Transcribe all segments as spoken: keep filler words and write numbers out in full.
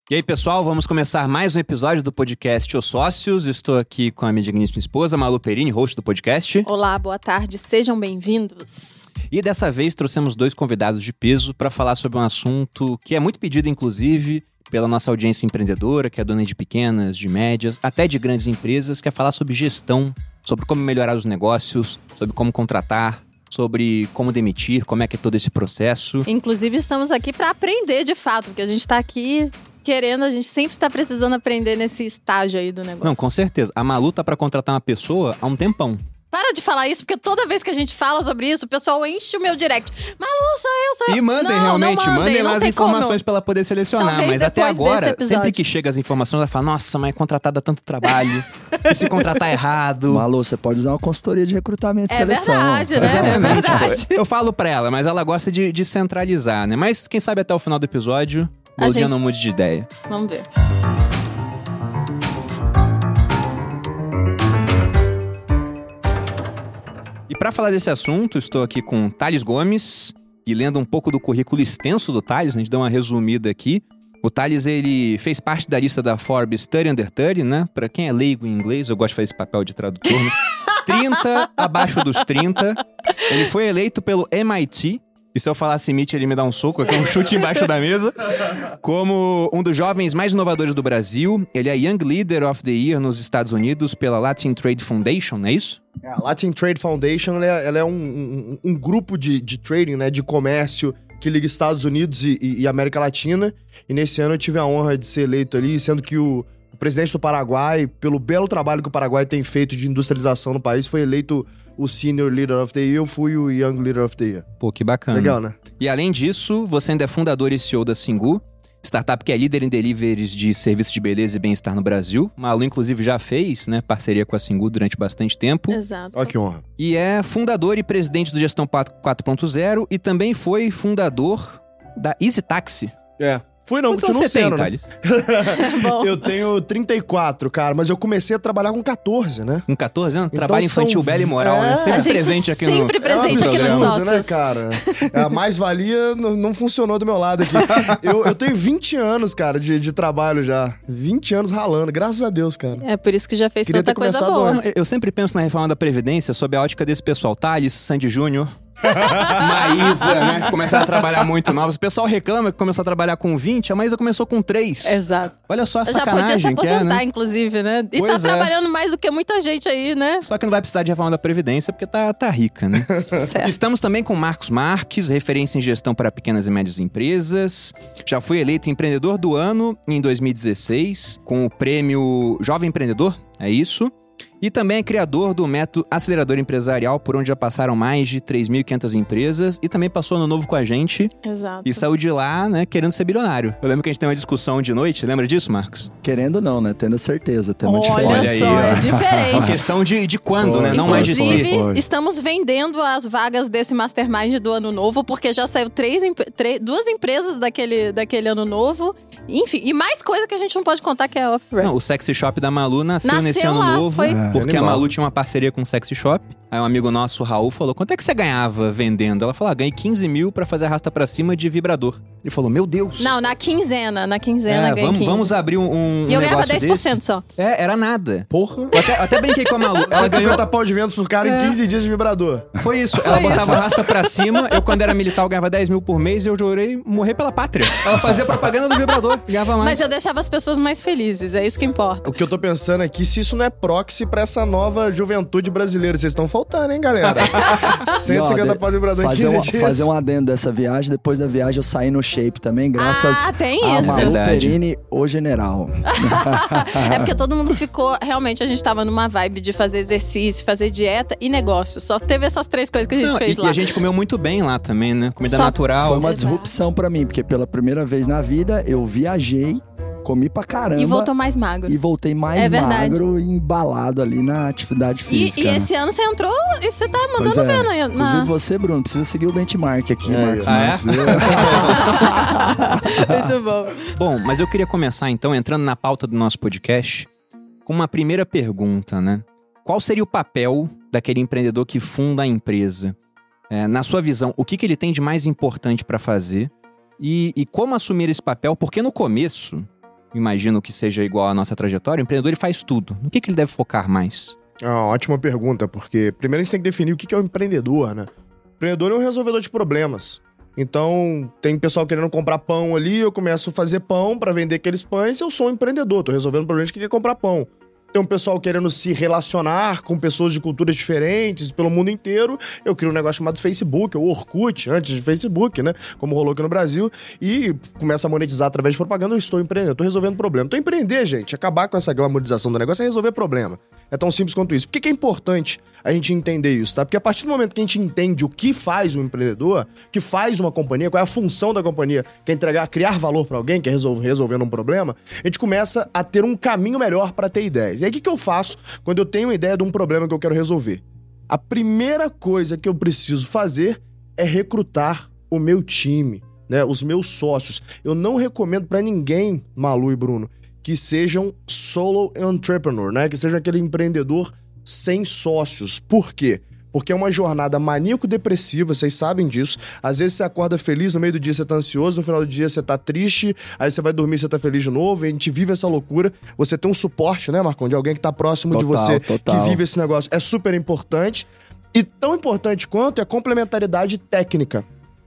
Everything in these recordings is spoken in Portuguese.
E aí, pessoal, vamos começar mais um episódio do podcast Os Sócios. Estou aqui com a minha digníssima esposa, Malu Perini, host do podcast. Olá, boa tarde, sejam bem-vindos. E dessa vez trouxemos dois convidados de peso para falar sobre um assunto que é muito pedido, inclusive, pela nossa audiência empreendedora, que é dona de pequenas, de médias, até de grandes empresas, que é falar sobre gestão, sobre como melhorar os negócios, sobre como contratar, sobre como demitir, como é que é todo esse processo. Inclusive, estamos aqui para aprender de fato, porque a gente está aqui querendo, a gente sempre está precisando aprender nesse estágio aí do negócio. Não, com certeza. A Malu tá para contratar uma pessoa há um tempão. Para de falar isso, porque toda vez que a gente fala sobre isso, o pessoal enche o meu direct. Malu, sou eu, sou eu. E mandem, não, realmente, não mandem, mandem não lá as tem informações como. pra ela poder selecionar. Talvez mas até depois desse agora, episódio. sempre que chega as informações, ela fala, nossa, mas é contratar dá tanto trabalho. E se contratar errado... Malu, você pode usar uma consultoria de recrutamento e É seleção. verdade, né? É Exatamente. verdade. Eu falo pra ela, mas ela gosta de, de centralizar, né? Mas quem sabe até o final do episódio, o A Lodian gente- não mude de ideia. Vamos ver. E para falar desse assunto, estou aqui com Thales Gomes, e lendo um pouco do currículo extenso do Thales, a gente dá uma resumida aqui. O Thales, ele fez parte da lista da Forbes trinta under trinta, né? Para quem é leigo em inglês, eu gosto de fazer esse papel de tradutor, né? trinta, abaixo dos trinta. Ele foi eleito pelo M I T, e se eu falasse M I T, ele me dá um soco, aqui um chute embaixo da mesa, como um dos jovens mais inovadores do Brasil. Ele é Young Leader of the Year nos Estados Unidos pela Latin Trade Foundation, não é isso? A Latin Trade Foundation, ela é, ela é um, um, um grupo de, de trading, né, de comércio que liga Estados Unidos e, e, e América Latina. E nesse ano eu tive a honra de ser eleito ali, sendo que o, o presidente do Paraguai, pelo belo trabalho que o Paraguai tem feito de industrialização no país, foi eleito o Senior Leader of the Year, eu fui o Young Leader of the Year. Pô, que bacana. Legal, né? E além disso, você ainda é fundador e C E O da Singu, startup que é líder em deliveries de serviços de beleza e bem-estar no Brasil. Malu, inclusive, já fez, né, parceria com a Singu durante bastante tempo. Exato. Olha que honra. E é fundador e presidente do Gestão quatro ponto zero e também foi fundador da Easy Taxi. É. Fui não, Quantos continuo anos você tem, sendo, né? Thales? Bom. Eu tenho trinta e quatro, cara, mas eu comecei a trabalhar com quatorze, né? Com catorze anos? Então Trabalho são- infantil belo e moral, né? É. Sempre A gente presente aqui no... sempre presente É um aqui nos absurdo, Sócios. né, cara? A mais-valia não, não funcionou do meu lado aqui. Eu, eu tenho vinte anos, cara, de, de trabalho já. vinte anos ralando, graças a Deus, cara. É por isso que já fez Queria tanta ter coisa começado boa. antes. Eu sempre penso na reforma da Previdência sob a ótica desse pessoal. Thales, Sandy Júnior, Maísa, né? Começaram a trabalhar muito novos. O pessoal reclama que começou a trabalhar com vinte, a Maísa começou com três. Exato. Olha só a Já sacanagem podia se que é, aposentar, né? inclusive, né? E Pois tá é. trabalhando mais do que muita gente aí, né? Só que não vai precisar de reforma da Previdência porque tá, tá rica, né? Certo. Estamos também com Marcos Marques, referência em gestão para pequenas e médias empresas. Já foi eleito empreendedor do ano em dois mil e dezesseis, com o prêmio Jovem Empreendedor, é isso. E também é criador do método Acelerador Empresarial, por onde já passaram mais de três mil e quinhentas empresas. E também passou ano novo com a gente Exato. e saiu de lá, né, querendo ser bilionário. Eu lembro que a gente tem uma discussão de noite, lembra disso, Marcos? Querendo não, né? Tendo certeza. Tem uma Olha diferença. Olha aí, só, ó. é Uma diferente. questão de, de quando, Foi. né? Não mais de si. Inclusive, Foi. estamos vendendo as vagas desse Mastermind do ano novo, porque já saiu três, empre- três- duas empresas daquele, daquele ano novo. Enfim, e mais coisa que a gente não pode contar que é off-brand. Não, o Sexy Shop da Malu nasceu, Nasceu nesse ano lá, novo, foi- É, porque a animal. Malu tinha uma parceria com o Sexy Shop. Aí um amigo nosso, o Raul, falou, quanto é que você ganhava vendendo? Ela falou, ah, ganhei quinze mil pra fazer arrasta pra cima de vibrador. Ele falou, meu Deus. Não, na quinzena, na quinzena é, ganhei vamos, quinze. vamos abrir um, um E eu ganhava negócio dez por cento desse. só. É, era nada. Porra. Eu até, até brinquei com a Malu. Ela cento e ganhou, cinquenta pau de vendas pro cara É. em quinze dias de vibrador. foi isso. Ela botava arrasta pra cima. Eu, quando era militar, eu ganhava dez mil por mês e eu jurei morrer pela pátria. Ela fazia propaganda do vibrador, ganhava mais. Mas eu deixava as pessoas mais felizes, é isso que importa. O que eu tô pensando aqui, se isso não é proxy pra essa nova juventude brasileira. Vocês estão faltando, hein, galera? cento e cinquenta E, ó, de- pau de vibrador em fazer quinze um, dias. fazer um adendo dessa viagem. Depois da viagem eu saí no shape também, graças Ah, tem a isso. Malu Verdade. Perini, o general. É porque todo mundo ficou. Realmente, a gente tava numa vibe de fazer exercício, fazer dieta e negócio. Só teve essas três coisas que a gente Não, fez e, lá. e a gente comeu muito bem lá também, né? Comida Só- natural. Foi uma Exato. disrupção pra mim, porque pela primeira vez na vida eu viajei, comi pra caramba. E voltou mais magro. E voltei mais É verdade. magro e embalado ali na atividade E, física. e né? esse ano você entrou e você tá Pois mandando é. ver na. Inclusive na... você, Bruno, precisa seguir o benchmark aqui, É, Marcos. Ah, é? Marcos. Muito bom. Bom, mas eu queria começar então, entrando na pauta do nosso podcast, com uma primeira pergunta, né? Qual seria o papel daquele empreendedor que funda a empresa? É, na sua visão, o que, que ele tem de mais importante para fazer? E, e como assumir esse papel? Porque no começo, imagino que seja igual à nossa trajetória, o empreendedor ele faz tudo. No que, que ele deve focar mais? É uma ótima pergunta, porque primeiro a gente tem que definir o que é um empreendedor, né? O empreendedor é um resolvedor de problemas. Então, tem pessoal querendo comprar pão ali, eu começo a fazer pão pra vender aqueles pães, eu sou um empreendedor, tô resolvendo problemas de quem quer comprar pão. Tem um pessoal querendo se relacionar com pessoas de culturas diferentes pelo mundo inteiro. Eu crio um negócio chamado Facebook, ou Orkut, antes de Facebook, né? Como rolou aqui no Brasil. E começa a monetizar através de propaganda. Eu estou empreendendo, estou resolvendo problema. Então empreender, gente, acabar com essa glamorização do negócio é resolver problema. É tão simples quanto isso. Por que que é importante a gente entender isso, tá? Porque a partir do momento que a gente entende o que faz um empreendedor, o que faz uma companhia, qual é a função da companhia, que é entregar, criar valor para alguém, que é resolver, resolvendo um problema, a gente começa a ter um caminho melhor para ter ideias. E aí, o que que eu faço quando eu tenho uma ideia de um problema que eu quero resolver? A primeira coisa que eu preciso fazer é recrutar o meu time, né? Os meus sócios. Eu não recomendo para ninguém, Malu e Bruno, que sejam solo entrepreneur, né? Que seja aquele empreendedor sem sócios. Por quê? Porque é uma jornada maníaco-depressiva, vocês sabem disso. Às vezes você acorda feliz, no meio do dia você tá ansioso, no final do dia você tá triste, aí você vai dormir e você tá feliz de novo, e a gente vive essa loucura. Você tem um suporte, né, Marcão? De alguém que tá próximo Total, de você, total. que vive esse negócio. É super importante. E tão importante quanto é a complementaridade técnica.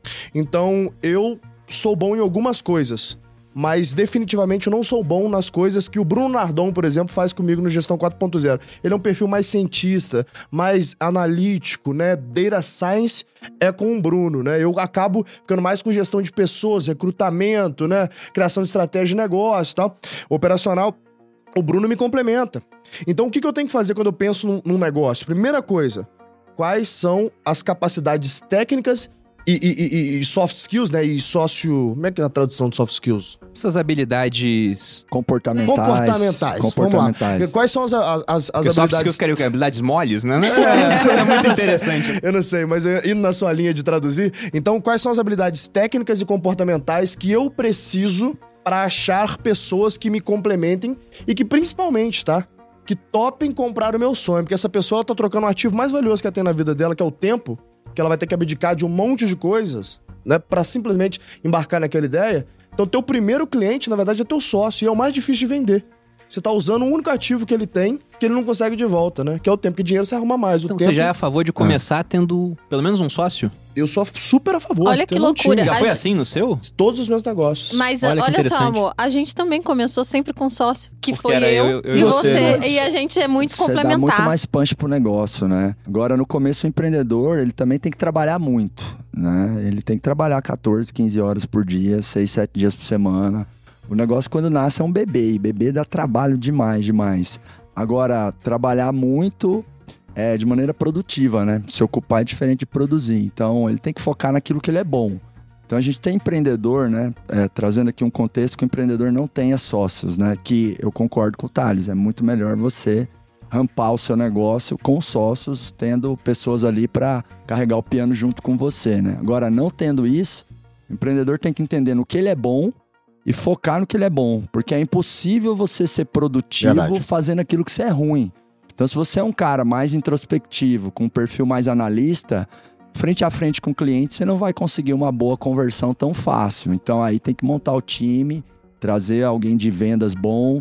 Então, eu sou bom em algumas coisas, mas definitivamente eu não sou bom nas coisas que o Bruno Nardon, por exemplo, faz comigo no Gestão quatro ponto zero. Ele é um perfil mais cientista, mais analítico, né? Data Science é com o Bruno, né? Eu acabo ficando mais com gestão de pessoas, recrutamento, né? Criação de estratégia de negócio e tal. Operacional, o Bruno me complementa. Então, o que que eu tenho que fazer quando eu penso num, num negócio? Primeira coisa, quais são as capacidades técnicas E, e, e, e soft skills, né? E sócio... Como é que é a tradução de soft skills? Essas habilidades... Comportamentais. Comportamentais. Comportamentais. Vamos lá. Quais são as, as, as Porque soft habilidades... skills querem o quê? Habilidades moles, né? É, É muito interessante. Eu não sei, mas eu, indo na sua linha de traduzir... Então, quais são as habilidades técnicas e comportamentais que eu preciso para achar pessoas que me complementem e que, principalmente, tá? Que topem comprar o meu sonho. Porque essa pessoa ela tá trocando o ativo mais valioso que ela tem na vida dela, que é o tempo, que ela vai ter que abdicar de um monte de coisas, né, pra simplesmente embarcar naquela ideia. Então, teu primeiro cliente, na verdade, é teu sócio, e é o mais difícil de vender. Você tá usando o único ativo que ele tem, que ele não consegue de volta, né? Que é o tempo, que dinheiro você arruma mais. O Então tempo, você já é a favor de começar é. tendo pelo menos um sócio? Eu sou super a favor. Olha que tendo um loucura. time. Já A foi gente- assim no seu? Todos os meus negócios. Mas Olha olha, que só, interessante. amor, a gente também começou sempre com sócio, que Porque foi era eu, eu- eu e e você. você, né? E a gente é muito Você dá complementar. muito mais punch pro negócio, né? Agora, no começo, o empreendedor, ele também tem que trabalhar muito, né? Ele tem que trabalhar catorze, quinze horas por dia, seis, sete dias por semana. O negócio, quando nasce, é um bebê, e bebê dá trabalho demais, demais. Agora, trabalhar muito é de maneira produtiva, né? Se ocupar é diferente de produzir. Então, ele tem que focar naquilo que ele é bom. Então, a gente tem empreendedor, né? É, trazendo aqui um contexto que o empreendedor não tenha sócios, né? Que eu concordo com o Thales, é muito melhor você rampar o seu negócio com sócios, tendo pessoas ali para carregar o piano junto com você, né? Agora, não tendo isso, o empreendedor tem que entender no que ele é bom e focar no que ele é bom, porque é impossível você ser produtivo Verdade. fazendo aquilo que você é ruim. Então, se você é um cara mais introspectivo, com um perfil mais analista, frente a frente com o cliente, você não vai conseguir uma boa conversão tão fácil. Então, aí tem que montar o time, trazer alguém de vendas bom.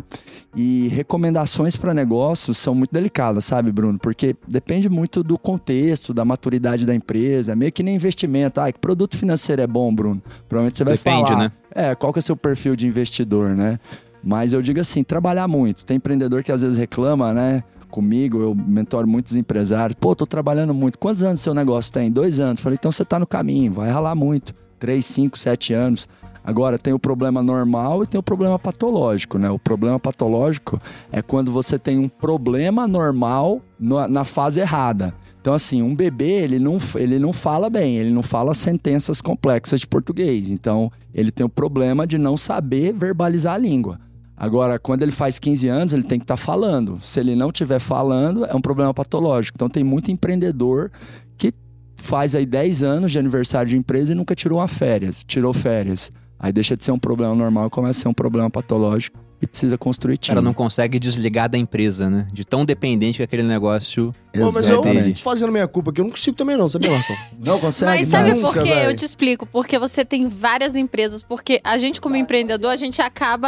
E recomendações para negócios são muito delicadas, sabe, Bruno? Porque depende muito do contexto, da maturidade da empresa. É meio que nem investimento. Ah, que produto financeiro é bom, Bruno? Provavelmente você vai Depende, falar. né? É, qual que é o seu perfil de investidor, né? Mas eu digo assim, trabalhar muito. Tem empreendedor que às vezes reclama, né? Comigo, eu mentoro muitos empresários. Pô, tô trabalhando muito. Quantos anos seu negócio tem? Dois anos. Falei, então você tá no caminho, vai ralar muito. Três, cinco, sete anos. Agora, tem o problema normal e tem o problema patológico, né? O problema patológico é quando você tem um problema normal no- na fase errada. Então, assim, um bebê, ele não, ele não fala bem, ele não fala sentenças complexas de português. Então, ele tem o problema de não saber verbalizar a língua. Agora, quando ele faz quinze anos, ele tem que estar falando. Se ele não estiver falando, é um problema patológico. Então, tem muito empreendedor que faz aí dez anos de aniversário de empresa e nunca tirou uma férias, tirou férias. Aí deixa de ser um problema normal e começa a ser um problema patológico e precisa construir O time. cara não consegue desligar da empresa, né? De tão dependente que aquele negócio... Pô, mas eu, Exatamente. fazendo minha culpa aqui, eu não consigo também não, sabia, Marcão? Não consegue? Mas sabe Não. por Nunca, quê? véi. Eu te explico. Porque você tem várias empresas. Porque a gente, como empreendedor, a gente acaba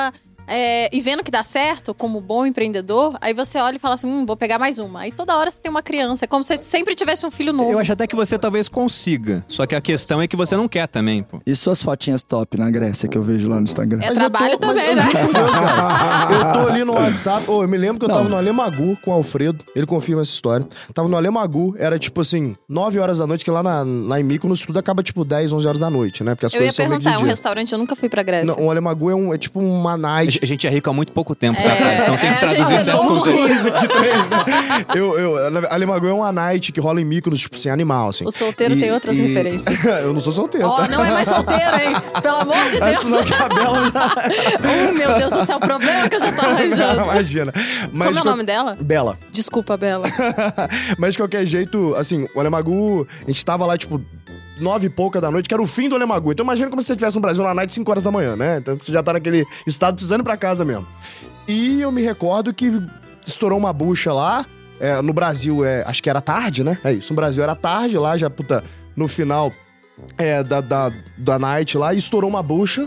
é, e vendo que dá certo, como bom empreendedor, aí você olha e fala assim, hum, vou pegar mais uma. Aí toda hora você tem uma criança, é como se você sempre tivesse um filho novo. Eu acho até que você talvez consiga, só que a questão é que você não quer também, pô. E suas fotinhas top na Grécia que eu vejo lá no Instagram? É Mas trabalho eu tô, mas também, eu né? juro por Deus, cara. Eu tô ali no WhatsApp. Ô, eu me lembro que eu Não. tava no Alemagu com o Alfredo. Ele confirma essa história. Tava no Alemagu, era tipo assim, nove horas da noite, que lá na, lá em Mykonos tudo acaba tipo dez, onze horas da noite, né? Porque as Eu ia coisas são meio perguntar, de é um dia. restaurante, eu nunca fui pra Grécia. Não, o Alemagu é, um, é tipo uma A night. gente- a gente é rico há muito pouco tempo, É, tá, Thales? Então tem que é, a traduzir gente é certas somos coisas. Coisa aqui, três, né? eu, eu, Alemagu é uma night que rola em Mykonos, tipo assim, animal, assim. O solteiro E- tem outras e- referências. eu não sou solteiro, Ó, tá? não é mais solteiro, hein? Pelo amor de Mas Deus. senão que a Bela já... Oh, meu Deus do céu, o problema que eu já tô arranjando. Imagina. Mas Como é o que eu- nome dela? Bela. Desculpa, Bela. Mas de qualquer jeito, assim, o Alemagu, a gente tava lá, tipo, nove e pouca da noite, que era o fim do Alemagu. Então imagina como se você estivesse no Brasil na night cinco horas da manhã, né? Então você já tá naquele estado precisando ir pra casa mesmo. E eu me recordo que estourou uma bucha lá. É, no Brasil, é, acho que era tarde, né? É isso, no Brasil era tarde lá, já, puta, no final é, da, da, da night lá, e estourou uma bucha.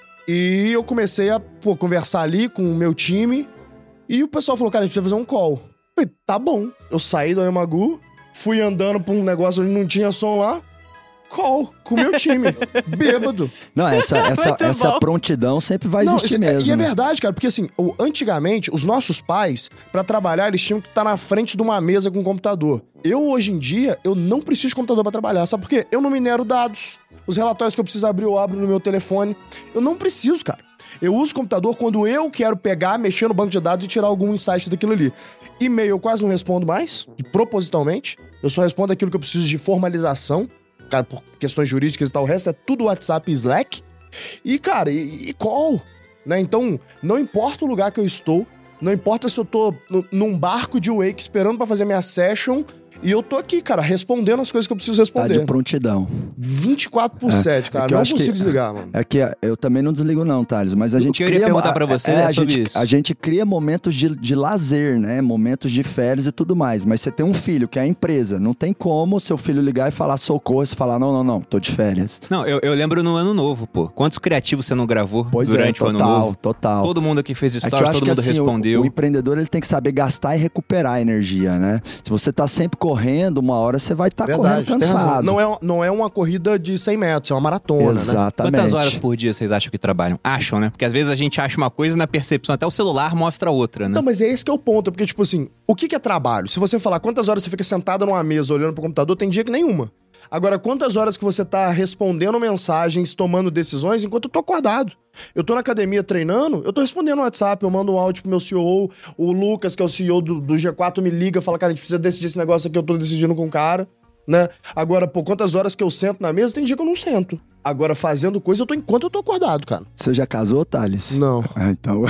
E eu comecei a, pô, conversar ali com o meu time. E o pessoal falou, cara, a gente precisa fazer um call. Eu falei, tá bom. Eu saí do Alemagu, fui andando pra um negócio onde não tinha som lá. Call, com o meu time, bêbado. Não, essa, essa, Muito essa bom. prontidão sempre vai Não, existir isso é- mesmo. E é né? verdade, cara, porque assim, o- antigamente, os nossos pais, pra trabalhar, eles tinham que estar na frente de uma mesa com um computador. Eu, hoje em dia, eu não preciso de computador pra trabalhar, sabe por quê? Eu não minero dados. Os relatórios que eu preciso abrir, eu abro no meu telefone. Eu não preciso, cara. Eu uso o computador quando eu quero pegar, mexer no banco de dados e tirar algum insight daquilo ali. E-mail eu quase não respondo mais, e propositalmente. Eu só respondo aquilo que eu preciso de formalização, cara, por questões jurídicas e tal. O resto é tudo WhatsApp e Slack. E, cara, e, e call, né? Então, não importa o lugar que eu estou, não importa se eu tô no- num barco de wake esperando pra fazer minha session, e eu tô aqui, cara, respondendo as coisas que eu preciso Tá responder. de prontidão. vinte e quatro por sete, cara. é que eu Não acho consigo que- desligar, mano. É que eu também não desligo não, Thales, mas a O gente que eu iria cria... perguntar pra você é, é a sobre gente, isso. A gente cria momentos de, de lazer, né? Momentos de férias e tudo mais. Mas você tem um filho, que é a empresa. Não tem como seu filho ligar e falar socorro, e falar, não, não, não, tô de férias. Não, eu, eu lembro no Ano Novo, pô. Quantos criativos você não gravou Pois durante é, o Ano total, Novo? total. Todo mundo aqui fez É que eu stories, acho todo que mundo assim, o- respondeu. O, empreendedor ele tem que saber gastar e recuperar a energia, né? Se você tá sempre correndo, uma hora você vai estar correndo Verdade, tem razão. cansado. Não é, não é uma corrida de cem metros, é uma maratona, né? Exatamente. Quantas horas por dia vocês acham que trabalham? Acham, né? Porque às vezes a gente acha uma coisa e na percepção até o celular mostra outra, né? Não, mas é esse que é o ponto, porque, tipo assim, o que que é trabalho? Se você falar quantas horas você fica sentada numa mesa olhando pro computador, tem dia que nenhuma. Agora, quantas horas que você tá respondendo mensagens, tomando decisões, enquanto eu tô acordado? Eu tô na academia treinando, eu tô respondendo no WhatsApp, eu mando um áudio pro meu C E O, o Lucas, que é o C E O do, do G quatro, me liga, fala, cara, a gente precisa decidir esse negócio aqui, eu tô decidindo com o cara, né? Agora, pô, quantas horas que eu sento na mesa, tem dia que eu não sento. Agora, fazendo coisa, eu tô enquanto eu tô acordado, cara. Você já casou, Thales? Não. Ah, então...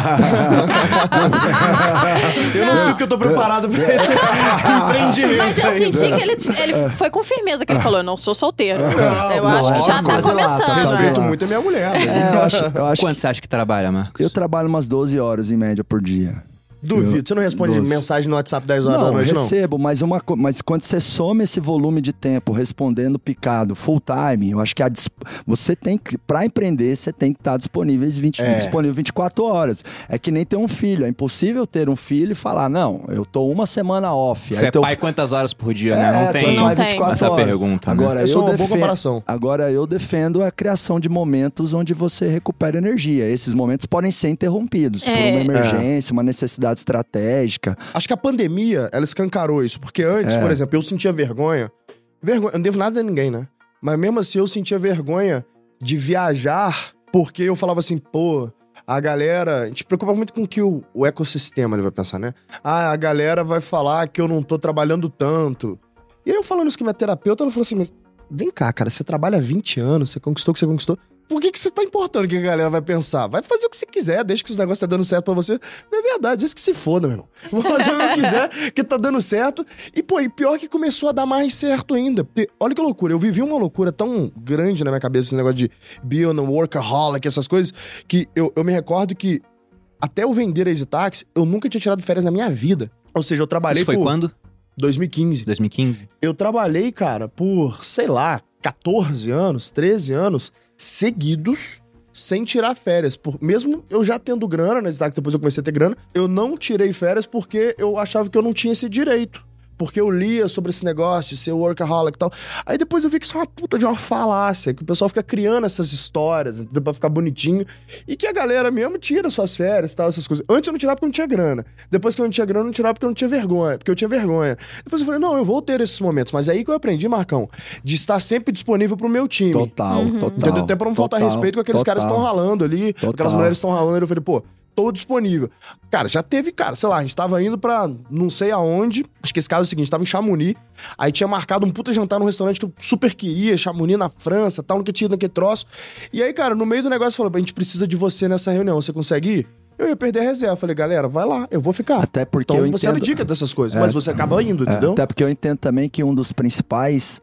Eu não sinto que eu tô preparado pra esse empreendimento. Mas eu ainda. senti que ele, ele foi com firmeza que ele falou, eu não sou solteiro. eu não, acho que já é, tá quase lá, tá começando. quase né? Respeito lá. muito a minha mulher. né? É, eu acho, eu acho Quanto você acha que trabalha, Marcos? que eu trabalho umas doze horas em média por dia. Duvido. Você não responde Doze. mensagem no WhatsApp dez horas não, da noite, não? recebo, mas, uma, co- mas quando você soma esse volume de tempo respondendo picado, full time, eu acho que a dis- você tem que, pra empreender, você tem que estar disponível, vinte, É. disponível vinte e quatro horas. É que nem ter um filho. É impossível ter um filho e falar, não, eu tô uma semana off. Você Aí é teu pai quantas horas por dia, É, né? Não tu tem é pai tem. vinte e quatro essa horas. pergunta, né? Agora, Essa é eu uma boa defendo, comparação. agora, eu defendo a criação de momentos onde você recupera energia. Esses momentos podem ser interrompidos por É. uma emergência, uma necessidade estratégica. Acho que a pandemia, ela escancarou isso. Porque antes, É. por exemplo, eu sentia vergonha. Vergonha, eu não devo nada a ninguém, né? Mas mesmo assim, eu sentia vergonha de viajar, porque eu falava assim, pô, a galera... A gente preocupa muito com o que o, o ecossistema ele vai pensar, né? Ah, a galera vai falar que eu não tô trabalhando tanto. E aí eu falando isso com minha terapeuta, ela falou assim, mas vem cá, cara, você trabalha há vinte anos, você conquistou o que você conquistou. Por que, que você tá importando o que a galera vai pensar? Vai fazer o que você quiser, desde que os negócios tá dando certo pra você. Não é verdade, isso que se foda, meu irmão. Vou fazer o que eu quiser, que tá dando certo. E, pô, e pior que começou a dar mais certo ainda. Porque, olha que loucura, eu vivi uma loucura tão grande na minha cabeça, esse negócio de be on a workaholic, essas coisas, que eu, eu me recordo que até eu vender a Easy Taxi, eu nunca tinha tirado férias na minha vida. Ou seja, eu trabalhei Isso foi por quando? dois mil e quinze. dois mil e quinze? Eu trabalhei, cara, por, sei lá, catorze anos, treze anos seguidos, sem tirar férias. Por, mesmo eu já tendo grana, né, que depois eu comecei a ter grana, eu não tirei férias porque eu achava que eu não tinha esse direito. Porque eu lia sobre esse negócio de ser workaholic e tal. Aí depois eu vi que isso é uma puta de uma falácia, que o pessoal fica criando essas histórias, entendeu? Pra ficar bonitinho. E que a galera mesmo tira suas férias e tal, essas coisas. Antes eu não tirava porque eu não tinha grana. Depois que eu não tinha grana, eu não tirava porque eu não tinha vergonha. Porque eu tinha vergonha. Depois eu falei, não, eu vou ter esses momentos. Mas é aí que eu aprendi, Marcão, de estar sempre disponível pro meu time. Total, Uhum. total. Entendeu? Até pra não faltar total, respeito com aqueles total. caras que estão ralando ali, Total. aquelas mulheres que estão ralando. Eu falei, pô, tô disponível. Cara, já teve, cara, sei lá, a gente tava indo pra não sei aonde. Acho que esse caso é o seguinte, tava em Chamonix. Aí tinha marcado um puta jantar num restaurante que eu super queria, Chamonix na França, tal, no que tinha, naquele troço. E aí, cara, no meio do negócio falou, a gente precisa de você nessa reunião, você consegue ir? Eu ia perder a reserva. Falei, galera, vai lá, eu vou ficar. Até porque Então eu você entendo... abdica dessas coisas, É. mas você acaba indo, entendeu? É, até porque eu entendo também que um dos principais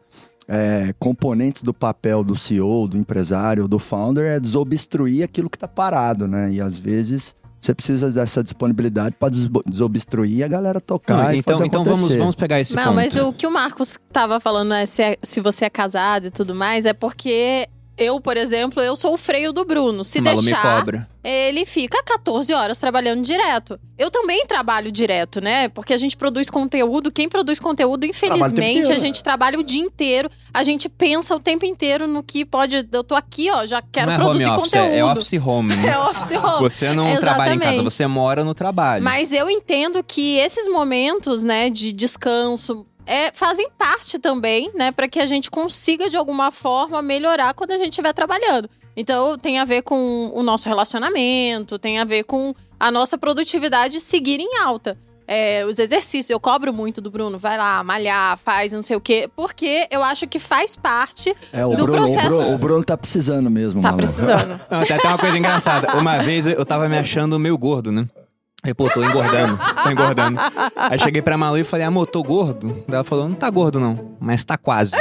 é, componentes do papel do C E O, do empresário, do founder é desobstruir aquilo que tá parado, né? E às vezes você precisa dessa disponibilidade para desobstruir e a galera tocar Não, e então fazer então acontecer. vamos, vamos pegar esse Não, ponto. mas o que o Marcos tava falando, é se, é se você é casado e tudo mais, é porque eu, por exemplo, eu sou o freio do Bruno. Se O Malu me deixar, cobra. ele fica quatorze horas trabalhando direto. Eu também trabalho direto, né? Porque a gente produz conteúdo. Quem produz conteúdo, infelizmente, inteiro, a gente trabalha o dia inteiro. A gente pensa o tempo inteiro no que pode... Eu tô aqui, ó, já quero não é produzir home office, conteúdo. é, é office home, né? É office home. Você não trabalha em casa, Exatamente. você mora no trabalho. Mas eu entendo que esses momentos, né, de descanso... É, fazem parte também, né, para que a gente consiga de alguma forma melhorar quando a gente estiver trabalhando. Então tem a ver com o nosso relacionamento, tem a ver com a nossa produtividade seguir em alta. É, os exercícios, eu cobro muito do Bruno, vai lá, malhar, faz não sei o quê, porque eu acho que faz parte É, o do Bruno, processo. o, Bruno, o Bruno tá precisando mesmo, Tá malandro. precisando. Não, tem até uma coisa engraçada. Uma vez eu tava me achando meio gordo, né? Aí, pô, tô engordando, tô engordando. Aí cheguei pra Malu e falei, amor, tô gordo? Daí ela falou, não tá gordo não, mas tá quase.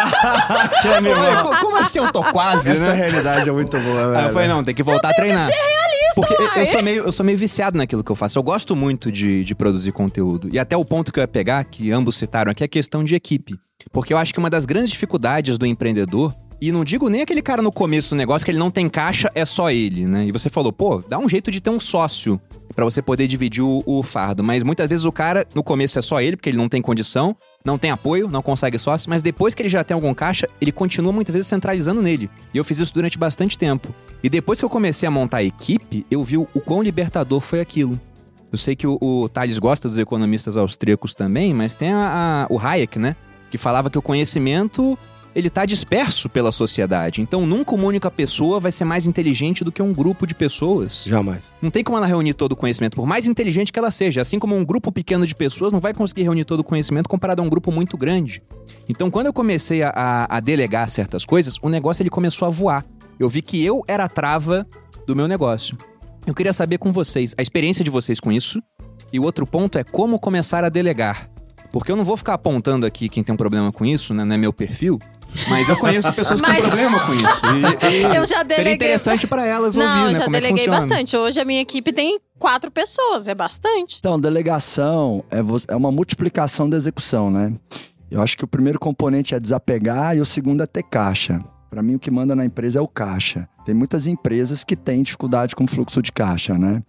Eu falei, "Co- como assim eu tô quase, Essa né? realidade é muito boa, velho. Aí eu falei, não, tem que voltar a treinar. Porque eu, eu sou meio, eu sou meio viciado naquilo que eu faço. Eu gosto muito de, de produzir conteúdo. E até o ponto que eu ia pegar, que ambos citaram aqui, é a questão de equipe. Porque eu acho que uma das grandes dificuldades do empreendedor, e não digo nem aquele cara no começo do negócio que ele não tem caixa, é só ele, né? E você falou, pô, dá um jeito de ter um sócio pra você poder dividir o, o fardo. Mas muitas vezes o cara, no começo é só ele, porque ele não tem condição, não tem apoio, não consegue sócio, mas depois que ele já tem algum caixa, ele continua muitas vezes centralizando nele. E eu fiz isso durante bastante tempo. E depois que eu comecei a montar a equipe, eu vi o, o quão libertador foi aquilo. Eu sei que o, o Thales gosta dos economistas austríacos também, mas tem a, a, o Hayek, né? Que falava que o conhecimento... ele tá disperso pela sociedade. Então, nunca uma única pessoa vai ser mais inteligente do que um grupo de pessoas. Jamais. Não tem como ela reunir todo o conhecimento, por mais inteligente que ela seja. Assim como um grupo pequeno de pessoas não vai conseguir reunir todo o conhecimento comparado a um grupo muito grande. Então, quando eu comecei a, a, a delegar certas coisas, o negócio ele começou a voar. Eu vi que eu era a trava do meu negócio. Eu queria saber com vocês, a experiência de vocês com isso. E o outro ponto é como começar a delegar. Porque eu não vou ficar apontando aqui quem tem um problema com isso, né? Não é meu perfil. Mas eu conheço pessoas que Mas- têm problema com isso. E, e Eu já seria deleguei. interessante pra elas ouvir, Não, né? já Como é que deleguei funciona. bastante. Hoje a minha equipe tem quatro pessoas, é bastante. Então, delegação é, vo- é uma multiplicação da execução, né? Eu acho que o primeiro componente é desapegar e o segundo é ter caixa. Para mim, o que manda na empresa é o caixa. Tem muitas empresas que têm dificuldade com fluxo de caixa, né?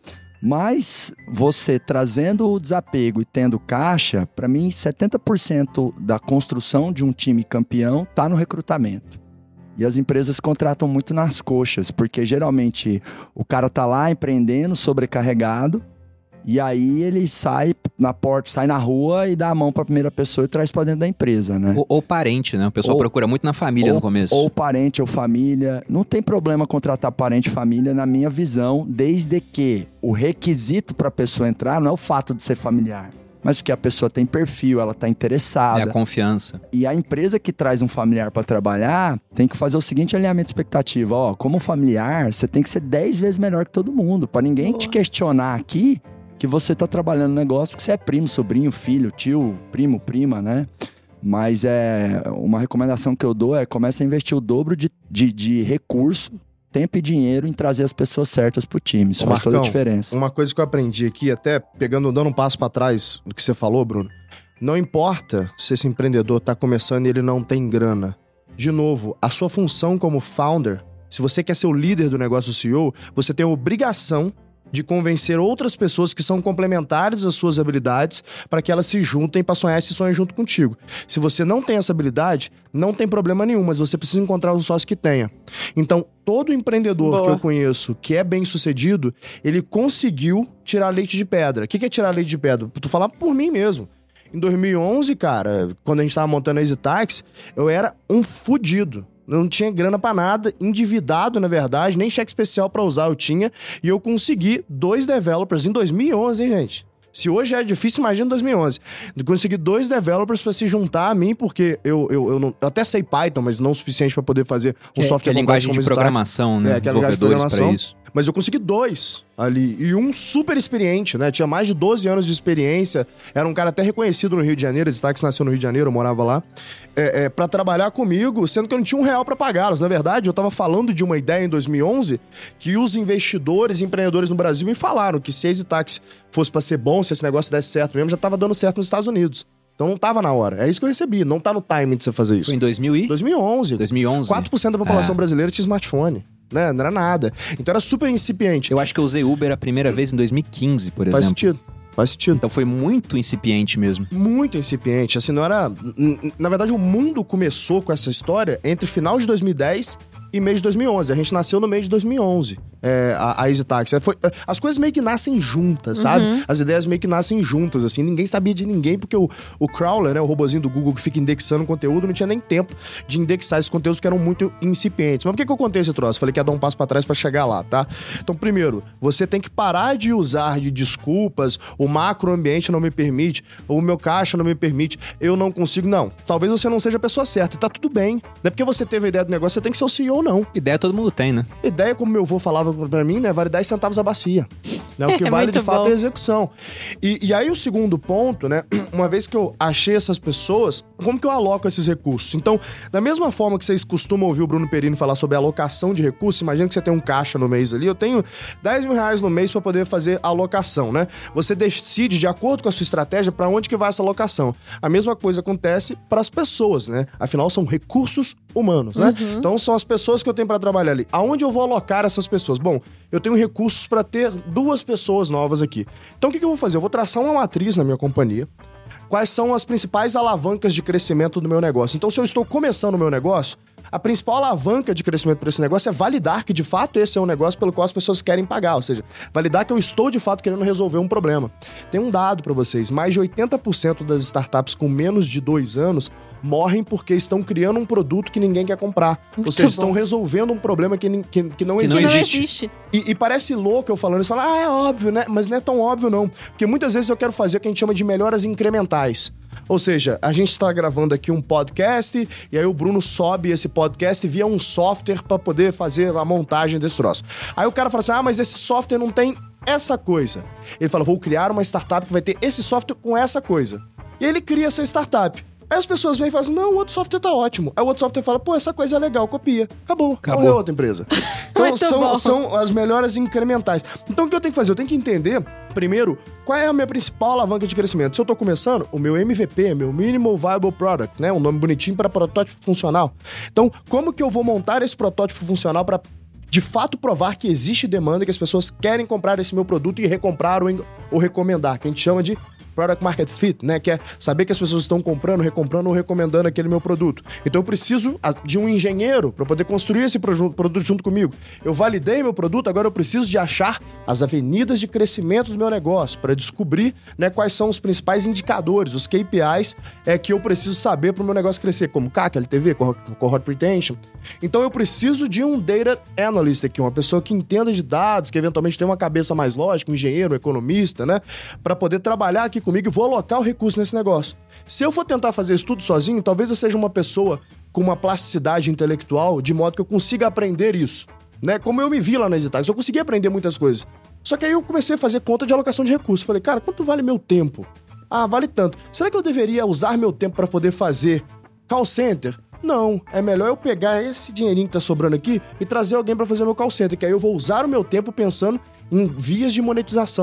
Mas você trazendo o desapego e tendo caixa, para mim, setenta por cento da construção de um time campeão está no recrutamento. E as empresas contratam muito nas coxas, porque geralmente o cara tá lá empreendendo, sobrecarregado, e aí ele sai na porta, sai na rua e dá a mão para a primeira pessoa e traz para dentro da empresa, né? Ou, ou parente, né? O pessoal Ou- procura muito na família no começo. Ou parente ou família. Não tem problema contratar parente e família, na minha visão, desde que o requisito para a pessoa entrar não é o fato de ser familiar, mas porque a pessoa tem perfil, ela está interessada. É a confiança. E a empresa que traz um familiar para trabalhar tem que fazer o seguinte alinhamento de expectativa. Ó, como familiar, você tem que ser dez vezes melhor que todo mundo, para ninguém te questionar aqui que você tá trabalhando no negócio porque você é primo, sobrinho, filho, tio, primo, prima, né? Mas é uma recomendação que eu dou é comece a investir o dobro de, de, de recurso, tempo e dinheiro em trazer as pessoas certas pro time. Isso Ô, faz toda a Marcão, diferença. Uma coisa que eu aprendi aqui, até pegando, dando um passo pra trás do que você falou, Bruno. Não importa se esse empreendedor tá começando e ele não tem grana. De novo, a sua função como founder se você quer ser o líder do negócio C E O, você tem a obrigação de convencer outras pessoas que são complementares às suas habilidades para que elas se juntem para sonhar esse sonho junto contigo. Se você não tem essa habilidade, não tem problema nenhum, mas você precisa encontrar um sócio que tenha. Então, todo empreendedor Boa. que eu conheço que é bem sucedido, ele conseguiu tirar leite de pedra. O que é tirar leite de pedra? Tu falar por mim mesmo. Em dois mil e onze, cara, quando a gente tava montando a EasyTax, eu era um fudido. Eu não tinha grana pra nada, endividado, na verdade, nem cheque especial pra usar eu tinha. E eu consegui dois developers em dois mil e onze, hein, gente? Se hoje é difícil, imagina dois mil e onze. Eu consegui dois developers pra se juntar a mim, porque eu, eu, eu, não, eu até sei Python, mas não o suficiente pra poder fazer um que software é, que é linguagem de programação, né? É, que é linguagem de Desenvolvedores pra programação. isso. Mas eu consegui dois ali. E um super experiente, né? Tinha mais de doze anos de experiência. Era um cara até reconhecido no Rio de Janeiro. Esse táxi nasceu no Rio de Janeiro, eu morava lá. É, é, pra trabalhar comigo, sendo que eu não tinha um real pra pagá-los. Na verdade, eu tava falando de uma ideia em dois mil e onze que os investidores e empreendedores no Brasil me falaram que se a EasyTax fosse pra ser bom, se esse negócio desse certo mesmo, já tava dando certo nos Estados Unidos. Então não tava na hora. É isso que eu recebi. Não tá no timing de você fazer isso. Foi em dois mil e? dois mil e onze. dois mil e onze. quatro por cento da população É. brasileira tinha smartphone. Né? Não era nada. Então era super incipiente. Eu acho que eu usei Uber a primeira vez em dois mil e quinze, por Faz exemplo. sentido. Faz sentido. Então foi muito incipiente mesmo. Muito incipiente. Assim, não era... Na verdade, o mundo começou com essa história entre final de dois mil e dez e meio de dois mil e onze. A gente nasceu no meio de dois mil e onze. É, a, a EasyTax. Foi, as coisas meio que nascem juntas, sabe? Uhum. As ideias meio que nascem juntas, assim. Ninguém sabia de ninguém, porque o, o crawler, né? O robozinho do Google que fica indexando conteúdo, não tinha nem tempo de indexar esses conteúdos que eram muito incipientes. Mas por que, que eu contei esse troço? Falei que ia dar um passo pra trás pra chegar lá, tá? Então, primeiro, você tem que parar de usar de desculpas, o macroambiente não me permite, o meu caixa não me permite, eu não consigo. Não. Talvez você não seja a pessoa certa. E tá tudo bem. Não é porque você teve a ideia do negócio, você tem que ser o C E O, não. Ideia todo mundo tem, né? Ideia, como meu avô falava pra mim, né? Vale dez centavos a bacia. Né? O que É vale, muito de fato, bom. é a execução. E, e aí, o segundo ponto, né? Uma vez que eu achei essas pessoas, como que eu aloco esses recursos? Então, da mesma forma que vocês costumam ouvir o Bruno Perini falar sobre alocação de recursos, imagina que você tem um caixa no mês ali, eu tenho dez mil reais no mês pra poder fazer a alocação, né? Você decide, de acordo com a sua estratégia, pra onde que vai essa alocação. A mesma coisa acontece para as pessoas, né? Afinal, são recursos humanos, né? Uhum. Então, são as pessoas que eu tenho pra trabalhar ali. Aonde eu vou alocar essas pessoas? Bom, eu tenho recursos pra ter duas pessoas novas aqui. Então, o que, que eu vou fazer? Eu vou traçar uma matriz na minha companhia. Quais são as principais alavancas de crescimento do meu negócio? Então, se eu estou começando o meu negócio, a principal alavanca de crescimento para esse negócio é validar que, de fato, esse é um negócio pelo qual as pessoas querem pagar. Ou seja, validar que eu estou, de fato, querendo resolver um problema. Tem um dado para vocês. Mais de oitenta por cento das startups com menos de dois anos morrem porque estão criando um produto que ninguém quer comprar. Muito Ou seja, bom. estão resolvendo um problema que, nin- que, que não Que Que existe. não existe. existe. E, e parece louco eu falando isso, falar, ah, é óbvio, né? Mas não é tão óbvio, não. Porque muitas vezes eu quero fazer o que a gente chama de melhoras incrementais. Ou seja, a gente está gravando aqui um podcast e aí o Bruno sobe esse podcast via um software para poder fazer a montagem desse troço. Aí o cara fala assim, ah, mas esse software não tem essa coisa. Ele fala, vou criar uma startup que vai ter esse software com essa coisa. E ele cria essa startup. Aí as pessoas vêm e falam assim, não, o outro software tá ótimo. Aí o outro software fala, pô, essa coisa é legal, copia. Acabou. Acabou. Morreu outra empresa. Então Muito são, bom. são as melhoras incrementais. Então o que eu tenho que fazer? Eu tenho que entender, primeiro, qual é a minha principal alavanca de crescimento. Se eu tô começando, o meu M V P, meu Minimal Viable Product, né? Um nome bonitinho para protótipo funcional. Então, como que eu vou montar esse protótipo funcional para de fato provar que existe demanda, que as pessoas querem comprar esse meu produto e recomprar ou, en- ou recomendar, que a gente chama de Product Market Fit, né? Que é saber que as pessoas estão comprando, recomprando ou recomendando aquele meu produto. Então eu preciso a- de um engenheiro para poder construir esse proju- produto junto comigo. Eu validei meu produto, agora eu preciso de achar as avenidas de crescimento do meu negócio para descobrir, né, quais são os principais indicadores, os K P Is é, que eu preciso saber para o meu negócio crescer, como C A C, L T V, Cohort Cohort Retention. Então eu preciso de um Data Analyst aqui, uma pessoa que entenda de dados, que eventualmente tem uma cabeça mais lógica, um engenheiro, um economista, né? Para poder trabalhar aqui comigo e vou alocar o recurso nesse negócio. Se eu for tentar fazer isso tudo sozinho, talvez eu seja uma pessoa com uma plasticidade intelectual, de modo que eu consiga aprender isso, né? Como eu me vi lá na EasyTax, eu consegui aprender muitas coisas. Só que aí eu comecei a fazer conta de alocação de recursos. Falei, cara, quanto vale meu tempo? Ah, vale tanto. Será que eu deveria usar meu tempo para poder fazer call center? Não, é melhor eu pegar esse dinheirinho que tá sobrando aqui e trazer alguém para fazer meu call center, que aí eu vou usar o meu tempo pensando em vias de monetização.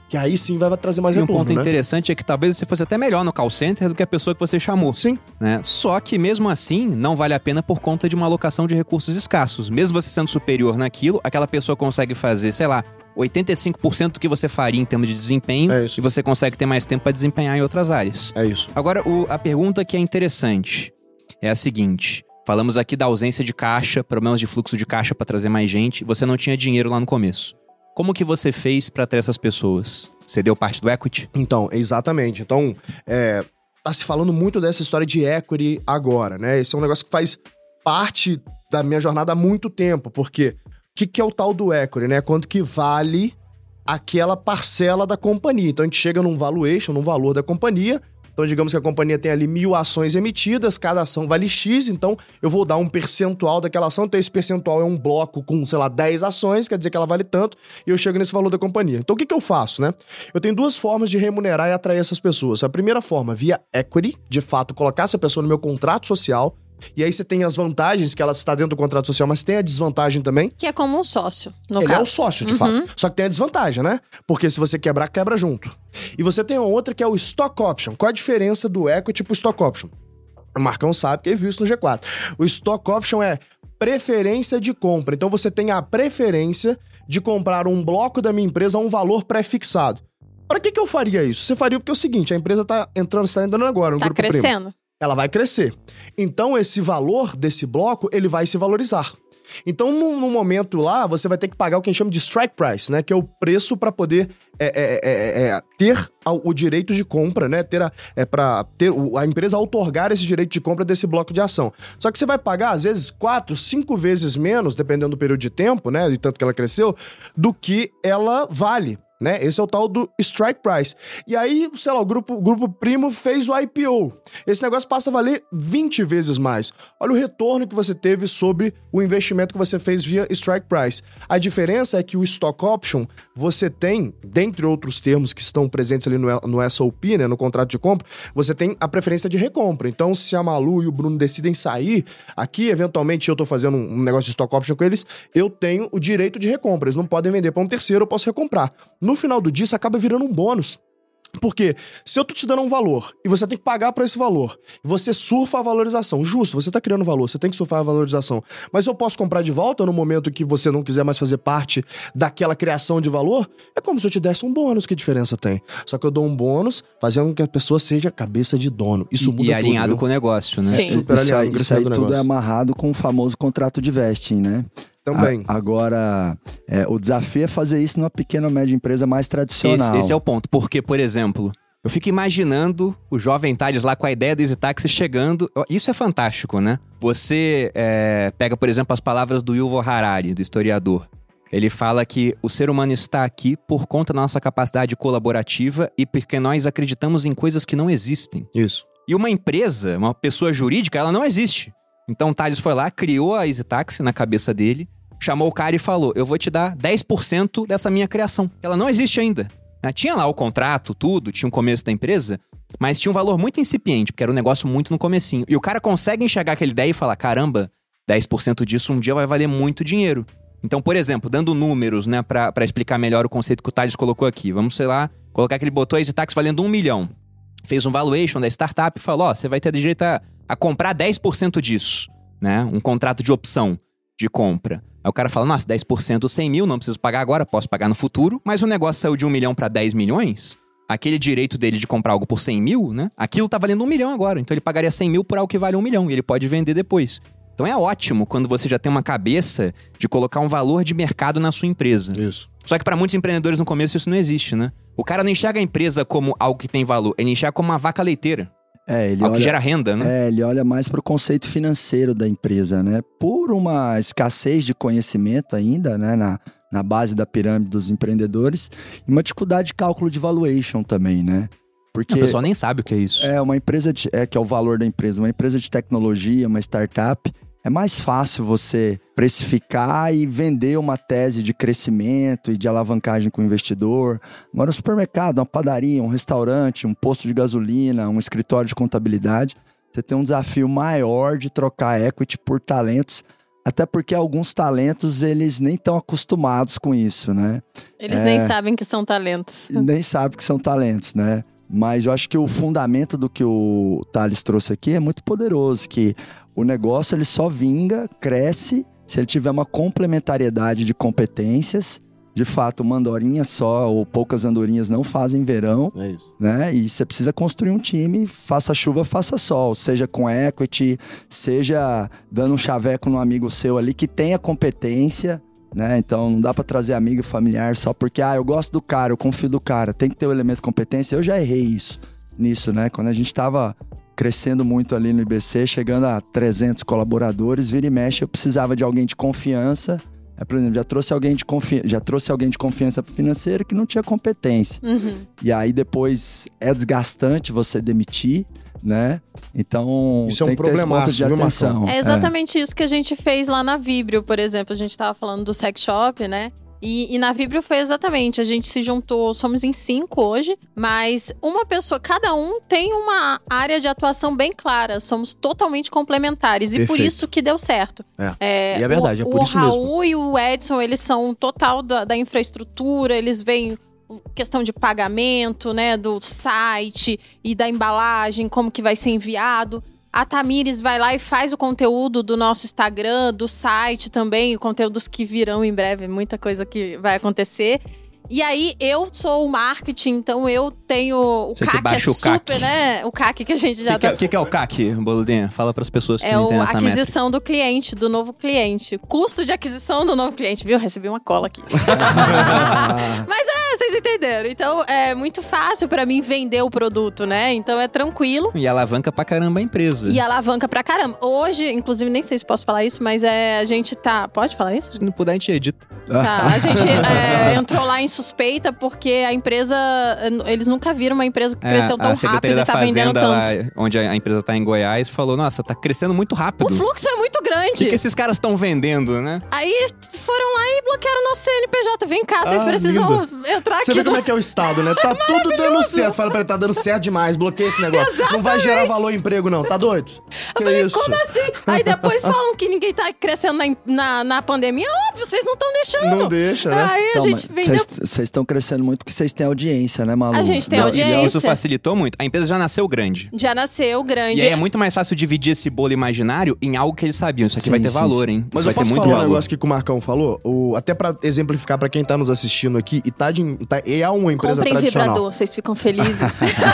que aí sim vai trazer mais E um retorno, ponto né? interessante é que talvez você fosse até melhor no call center do que a pessoa que você chamou. Sim. Né? Só que mesmo assim, não vale a pena por conta de uma alocação de recursos escassos. Mesmo você sendo superior naquilo, aquela pessoa consegue fazer, sei lá, oitenta e cinco por cento do que você faria em termos de desempenho, É isso. e você consegue ter mais tempo para desempenhar em outras áreas. É isso. Agora, o- a pergunta que é interessante é a seguinte. Falamos aqui da ausência de caixa, problemas de fluxo de caixa para trazer mais gente. Você não tinha dinheiro lá no começo. Como que você fez para ter essas pessoas? Você deu parte do equity? Então, exatamente. Então, é, tá se falando muito dessa história de equity agora, né? Esse é um negócio que faz parte da minha jornada há muito tempo, porque o que, que é o tal do equity, né? Quanto que vale aquela parcela da companhia. Então, a gente chega num valuation, num valor da companhia. Então, digamos que a companhia tem ali mil ações emitidas, cada ação vale X, então eu vou dar um percentual daquela ação, então esse percentual é um bloco com, sei lá, dez ações, quer dizer que ela vale tanto, e eu chego nesse valor da companhia. Então, o que, que eu faço, né? Eu tenho duas formas de remunerar e atrair essas pessoas. A primeira forma, via equity, de fato, colocar essa pessoa no meu contrato social, e aí você tem as vantagens que ela está dentro do contrato social, mas tem a desvantagem também. Que é como um sócio, no Ele caso. é o sócio, de Uhum. fato. Só que tem a desvantagem, né? Porque se você quebrar, quebra junto. E você tem uma outra que é o stock option. Qual a diferença do equity pro stock option? O Marcão sabe que ele viu isso no G quatro. O stock option é preferência de compra. Então você tem a preferência de comprar um bloco da minha empresa a um valor pré-fixado. Para que que eu faria isso? Você faria porque é o seguinte, a empresa tá entrando, está entrando agora, no Tá grupo primo. crescendo. Ela vai crescer. Então, esse valor desse bloco, ele vai se valorizar. Então, no, no momento lá, você vai ter que pagar o que a gente chama de strike price, né? Que é o preço para poder é, é, é, é, ter a- o direito de compra, né? Ter a, é para ter o- a empresa outorgar esse direito de compra desse bloco de ação. Só que você vai pagar, às vezes, quatro, cinco vezes menos, dependendo do período de tempo, né? E tanto que ela cresceu, do que ela vale. Né? Esse é o tal do strike price. E aí, sei lá, o grupo, o grupo primo fez o I P O. Esse negócio passa a valer vinte vezes mais. Olha o retorno que você teve sobre o investimento que você fez via strike price. A diferença é que o stock option, você tem, dentre outros termos que estão presentes ali no, no S O P, né, no contrato de compra, você tem a preferência de recompra. Então, se a Malu e o Bruno decidem sair, aqui, eventualmente, eu tô fazendo um, um negócio de stock option com eles, eu tenho o direito de recompra. Eles não podem vender para um terceiro, eu posso recomprar. No final do dia, isso acaba virando um bônus. Porque se eu tô te dando um valor e você tem que pagar por esse valor, e você surfa a valorização, justo, você tá criando valor, você tem que surfar a valorização, mas eu posso comprar de volta no momento que você não quiser mais fazer parte daquela criação de valor, é como se eu te desse um bônus, que diferença tem? Só que eu dou um bônus fazendo com que a pessoa seja cabeça de dono. Isso muda E alinhado tudo, com o negócio, né? Sim. Super Isso alinhado aí, com o isso aí crescimento do tudo é negócio. amarrado com o famoso contrato de vesting, né? Também. A- agora, é, o desafio é fazer isso numa pequena ou média empresa mais tradicional. Esse, esse é o ponto. Porque, por exemplo, eu fico imaginando o jovem Thales lá com a ideia do Easy Taxi chegando. Isso é fantástico, né? Você é, pega, por exemplo, as palavras do Yuval Harari, do historiador. Ele fala que o ser humano está aqui por conta da nossa capacidade colaborativa e porque nós acreditamos em coisas que não existem. Isso. E uma empresa, uma pessoa jurídica, ela não existe. Então o Thales foi lá, criou a Easy Taxi na cabeça dele, chamou o cara e falou, eu vou te dar dez por cento dessa minha criação. Ela não existe ainda. Né? Tinha lá o contrato, tudo, tinha um começo da empresa, mas tinha um valor muito incipiente, porque era um negócio muito no comecinho. E o cara consegue enxergar aquela ideia e falar, caramba, dez por cento disso um dia vai valer muito dinheiro. Então, por exemplo, dando números, né, pra, pra explicar melhor o conceito que o Thales colocou aqui. Vamos, sei lá, colocar que ele botou a Easy Taxi valendo um milhão. Fez um valuation da startup e falou, ó, você vai ter direito a, a comprar dez por cento disso, né? Um contrato de opção de compra. Aí o cara fala, nossa, dez por cento cem mil, não preciso pagar agora, posso pagar no futuro. Mas o negócio saiu de um milhão para dez milhões, aquele direito dele de comprar algo por cem mil, né? Aquilo tá valendo um milhão agora. Então ele pagaria cem mil por algo que vale um milhão e ele pode vender depois. Então é ótimo quando você já tem uma cabeça de colocar um valor de mercado na sua empresa. Isso. Só que para muitos empreendedores no começo isso não existe, né? O cara não enxerga a empresa como algo que tem valor, ele enxerga como uma vaca leiteira. É, ele Algo que olha, gera renda, né? é, ele olha mais para o conceito financeiro da empresa, né? Por uma escassez de conhecimento ainda, né? Na, na base da pirâmide dos empreendedores, e uma dificuldade de cálculo de valuation também, né? Porque O pessoal nem sabe o que é isso. é uma empresa, de, é que é o valor da empresa, uma empresa de tecnologia, uma startup, é mais fácil você precificar e vender uma tese de crescimento e de alavancagem com o investidor. Agora, um supermercado, uma padaria, um restaurante, um posto de gasolina, um escritório de contabilidade, você tem um desafio maior de trocar equity por talentos, Até porque alguns talentos, eles nem estão acostumados com isso, né? Eles É. nem sabem que são talentos. Nem sabem que são talentos, né? Mas eu acho que o fundamento do que o Thales trouxe aqui é muito poderoso, que o negócio ele só vinga, cresce, se ele tiver uma complementariedade de competências. De fato, uma andorinha só ou poucas andorinhas não fazem verão, É isso. né? E você precisa construir um time, faça chuva, faça sol, seja com equity, seja dando um chaveco num amigo seu ali que tenha competência, né? Então não dá pra trazer amigo e familiar só porque, ah, eu gosto do cara, eu confio do cara, tem que ter o elemento de competência. Eu já errei isso, nisso, né? Quando a gente tava crescendo muito ali no I B C, chegando a trezentos colaboradores, vira e mexe, eu precisava de alguém de confiança. É, por exemplo, já trouxe alguém de confiança, já trouxe alguém de confiança pro financeiro que não tinha competência. Uhum. E aí depois é desgastante você demitir, né? Então Isso é um tem que ter esse ponto problemaço, de viu, atenção. É exatamente isso que a gente fez lá na Vibrio, por exemplo. A gente tava falando do sex shop, né? E, e na Vibrio foi exatamente, a gente se juntou, somos em cinco hoje, mas uma pessoa, cada um tem uma área de atuação bem clara, somos totalmente complementares, e por Perfeito. isso que deu certo. É. E é verdade, o, é por o isso mesmo. Raul e o Edson, eles são total da, da infraestrutura, eles veem questão de pagamento, né, do site e da embalagem, como que vai ser enviado. A Tamires vai lá e faz o conteúdo do nosso Instagram, do site também, conteúdos que virão em breve, muita coisa que vai acontecer. E aí, eu sou o marketing, então eu tenho o Você que C A C, baixa é o C A C. super, né? O C A C que a gente O já que, que, é- tá... que que é o C A C, Boludinha? Fala pras pessoas que É não a entendem essa métrica. aquisição do cliente, do novo cliente. Custo de aquisição do novo cliente, viu? Recebi uma cola aqui. Mas é, vocês entenderam. Então, é muito fácil pra mim vender o produto, né? Então, é tranquilo. E alavanca pra caramba a empresa. E alavanca pra caramba. Hoje, inclusive, nem sei se posso falar isso, mas é, a gente tá... Pode falar isso? Se não puder, a gente edita. Tá, a gente é, entrou lá em suspeita porque a empresa... Eles nunca viram uma empresa que cresceu É, tão a Secretaria rápido e da tá vendendo Fazenda, tanto. lá, onde a a empresa tá em Goiás, falou, nossa, tá crescendo muito rápido. O fluxo é muito O que, grande. que esses caras estão vendendo, né? Aí foram lá e bloquearam o nosso C N P J. Vem cá, vocês Ah, precisam entrar Você aqui vê no... como é que é o estado, né? Tá tudo dando certo. Fala pra ele, tá dando certo demais, bloqueia esse negócio. Não vai gerar valor em emprego, não. Tá doido? Que Eu falei, isso? como assim? Aí depois falam que ninguém tá crescendo na, na, na pandemia. Óbvio, vocês não estão deixando. Não deixa, né? Aí a Então, gente mas vendeu... Vocês estão crescendo muito porque vocês têm audiência, né, Malu? A gente tem E- e- audiência. Isso facilitou muito. A empresa já nasceu grande. Já nasceu grande. E aí é muito mais fácil dividir esse bolo imaginário em algo que eles sabiam. Isso aqui Sim, vai ter sim, valor, sim. hein? Mas Isso eu vai ter posso muito falar um valor. negócio aqui que o Marcão falou? O, até pra exemplificar pra quem tá nos assistindo aqui e tá de, tá, e é uma empresa Comprem tradicional. vibrador, vocês ficam felizes.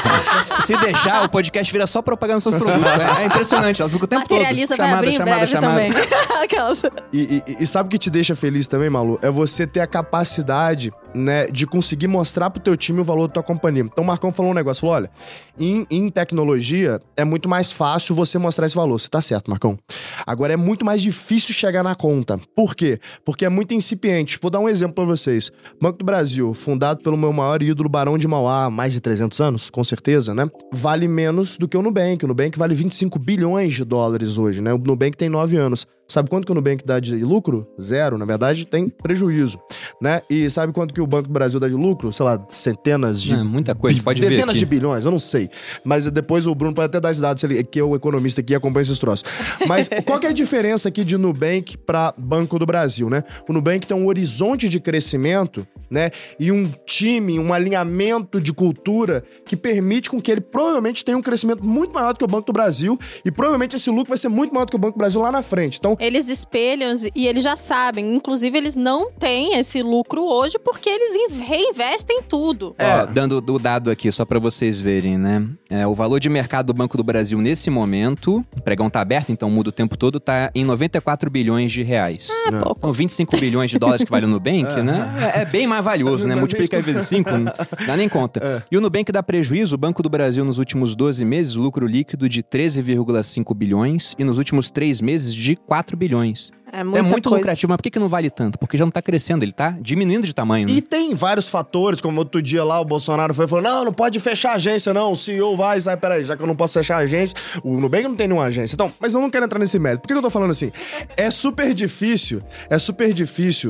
Se deixar, o podcast vira só propaganda dos seus produtos. É, é impressionante, ela fica o tempo Materializa todo. vai Chamada, abrir em chamada, breve chamada. também. Aquelas. E, e- e sabe o que te deixa feliz também, Malu? É você ter a capacidade, né, de conseguir mostrar pro teu time o valor da tua companhia. Então o Marcão falou um negócio, falou, olha, em, em tecnologia é muito mais fácil você mostrar esse valor. Você tá certo, Marcão. Agora é muito mais difícil chegar na conta. Por quê? Porque é muito incipiente. Vou dar um exemplo pra vocês. Banco do Brasil, fundado pelo meu maior ídolo, Barão de Mauá, há mais de trezentos anos, com certeza, né? Vale menos do que o Nubank. O Nubank vale vinte e cinco bilhões de dólares hoje, né? O Nubank tem nove anos. Sabe quanto que o Nubank dá de lucro? Zero. Na verdade, tem prejuízo, né? E sabe quanto que o Banco do Brasil dá de lucro? Sei lá, centenas de... É, muita coisa, pode ver Dezenas aqui. de bilhões, eu não sei. Mas depois o Bruno pode até dar esses dados, se ele, que é o economista aqui e acompanha esses troços. Mas qual que é a diferença aqui de Nubank para Banco do Brasil, né? O Nubank tem um horizonte de crescimento, né? E um time, um alinhamento de cultura que permite com que ele provavelmente tenha um crescimento muito maior do que o Banco do Brasil e provavelmente esse lucro vai ser muito maior do que o Banco do Brasil lá na frente. Então, Eles espelham e eles já sabem. Inclusive, eles não têm esse lucro hoje porque eles in- reinvestem tudo. Ó, dando o dado aqui, só pra vocês verem, né? É, o valor de mercado do Banco do Brasil nesse momento, o pregão tá aberto, então muda o tempo todo, tá em noventa e quatro bilhões de reais. É pouco. Com vinte e cinco bilhões de dólares que vale o Nubank, né? É, é bem mais valioso, né? Não é Multiplica mesmo? vezes cinco, não dá nem conta. E o Nubank dá prejuízo, o Banco do Brasil nos últimos doze meses, lucro líquido de treze vírgula cinco bilhões e nos últimos três meses de quatro bilhões. É, muita É muito coisa. lucrativo, mas por que, que não vale tanto? Porque já não tá crescendo, ele tá diminuindo de tamanho, né? E tem vários fatores, como outro dia lá o Bolsonaro foi e falou, não, não pode fechar a agência não, o C E O vai e sai, peraí, já que eu não posso fechar a agência, o Nubank não tem nenhuma agência. Então, mas eu não quero entrar nesse mérito. Por que que eu tô falando assim? É super difícil, é super difícil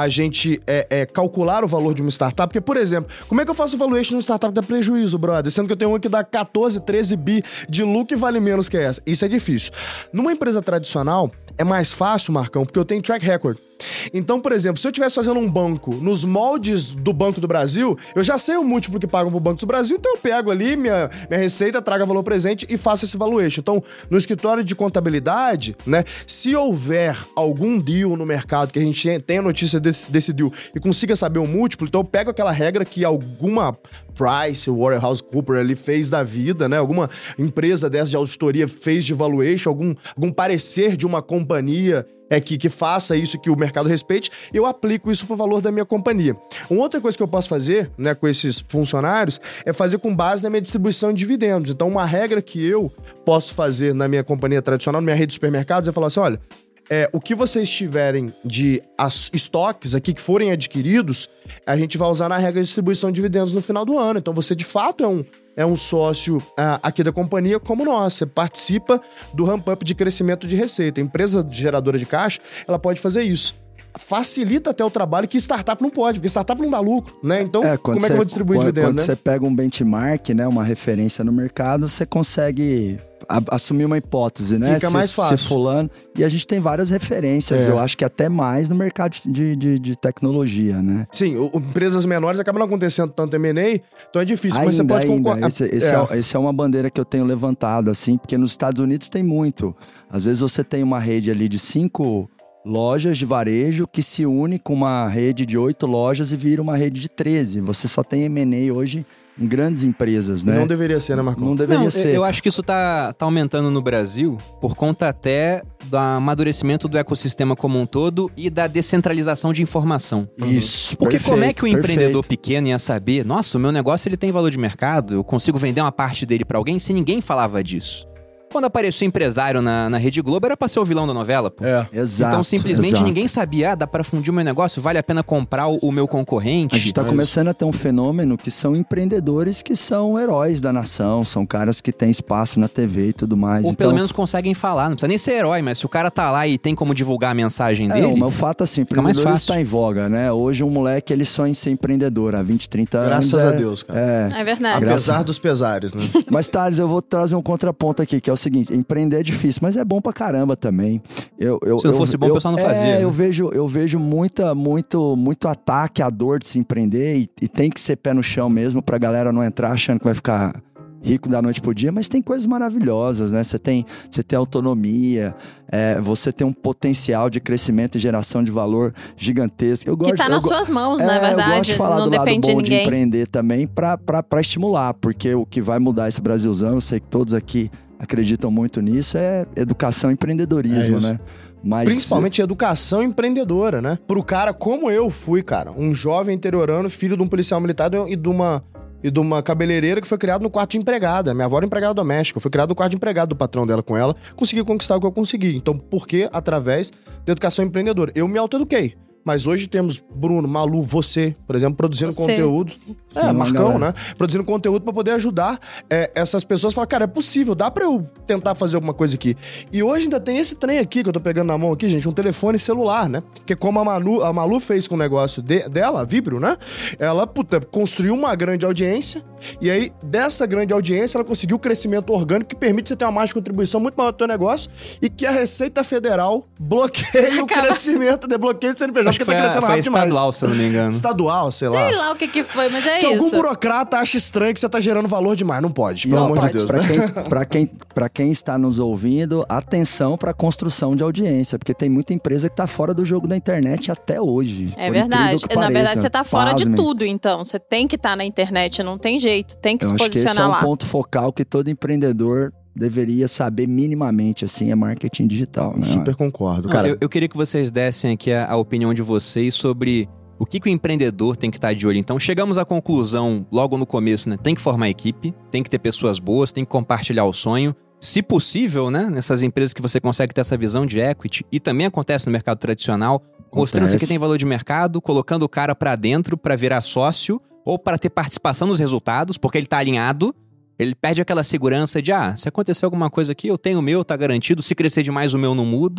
a gente é, é, calcular o valor de uma startup. Porque, por exemplo, como é que eu faço o valuation de uma startup que dá prejuízo, brother? Sendo que eu tenho uma que dá catorze, treze bi de lucro e vale menos que essa. Isso é difícil. Numa empresa tradicional, é mais fácil, Marcão, porque eu tenho track record. Então, por exemplo, se eu estivesse fazendo um banco nos moldes do Banco do Brasil, eu já sei o múltiplo que pagam pro Banco do Brasil, então eu pego ali minha, minha receita, trago valor presente e faço esse valuation. Então, no escritório de contabilidade, né, se houver algum deal no mercado que a gente tenha notícia desse, desse deal e consiga saber o múltiplo, então eu pego aquela regra que alguma Price, Waterhouse-Cooper ali fez da vida, né? Alguma empresa dessa de auditoria fez de valuation, algum, algum parecer de uma companhia é que, que faça isso, que o mercado respeite, eu aplico isso pro valor da minha companhia. Uma outra coisa que eu posso fazer, né, com esses funcionários é fazer com base na minha distribuição de dividendos. Então, uma regra que eu posso fazer na minha companhia tradicional, na minha rede de supermercados, é falar assim, olha, É, o que vocês tiverem de as, estoques aqui que forem adquiridos, a gente vai usar na regra de distribuição de dividendos no final do ano. Então você de fato é um, é um sócio uh, aqui da companhia como nós. Você participa do ramp-up de crescimento de receita. A empresa geradora de caixa, ela pode fazer isso. Facilita até o trabalho que startup não pode, porque startup não dá lucro, né? Então, é, como é cê, que eu vou distribuir quando, dividendo, quando né? Quando você pega um benchmark, né, uma referência no mercado, você consegue a, assumir uma hipótese, né? Fica se, mais fácil. Se fulano... E a gente tem várias referências, É. eu acho que até mais no mercado de, de, de tecnologia, né? Sim, o, empresas menores acabam não acontecendo tanto M and A, então é difícil, Ainda, mas você pode ainda. concordar. Esse, esse, é. É, esse é uma bandeira que eu tenho levantado, assim, porque nos Estados Unidos tem muito. Às vezes você tem uma rede ali de cinco lojas de varejo que se une com uma rede de oito lojas e vira uma rede de treze. Você só tem M and A hoje em grandes empresas, né? Não deveria ser, né, Marcão? Não deveria Não, ser. Eu acho que isso tá, tá aumentando no Brasil por conta até do amadurecimento do ecossistema como um todo e da descentralização de informação. Isso, Porque perfeito, como é que o perfeito. empreendedor pequeno ia saber, nossa, o meu negócio ele tem valor de mercado, eu consigo vender uma parte dele pra alguém, se ninguém falava disso? Quando apareceu empresário na, na Rede Globo, era pra ser o vilão da novela, pô. É. Exato, Então, simplesmente, exato. ninguém sabia, ah, dá pra fundir o meu negócio, vale a pena comprar o, o meu concorrente. A gente tá começando a ter um fenômeno que são empreendedores que são heróis da nação, são caras que têm espaço na T V e tudo mais. Ou então, pelo menos conseguem falar, não precisa nem ser herói, mas se o cara tá lá e tem como divulgar a mensagem É, dele... não, mas o fato assim, fica mais empreendedor fácil. está em voga, né? Hoje um moleque, ele sonha em ser empreendedor há vinte, trinta anos. Graças é- a Deus, cara. É. É verdade. Apesar dos pesares, né? Mas, Thales, eu vou trazer um contraponto aqui, que é o seguinte: empreender é difícil, mas é bom pra caramba também. Eu, eu, Se não eu- fosse bom, eu- o pessoal não é, fazia, né? Eu vejo, eu vejo muita, muito, muito ataque à dor de se empreender e, e tem que ser pé no chão mesmo pra galera não entrar achando que vai ficar rico da noite pro dia, mas tem coisas maravilhosas, né? Você tem, você tem autonomia, é, você tem um potencial de crescimento e geração de valor gigantesco. Eu gosto, Que tá eu nas go- suas mãos, é, na eu gosto verdade. de falar Não do lado depende de bom de ninguém. empreender também pra, pra, pra estimular, porque o que vai mudar esse Brasilzão, eu sei que todos aqui acreditam muito nisso, é educação e empreendedorismo, É isso. né? Mas, Principalmente educação empreendedora, né? Pro cara como eu fui, cara, um jovem interiorano, filho de um policial militar e de uma, e de uma cabeleireira que foi criado no quarto de empregada. Minha avó era empregada doméstica, eu fui criado no quarto de empregado do patrão dela com ela, consegui conquistar o que eu consegui. Então, por quê? Através da educação empreendedora. Eu me autoeduquei. Mas hoje temos Bruno, Malu, você, por exemplo, produzindo Você. conteúdo. Sim, é, uma Marcão, galera. né? Produzindo conteúdo pra poder ajudar é, essas pessoas a falar, cara, é possível, dá pra eu tentar fazer alguma coisa aqui. E hoje ainda tem esse trem aqui que eu tô pegando na mão aqui, gente, um telefone celular, né? Que como a Malu, a Malu fez com o negócio de- dela, a Vibrio, né? Ela, puta, construiu uma grande audiência e aí, dessa grande audiência, ela conseguiu o crescimento orgânico que permite você ter uma margem de contribuição muito maior do teu negócio e que a Receita Federal bloqueia o Acaba- crescimento, desbloqueia o C N P J, Acho que porque tá foi, a- crescendo foi rápido demais. estadual, se eu não me engano. Estadual, sei lá. Sei lá o que que foi, mas é Que algum isso. burocrata acha estranho que você tá gerando valor demais. Não pode, E, pelo ó, amor pra, de Deus, pra né? quem, pra, quem, pra quem está nos ouvindo, atenção pra construção de audiência, porque tem muita empresa que tá fora do jogo da internet até hoje. É por verdade. incrível que Na pareça. verdade, você tá fora de Pasmem. tudo, então. Você tem que estar na internet, não tem jeito. Tem que Eu se acho que esse é posicionar um lá. ponto focal que todo empreendedor deveria saber minimamente, assim, é marketing digital, né? Super concordo, Não, cara. eu, eu queria que vocês dessem aqui a, a opinião de vocês sobre o que, que o empreendedor tem que estar de olho. Então, chegamos à conclusão logo no começo, né? Tem que formar equipe, tem que ter pessoas boas, tem que compartilhar o sonho. Se possível, né? Nessas empresas que você consegue ter essa visão de equity, e também acontece no mercado tradicional, mostrando se aqui tem valor de mercado, colocando o cara pra dentro pra virar sócio ou pra ter participação nos resultados, porque ele tá alinhado. Ele perde aquela segurança de, ah, se acontecer alguma coisa aqui, eu tenho o meu, tá garantido. Se crescer demais, o meu não muda.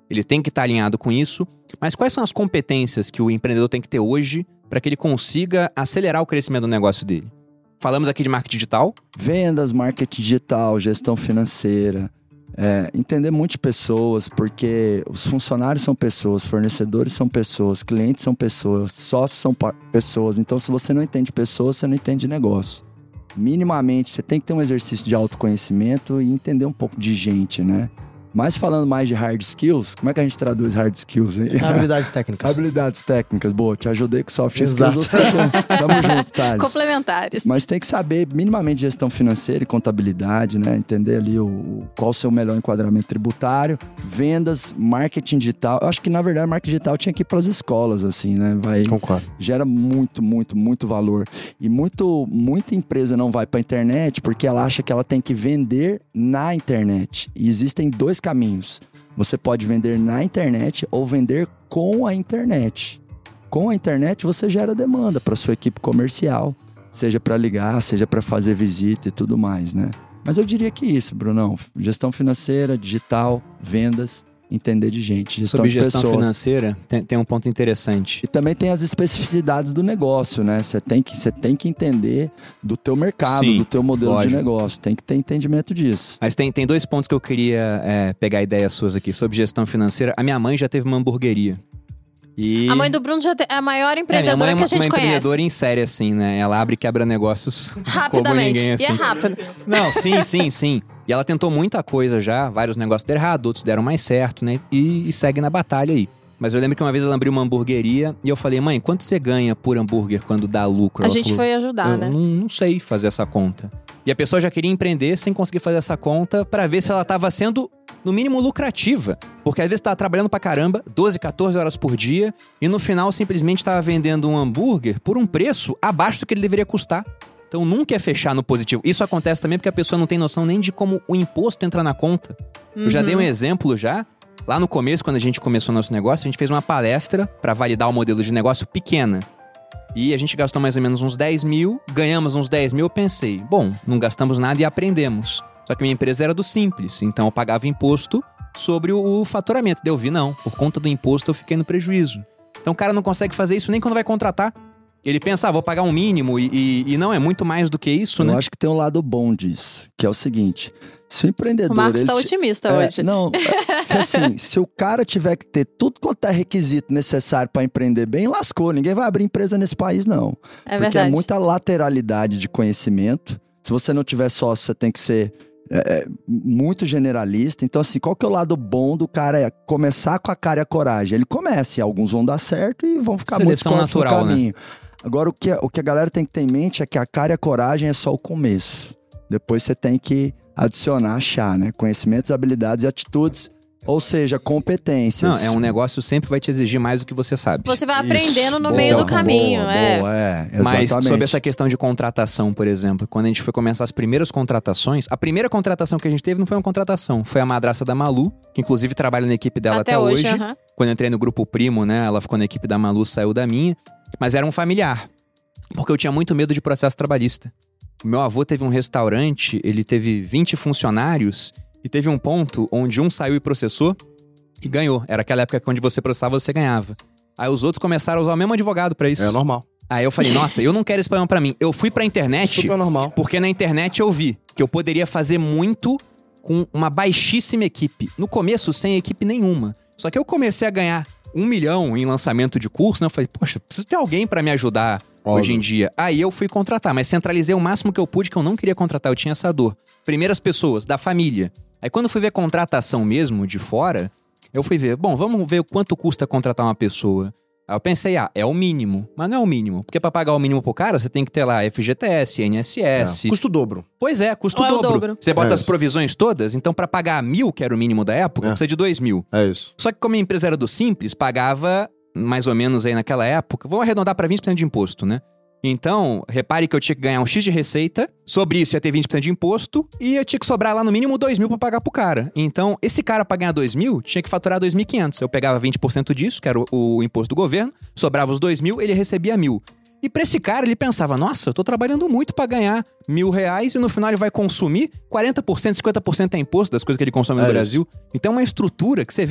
ele tem que estar alinhado com isso. Mas quais são as competências que o empreendedor tem que ter hoje para que ele consiga acelerar o crescimento do negócio dele? Falamos aqui de marketing digital. Vendas, marketing digital, gestão financeira. É, entender muito de pessoas, porque os funcionários são pessoas, fornecedores são pessoas, clientes são pessoas, sócios são pessoas. Então, se você não entende pessoas, você não entende negócio. Minimamente, você tem que ter um exercício de autoconhecimento e entender um pouco de gente, né? Mas falando mais de hard skills, como é que a gente traduz hard skills aí? Habilidades técnicas. Habilidades técnicas. Boa, te ajudei com soft Exato. skills. Você tamo junto, Thales. Complementares. Mas tem que saber minimamente gestão financeira e contabilidade, né? Entender ali o, o, qual o seu melhor enquadramento tributário, vendas, marketing digital. Eu acho que, na verdade, marketing digital tinha que ir para as escolas, assim, né? Vai, Concordo. Gera muito, muito, muito valor. E muito, muita empresa não vai para a internet porque ela acha que ela tem que vender na internet. E existem dois caminhos. Você pode vender na internet ou vender com a internet. Com a internet você gera demanda para sua equipe comercial, seja para ligar, seja para fazer visita e tudo mais, né? Mas eu diria que isso, Brunão, gestão financeira, digital, vendas, entender de gente, gestão Sobre de gestão pessoas. financeira, tem, tem um ponto interessante. E também tem as especificidades do negócio, né? Você tem que, você tem que entender do teu mercado, Sim, do teu modelo lógico. de negócio. Tem que ter entendimento disso. Mas tem, tem dois pontos que eu queria é, pegar ideias suas aqui. Sobre gestão financeira, a minha mãe já teve uma hamburgueria. E... A mãe do Bruno já te- é a maior É, minha empreendedora mãe é que uma, a gente uma conhece. empreendedora em série, assim, né? Ela abre e quebra negócios como Rapidamente. ninguém, assim. E é rápido. Não, sim, sim, sim. E ela tentou muita coisa já, vários negócios deram errado, outros deram mais certo, né? E, e segue na batalha aí. Mas eu lembro que uma vez ela abriu uma hamburgueria e eu falei, mãe, quanto você ganha por hambúrguer quando dá lucro? A Ela gente falou, foi ajudar, eu né? não, não sei fazer essa conta. E a pessoa já queria empreender sem conseguir fazer essa conta pra ver se ela tava sendo, no mínimo, lucrativa. Porque às vezes tava trabalhando pra caramba, doze, catorze horas por dia, e no final simplesmente tava vendendo um hambúrguer por um preço abaixo do que ele deveria custar. Então nunca é fechar no positivo. Isso acontece também porque a pessoa não tem noção nem de como o imposto entra na conta. Eu já Uhum. dei um exemplo já. Lá no começo, quando a gente começou o nosso negócio, a gente fez uma palestra pra validar o modelo de negócio pequena. E a gente gastou mais ou menos uns dez mil, ganhamos uns dez mil, eu pensei, bom, não gastamos nada e aprendemos. Só que minha empresa era do Simples, então eu pagava imposto sobre o, o faturamento. Daí eu vi, não, por conta do imposto eu fiquei no prejuízo. Então o cara não consegue fazer isso nem quando vai contratar. Ele pensa, ah, vou pagar um mínimo e, e, e não, é muito mais do que isso, Eu né? acho que tem um lado bom disso, que é o seguinte: se o empreendedor... O Marcos ele tá te- otimista É, hoje. Não, é, se assim, se o cara tiver que ter tudo quanto é requisito necessário para empreender bem, lascou. Ninguém vai abrir empresa nesse país, não. É Porque verdade. é muita lateralidade de conhecimento. Se você não tiver sócio, você tem que ser é, é, muito generalista. Então, assim, qual que é o lado bom do cara? É começar com a cara e a coragem. Ele começa e alguns vão dar certo e vão ficar Seleção muitos corpos natural, no caminho. Agora, o que, o que a galera tem que ter em mente é que a cara e a coragem é só o começo. Depois você tem que adicionar, achar, né? Conhecimentos, habilidades e atitudes, ou seja, competências. Não, é um negócio que sempre vai te exigir mais do que você sabe. Você vai aprendendo no Boa, meio do boa, caminho, boa, é. Boa, é, Mas exatamente. sobre essa questão de contratação, por exemplo, quando a gente foi começar as primeiras contratações, a primeira contratação que a gente teve não foi uma contratação, foi a madraça da Malu, que inclusive trabalha na equipe dela até, Até hoje, hoje. aham. Quando eu entrei no grupo Primo, né, ela ficou na equipe da Malu, saiu da minha, mas era um familiar, porque eu tinha muito medo de processo trabalhista. Meu avô teve um restaurante, ele teve vinte funcionários e teve um ponto onde um saiu e processou e ganhou. Era aquela época que onde você processava, você ganhava. Aí os outros começaram a usar o mesmo advogado pra isso. É normal. Aí eu falei, nossa, eu não quero esse problema pra mim. Eu fui pra internet, Super normal. porque na internet eu vi que eu poderia fazer muito com uma baixíssima equipe. No começo, sem equipe nenhuma. Só que eu comecei a ganhar um milhão em lançamento de curso, né? Eu falei, poxa, preciso ter alguém pra me ajudar Óbvio. hoje em dia. Aí eu fui contratar, mas centralizei o máximo que eu pude, que eu não queria contratar, eu tinha essa dor. Primeiras pessoas, da família. Aí quando eu fui ver contratação mesmo, de fora, eu fui ver, bom, vamos ver quanto custa contratar uma pessoa. Aí eu pensei, ah, é o mínimo. Mas não é o mínimo, porque pra pagar o mínimo pro cara, você tem que ter lá F G T S, I N S S. É. Custa o dobro. Pois é, custa Ou o é o dobro. dobro. Você bota É as isso. provisões todas, então pra pagar mil, que era o mínimo da época, É. precisa de dois mil. É isso. Só que como a empresa era do Simples, pagava mais ou menos aí naquela época, vamos arredondar pra vinte por cento de imposto, né? Então, repare que eu tinha que ganhar um X de receita, sobre isso ia ter vinte por cento de imposto, e eu tinha que sobrar lá no mínimo dois mil pra pagar pro cara. Então, esse cara pra ganhar dois mil, tinha que faturar dois mil e quinhentos. Eu pegava vinte por cento disso, que era o, o imposto do governo, sobrava os dois mil, ele recebia mil. E pra esse cara, ele pensava, nossa, eu tô trabalhando muito pra ganhar mil reais e no final ele vai consumir quarenta por cento, cinquenta por cento é imposto das coisas que ele consome no É Brasil. Então é uma estrutura que você vê,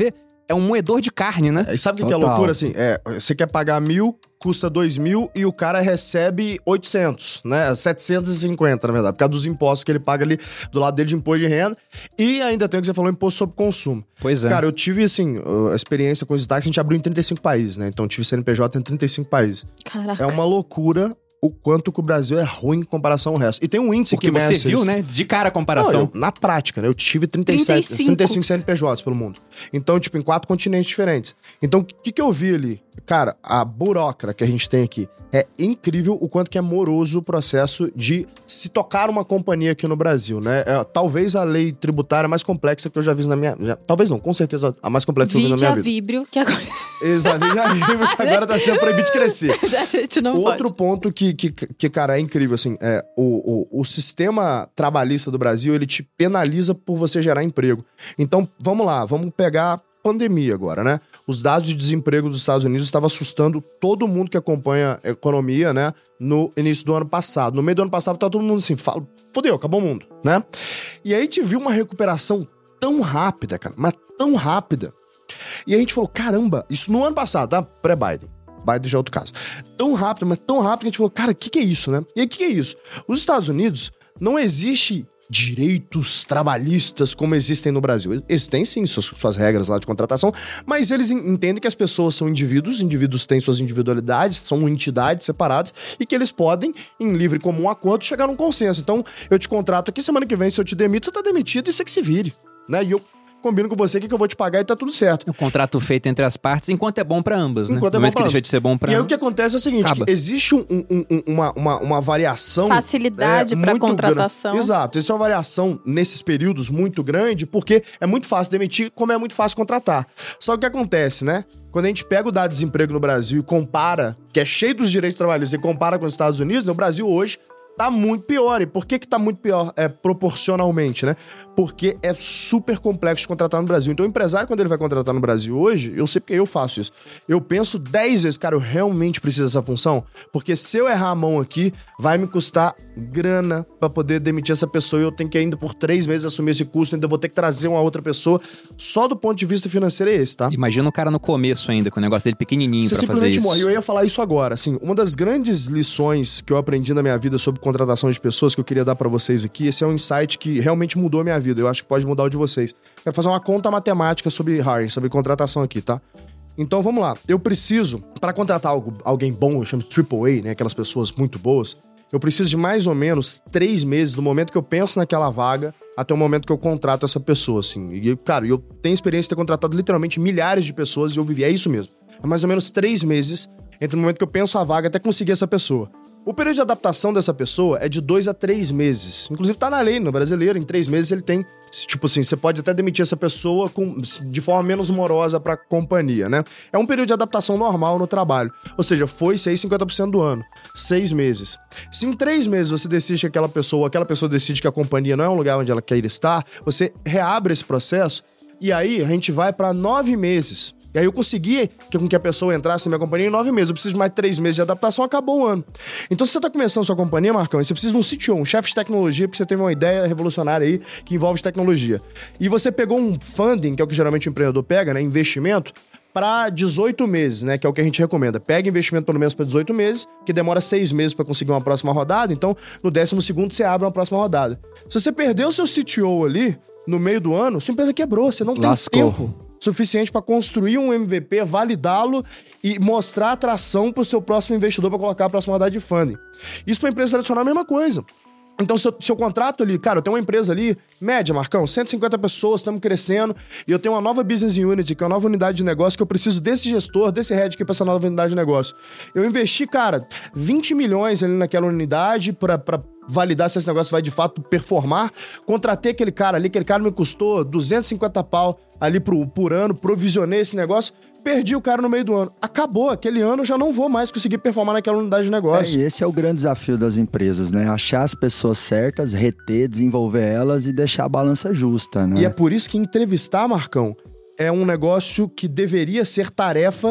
é um moedor de carne, né? E sabe o que, que é loucura, assim? É, você quer pagar mil, custa dois mil e o cara recebe oitocentos, né? setecentos e cinquenta, na verdade, por causa dos impostos que ele paga ali do lado dele de imposto de renda. E ainda tem o que você falou, imposto sobre consumo. Pois é. Cara, eu tive, assim, a experiência com os táxis, a gente abriu em trinta e cinco países, né? Então eu tive C N P J em trinta e cinco países. Caraca. É uma loucura o quanto que o Brasil é ruim em comparação ao resto. E tem um índice Porque que você mexe viu, isso. né? De cara a comparação. Não, eu, na prática, né? Eu tive trinta e sete, trinta e cinco. trinta e cinco C N P Js pelo mundo. Então, tipo, em quatro continentes diferentes. Então, o que, que eu vi ali? Cara, a burocra que a gente tem aqui é incrível o quanto que é moroso o processo de se tocar uma companhia aqui no Brasil, né? É, talvez a lei tributária mais complexa que eu já vi na minha... Já, talvez não, com certeza a mais complexa que eu vi na minha Vide a vida. Vibrio, que agora... Exato, Vide a Vibrio, que agora tá sendo proibido de crescer. a gente não Outro pode. ponto que, que, que, cara, é incrível, assim, é o, o, o sistema trabalhista do Brasil, ele te penaliza por você gerar emprego. Então, vamos lá, vamos pegar pandemia agora, né? Os dados de desemprego dos Estados Unidos estavam assustando todo mundo que acompanha a economia, né? No início do ano passado. No meio do ano passado, tá todo mundo assim, fala, fodeu, acabou o mundo, né? E aí a gente viu uma recuperação tão rápida, cara, mas tão rápida. E a gente falou, caramba, isso no ano passado, tá? Pré-Biden. Biden já é outro caso. Tão rápido, mas tão rápido que a gente falou, cara, o que, que é isso, né? E aí, o que, que é isso? Os Estados Unidos não existe direitos trabalhistas como existem no Brasil. Eles têm, sim, suas, suas regras lá de contratação, mas eles entendem que as pessoas são indivíduos, indivíduos têm suas individualidades, são entidades separadas e que eles podem, em livre e comum acordo, chegar num consenso. Então, eu te contrato aqui, semana que vem, se eu te demito, você tá demitido e você que se vire, né? E eu combino com você o que, que eu vou te pagar e tá tudo certo. O contrato feito entre as partes, enquanto é bom pra ambas, né? Enquanto no é bom momento pra que deixa ambas. de ser bom pra E aí ambas. o que acontece é o seguinte, acaba. que existe um, um, um, uma, uma, uma variação... Facilidade é, pra muito contratação. grande. Exato, existe uma variação nesses períodos muito grande, porque é muito fácil demitir, como é muito fácil contratar. Só que o que acontece, né? Quando a gente pega o dado de desemprego no Brasil e compara, que é cheio dos direitos trabalhistas, e compara com os Estados Unidos, o Brasil hoje tá muito pior. E por que que tá muito pior? É proporcionalmente, né? Porque é super complexo de contratar no Brasil. Então o empresário, quando ele vai contratar no Brasil hoje, eu sei porque eu faço isso. Eu penso dez vezes, cara, eu realmente preciso dessa função? Porque se eu errar a mão aqui, vai me custar grana pra poder demitir essa pessoa e eu tenho que ainda por três meses assumir esse custo, ainda vou ter que trazer uma outra pessoa. Só do ponto de vista financeiro é esse, tá? Imagina o cara no começo ainda, com o negócio dele pequenininho Você pra fazer simplesmente isso. morre. Eu ia falar isso agora. Assim, uma das grandes lições que eu aprendi na minha vida sobre contratação de pessoas que eu queria dar pra vocês aqui, esse é um insight que realmente mudou a minha vida. Eu acho que pode mudar o de vocês. Quero fazer uma conta matemática sobre hiring, sobre contratação aqui, tá? Então vamos lá. Eu preciso, pra contratar algo, alguém bom, eu chamo de triple A, né? Aquelas pessoas muito boas. Eu preciso de mais ou menos três meses do momento que eu penso naquela vaga até o momento que eu contrato essa pessoa, assim. E, cara, eu tenho experiência de ter contratado literalmente milhares de pessoas e eu vivi. É isso mesmo. É mais ou menos três meses entre o momento que eu penso a vaga até conseguir essa pessoa. O período de adaptação dessa pessoa é de dois a três meses. Inclusive tá na lei, no brasileiro, em três meses ele tem... Tipo assim, você pode até demitir essa pessoa com, de forma menos morosa pra companhia, né? É um período de adaptação normal no trabalho. Ou seja, foi seis, cinquenta por cento do ano. Seis meses. Se em três meses você decide que aquela pessoa, ou aquela pessoa decide que a companhia não é um lugar onde ela quer estar, você reabre esse processo e aí a gente vai pra nove meses. E aí eu consegui que, com que a pessoa entrasse na minha companhia em nove meses. Eu preciso de mais três meses de adaptação, acabou o ano. Então, se você tá começando sua companhia, Marcão, você precisa de um C T O, um chefe de tecnologia, porque você teve uma ideia revolucionária aí que envolve tecnologia. E você pegou um funding, que é o que geralmente o empreendedor pega, né? Investimento, para dezoito meses, né? Que é o que a gente recomenda. Pega investimento pelo menos para dezoito meses, que demora seis meses para conseguir uma próxima rodada. Então, no décimo segundo, você abre uma próxima rodada. Se você perdeu o seu C T O ali, no meio do ano, sua empresa quebrou. Você não tem Lascou. tempo suficiente para construir um M V P, validá-lo e mostrar atração para o seu próximo investidor para colocar a próxima rodada de funding. Isso para empresa tradicional é a mesma coisa. Então, seu, seu contrato ali, cara, eu tenho uma empresa ali, média, Marcão, cento e cinquenta pessoas, estamos crescendo, e eu tenho uma nova business unit, que é uma nova unidade de negócio, que eu preciso desse gestor, desse head aqui para essa nova unidade de negócio. Eu investi, cara, vinte milhões ali naquela unidade para validar se esse negócio vai de fato performar. Contratei aquele cara ali, aquele cara me custou duzentos e cinquenta pau ali pro, por ano, provisionei esse negócio, perdi o cara no meio do ano. Acabou, aquele ano eu já não vou mais conseguir performar naquela unidade de negócio. É, e esse é o grande desafio das empresas, né? Achar as pessoas certas, reter, desenvolver elas e deixar a balança justa, né? E é por isso que entrevistar, Marcão, é um negócio que deveria ser tarefa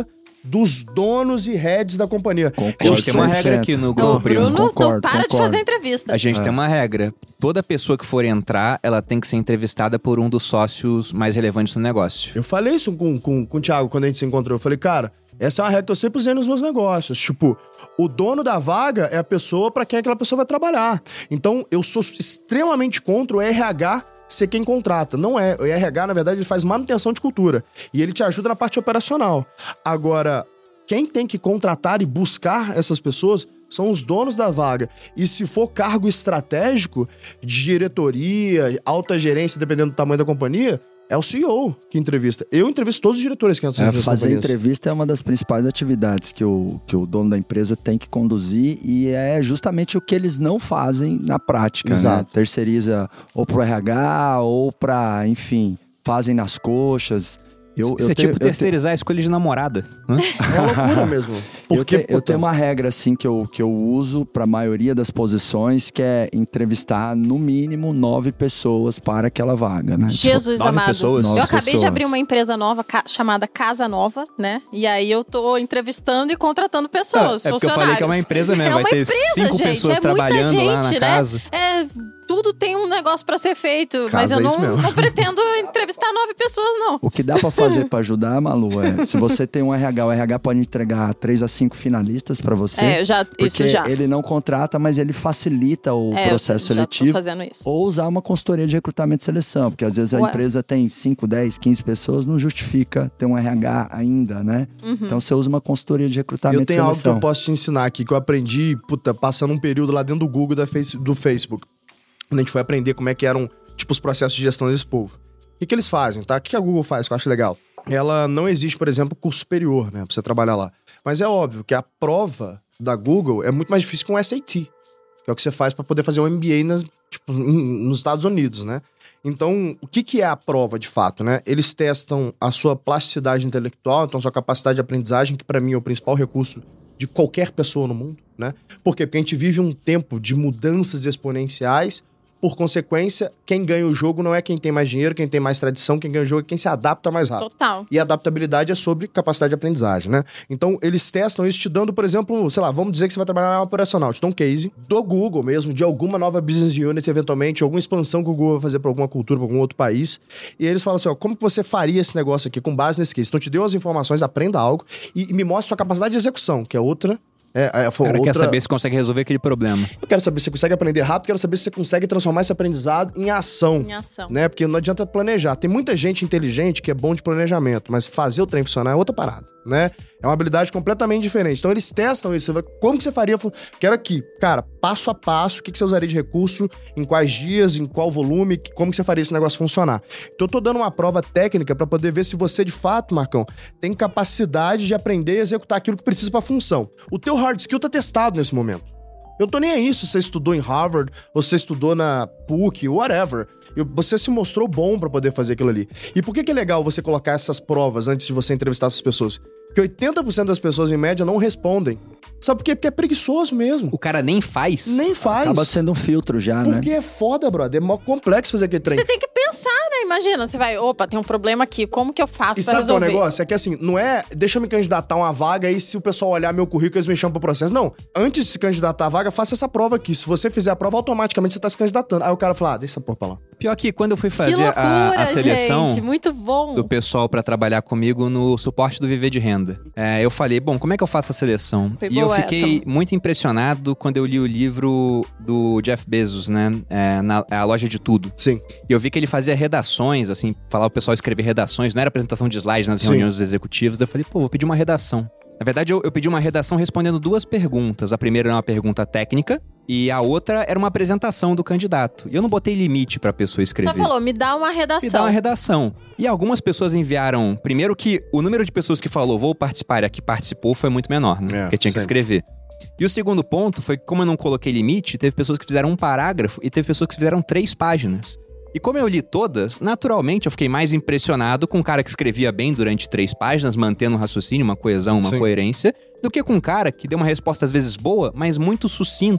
dos donos e heads da companhia. Concordo, A gente tem uma cem por cento. regra aqui no Grupo Ô, Primo. Bruno, tu concordo, para de concordo. fazer entrevista. A gente É. tem uma regra. Toda pessoa que for entrar, ela tem que ser entrevistada por um dos sócios mais relevantes do negócio. Eu falei isso com, com, com o Thiago quando a gente se encontrou. Eu falei, cara, essa é uma regra que eu sempre usei nos meus negócios. Tipo, o dono da vaga é a pessoa pra quem aquela pessoa vai trabalhar. Então, eu sou extremamente contra o R H ser quem contrata. Não é. O R H, na verdade, ele faz manutenção de cultura. E ele te ajuda na parte operacional. Agora, quem tem que contratar e buscar essas pessoas são os donos da vaga. E se for cargo estratégico, de diretoria, alta gerência, dependendo do tamanho da companhia, é o C E O que entrevista. Eu entrevisto todos os diretores que entram É, nessas fazer companhias. entrevista é uma das principais atividades que o, que o dono da empresa tem que conduzir e é justamente o que eles não fazem na prática, Exato. né? Terceiriza ou pro R H ou pra, enfim, fazem nas coxas. Eu, Isso eu é tenho- tipo eu tenho- terceirizar a escolha de namorada. Né? É uma loucura mesmo. Eu, Porque, te- eu puta, tenho uma regra, assim, que eu, que eu uso para a maioria das posições, que é entrevistar, no mínimo, nove pessoas para aquela vaga, né? Jesus Nove amado. pessoas? Nove Eu acabei de pessoas. abrir uma empresa nova ca- chamada Casa Nova, né? E aí eu tô entrevistando e contratando pessoas, É porque eu funcionários. falei que é uma empresa mesmo. É Vai uma ter empresa, cinco gente, pessoas é muita trabalhando lá na gente, né? casa. É, tudo tem um negócio pra ser feito, mas Casa eu é isso não, mesmo. não pretendo entrevistar nove pessoas, não. O que dá para fazer para ajudar, Malu, é se você tem um R H, o R H pode entregar três a cinco finalistas para você. É, eu já, porque isso já. ele não contrata, mas ele facilita o É, processo eu já tô seletivo. fazendo isso. Ou usar uma consultoria de recrutamento e seleção, porque às vezes a Ué. empresa tem cinco, dez, quinze pessoas, não justifica ter um R H ainda, né? Uhum. Então você usa uma consultoria de recrutamento eu e tenho algo que seleção. eu posso te ensinar aqui, que eu aprendi, puta, passando um período lá dentro do Google da face, do Facebook. Quando a gente foi aprender como é que eram, tipo, os processos de gestão desse povo. O que, que eles fazem, tá? O que, que a Google faz, que eu acho legal? Ela não existe, por exemplo, curso superior, né? Pra você trabalhar lá. Mas é óbvio que a prova da Google é muito mais difícil que um S A T. Que é o que você faz para poder fazer um M B A nas, tipo, em- nos Estados Unidos, né? Então, o que, que é a prova, de fato, né? Eles testam a sua plasticidade intelectual, então a sua capacidade de aprendizagem, que para mim é o principal recurso de qualquer pessoa no mundo, né? Por quê? Porque a gente vive um tempo de mudanças exponenciais. Por consequência, quem ganha o jogo não é quem tem mais dinheiro, quem tem mais tradição, quem ganha o jogo é quem se adapta mais rápido. Total. E a adaptabilidade é sobre capacidade de aprendizagem, né? Então, eles testam isso te dando, por exemplo, sei lá, vamos dizer que você vai trabalhar na área operacional, te dá um case do Google mesmo, de alguma nova business unit, eventualmente, alguma expansão que o Google vai fazer para alguma cultura, para algum outro país. E eles falam assim, ó, como que você faria esse negócio aqui com base nesse case? Então, te deu as informações, aprenda algo e, e me mostra sua capacidade de execução, que é outra... É, é, O cara outra... quer saber se consegue resolver aquele problema. Eu quero saber se você consegue aprender rápido, quero saber se você consegue transformar esse aprendizado em ação. Em ação. Né? Porque não adianta planejar. Tem muita gente inteligente que é bom de planejamento, mas fazer o trem funcionar é outra parada, né? É uma habilidade completamente diferente. Então eles testam isso. Você vai, como que você faria? Quero aqui, cara, passo a passo, o que, que você usaria de recurso, em quais dias, em qual volume, como que você faria esse negócio funcionar. Então eu tô dando uma prova técnica pra poder ver se você, de fato, Marcão, tem capacidade de aprender e executar aquilo que precisa pra função. O teu hard skill tá testado nesse momento. Eu não tô nem aí se você estudou em Harvard, ou se você estudou na P U C, whatever. Eu- Você se mostrou bom pra poder fazer aquilo ali. E por que que é legal você colocar essas provas antes de você entrevistar essas pessoas? Porque oitenta por cento das pessoas, em média, não respondem. Sabe por quê? Porque é preguiçoso mesmo. O cara nem faz. Nem faz. Acaba sendo um filtro já, né? Porque é foda, brother. É mó complexo fazer aquele trem. Você tem que pensar, né? Imagina, você vai, opa, tem um problema aqui, como que eu faço E pra sabe qual é o resolver? negócio? É que assim, não é deixa eu me candidatar a uma vaga e se o pessoal olhar meu currículo, eles me chamam pro processo. Não. Antes de se candidatar à vaga, faça essa prova aqui. Se você fizer a prova, automaticamente você tá se candidatando. Aí o cara fala, ah, deixa essa porra pra lá. Pior que quando eu fui Que fazer loucura, a, a seleção gente, muito bom. do pessoal pra trabalhar comigo no suporte do Viver de Renda, é, eu falei, bom, como é que eu faço a seleção? Foi e eu boa fiquei essa. muito impressionado quando eu li o livro do Jeff Bezos, né? É, na a loja de tudo. Sim. E eu vi que ele fazia redações, assim, falava o pessoal escrever redações, não era apresentação de slides nas Sim. reuniões dos executivos. Eu falei, pô, vou pedir uma redação. Na verdade, eu, eu pedi uma redação respondendo duas perguntas. A primeira era uma pergunta técnica e a outra era uma apresentação do candidato. E eu não botei limite pra pessoa escrever. Você falou, me dá uma redação. Me dá uma redação. E algumas pessoas enviaram... Primeiro que o número de pessoas que falou vou participar e a que participou foi muito menor, né? É, Porque tinha que sempre. escrever. E o segundo ponto foi que, como eu não coloquei limite, teve pessoas que fizeram um parágrafo e teve pessoas que fizeram três páginas. E como eu li todas, naturalmente eu fiquei mais impressionado com um cara que escrevia bem durante três páginas, mantendo um raciocínio, uma coesão, uma Sim. coerência, do que com um cara que deu uma resposta às vezes boa, mas muito sucinta.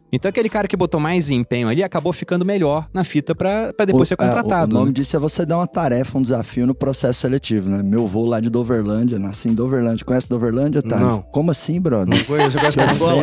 Então aquele cara que botou mais empenho ali acabou ficando melhor na fita pra, pra depois o, ser contratado. É, o nome né? disso é você dar uma tarefa, um desafio no processo seletivo, né? Meu voo lá de Doverlândia, nasci em Doverlândia. Conhece Doverlândia, tá? Não. Como assim, brother? Não conheço, você conhece Carangola?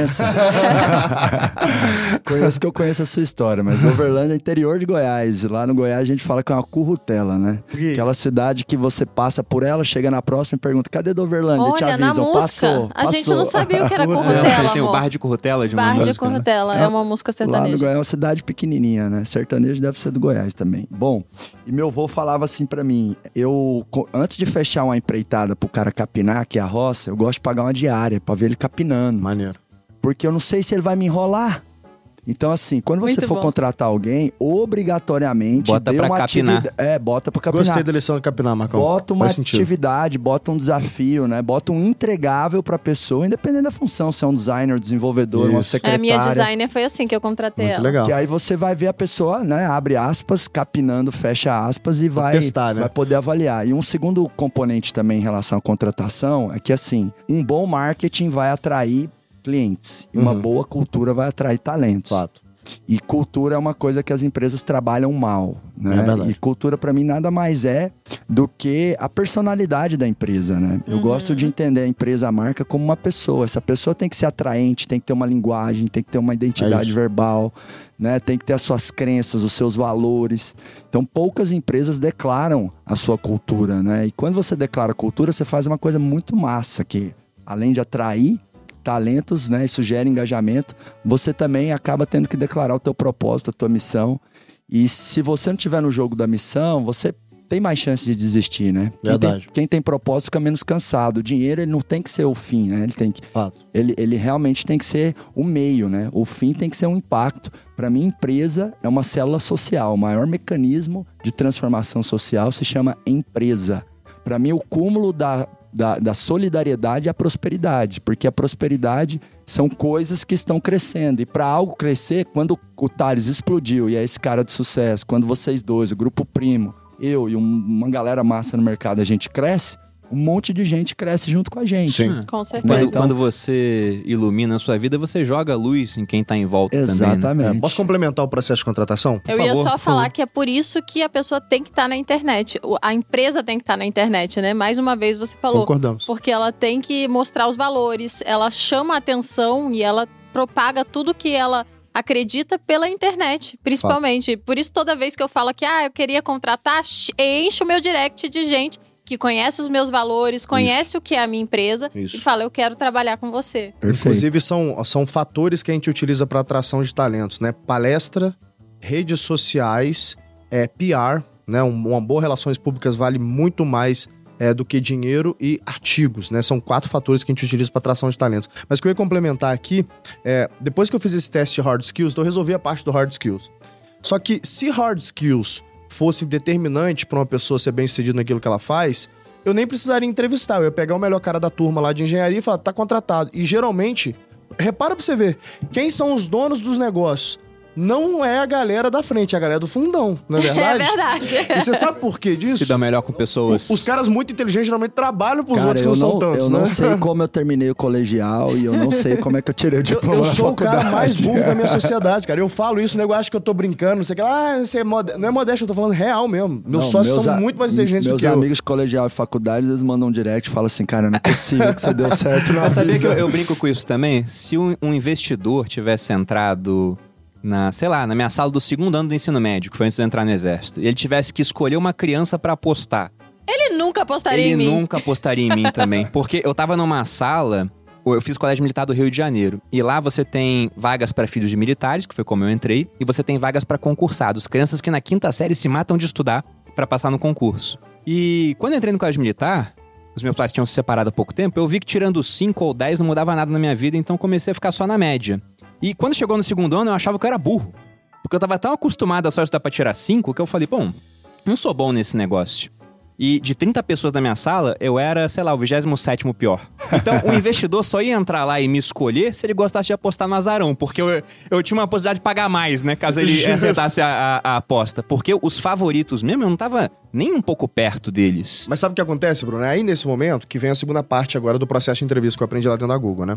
Conheço que eu conheço a sua história, mas Doverlândia é interior de Goiás. Lá no Goiás a gente fala que é uma currutela, né? Que? Aquela cidade que você passa por ela, chega na próxima e pergunta, cadê Doverlândia? E te Olha, na avisam, música, passou, a gente passou. não sabia o que era Currutela. Currutela, Tem o amor. Bar de Currutela de uma Bar de música, né? Currutela, é uma música Lá no sertaneja. Goiás é uma cidade pequenininha, né? Sertanejo deve ser do Goiás também. Bom, e meu avô falava assim pra mim, eu, co- antes de fechar uma empreitada pro cara capinar, que é a roça, eu gosto de pagar uma diária pra ver ele capinando. Maneiro. Porque eu não sei se ele vai me enrolar. Então, assim, quando você Muito for bom. contratar alguém, obrigatoriamente Bota dê pra uma capinar. atividade. É, bota pra capinar. Gostei da lição de capinar, Marcão. Bota uma Faz sentido. atividade, bota um desafio, né? Bota um entregável pra pessoa, independente da função, se é um designer, desenvolvedor, uma Isso. secretária. É, a minha designer foi assim que eu contratei Muito ela. legal. Que aí você vai ver a pessoa, né? Abre aspas, capinando, fecha aspas e vai, testar, né? vai poder avaliar. E um segundo componente também em relação à contratação é que, assim, um bom marketing vai atrair clientes. E uma Uhum. boa cultura vai atrair talentos. Fato. E cultura é uma coisa que as empresas trabalham mal, né? É verdade. E cultura para mim nada mais é do que a personalidade da empresa, né? Eu Uhum. gosto de entender a empresa, a marca como uma pessoa. Essa pessoa tem que ser atraente, tem que ter uma linguagem, tem que ter uma identidade É isso. verbal, né? Tem que ter as suas crenças, os seus valores. Então poucas empresas declaram a sua cultura, né? E quando você declara cultura, você faz uma coisa muito massa que, além de atrair talentos, né, isso gera engajamento, você também acaba tendo que declarar o teu propósito, a tua missão. E se você não estiver no jogo da missão, você tem mais chance de desistir, né? Quem Verdade. tem, quem tem propósito fica menos cansado. O dinheiro, ele não tem que ser o fim, né? Ele tem que Fato. ele, ele realmente tem que ser o meio, né? O fim tem que ser um impacto. Para mim, empresa é uma célula social. O maior mecanismo de transformação social se chama empresa. Para mim, o cúmulo da Da, da solidariedade e a prosperidade, porque a prosperidade são coisas que estão crescendo, e para algo crescer, quando o Thales explodiu e é esse cara de sucesso, quando vocês dois, o Grupo Primo, eu e um, uma galera massa no mercado, a gente cresce, um monte de gente cresce junto com a gente. Sim. Com certeza. Quando, Então- quando você ilumina a sua vida, você joga luz em quem tá em volta também. né? Exatamente. É, posso complementar o processo de contratação? Eu Por ia favor, só por falar favor. que é por isso que a pessoa tem que estar na internet. O- A empresa tem que estar na internet, né? Mais uma vez você falou. Concordamos. Porque ela tem que mostrar os valores, ela chama a atenção e ela propaga tudo que ela acredita pela internet, principalmente. Por isso, toda vez que eu falo que ah, eu queria contratar, enche o meu direct de gente que conhece os meus valores, conhece o que é a minha empresa Isso. e fala, eu quero trabalhar com você. Perfeito. Inclusive, são, são fatores que a gente utiliza para atração de talentos, né? Palestra, redes sociais, é, P R, né? Um- uma boa relações públicas vale muito mais é, do que dinheiro, e artigos, né? São quatro fatores que a gente utiliza para atração de talentos. Mas o que eu ia complementar aqui, é, depois que eu fiz esse teste de hard skills, então eu resolvi a parte do hard skills. Só que se hard skills fosse determinante para uma pessoa ser bem-sucedida naquilo que ela faz, eu nem precisaria entrevistar. Eu ia pegar o melhor cara da turma lá de engenharia e falar, tá contratado. E geralmente, repara pra você ver, quem são os donos dos negócios? Não é a galera da frente, é a galera do fundão, não é verdade? É verdade. E você sabe por que disso? Se dá melhor com pessoas. Os caras muito inteligentes geralmente trabalham pros Cara, outros que eu não são não, tantos, eu né? não sei como eu terminei o colegial e eu não sei como é que eu tirei o Eu, diploma eu na sou o cara faculdade. mais burro da minha sociedade, cara. Eu falo isso, o negócio acha que eu tô brincando, não sei o que lá. Ah, você é mode... Não é modesto, eu tô falando real mesmo. Meus Não, sócios meus são a- muito mais inteligentes do Meus que eu. amigos de colegial e faculdade, eles mandam um direct e falam assim, cara, não é possível que você deu certo na Mas sabia que vida. eu, eu brinco com isso também? Se um, um investidor tivesse entrado na, sei lá, na minha sala do segundo ano do ensino médio, que foi antes de eu entrar no exército, e ele tivesse que escolher uma criança pra apostar, Ele nunca apostaria ele em mim. nunca apostaria em mim também. Porque eu tava numa sala, eu fiz colégio militar do Rio de Janeiro, e lá você tem vagas pra filhos de militares, que foi como eu entrei, e você tem vagas pra concursados, crianças que na quinta série se matam de estudar pra passar no concurso. E quando eu entrei no colégio militar, os meus pais tinham se separado há pouco tempo, eu vi que tirando cinco ou dez não mudava nada na minha vida, então comecei a ficar só na média. E quando chegou no segundo ano, eu achava que eu era burro. Porque eu tava tão acostumado a só estudar pra tirar cinco, que eu falei, bom, não sou bom nesse negócio. E de trinta pessoas da minha sala, eu era, sei lá, o vigésimo sétimo pior. Então, o investidor só ia entrar lá e me escolher se ele gostasse de apostar no azarão. Porque eu, eu tinha uma possibilidade de pagar mais, né? Caso ele Justo. acertasse a, a, a aposta. Porque os favoritos mesmo, eu não tava nem um pouco perto deles. Mas sabe o que acontece, Bruno? É aí nesse momento que vem a segunda parte agora do processo de entrevista que eu aprendi lá dentro da Google, né?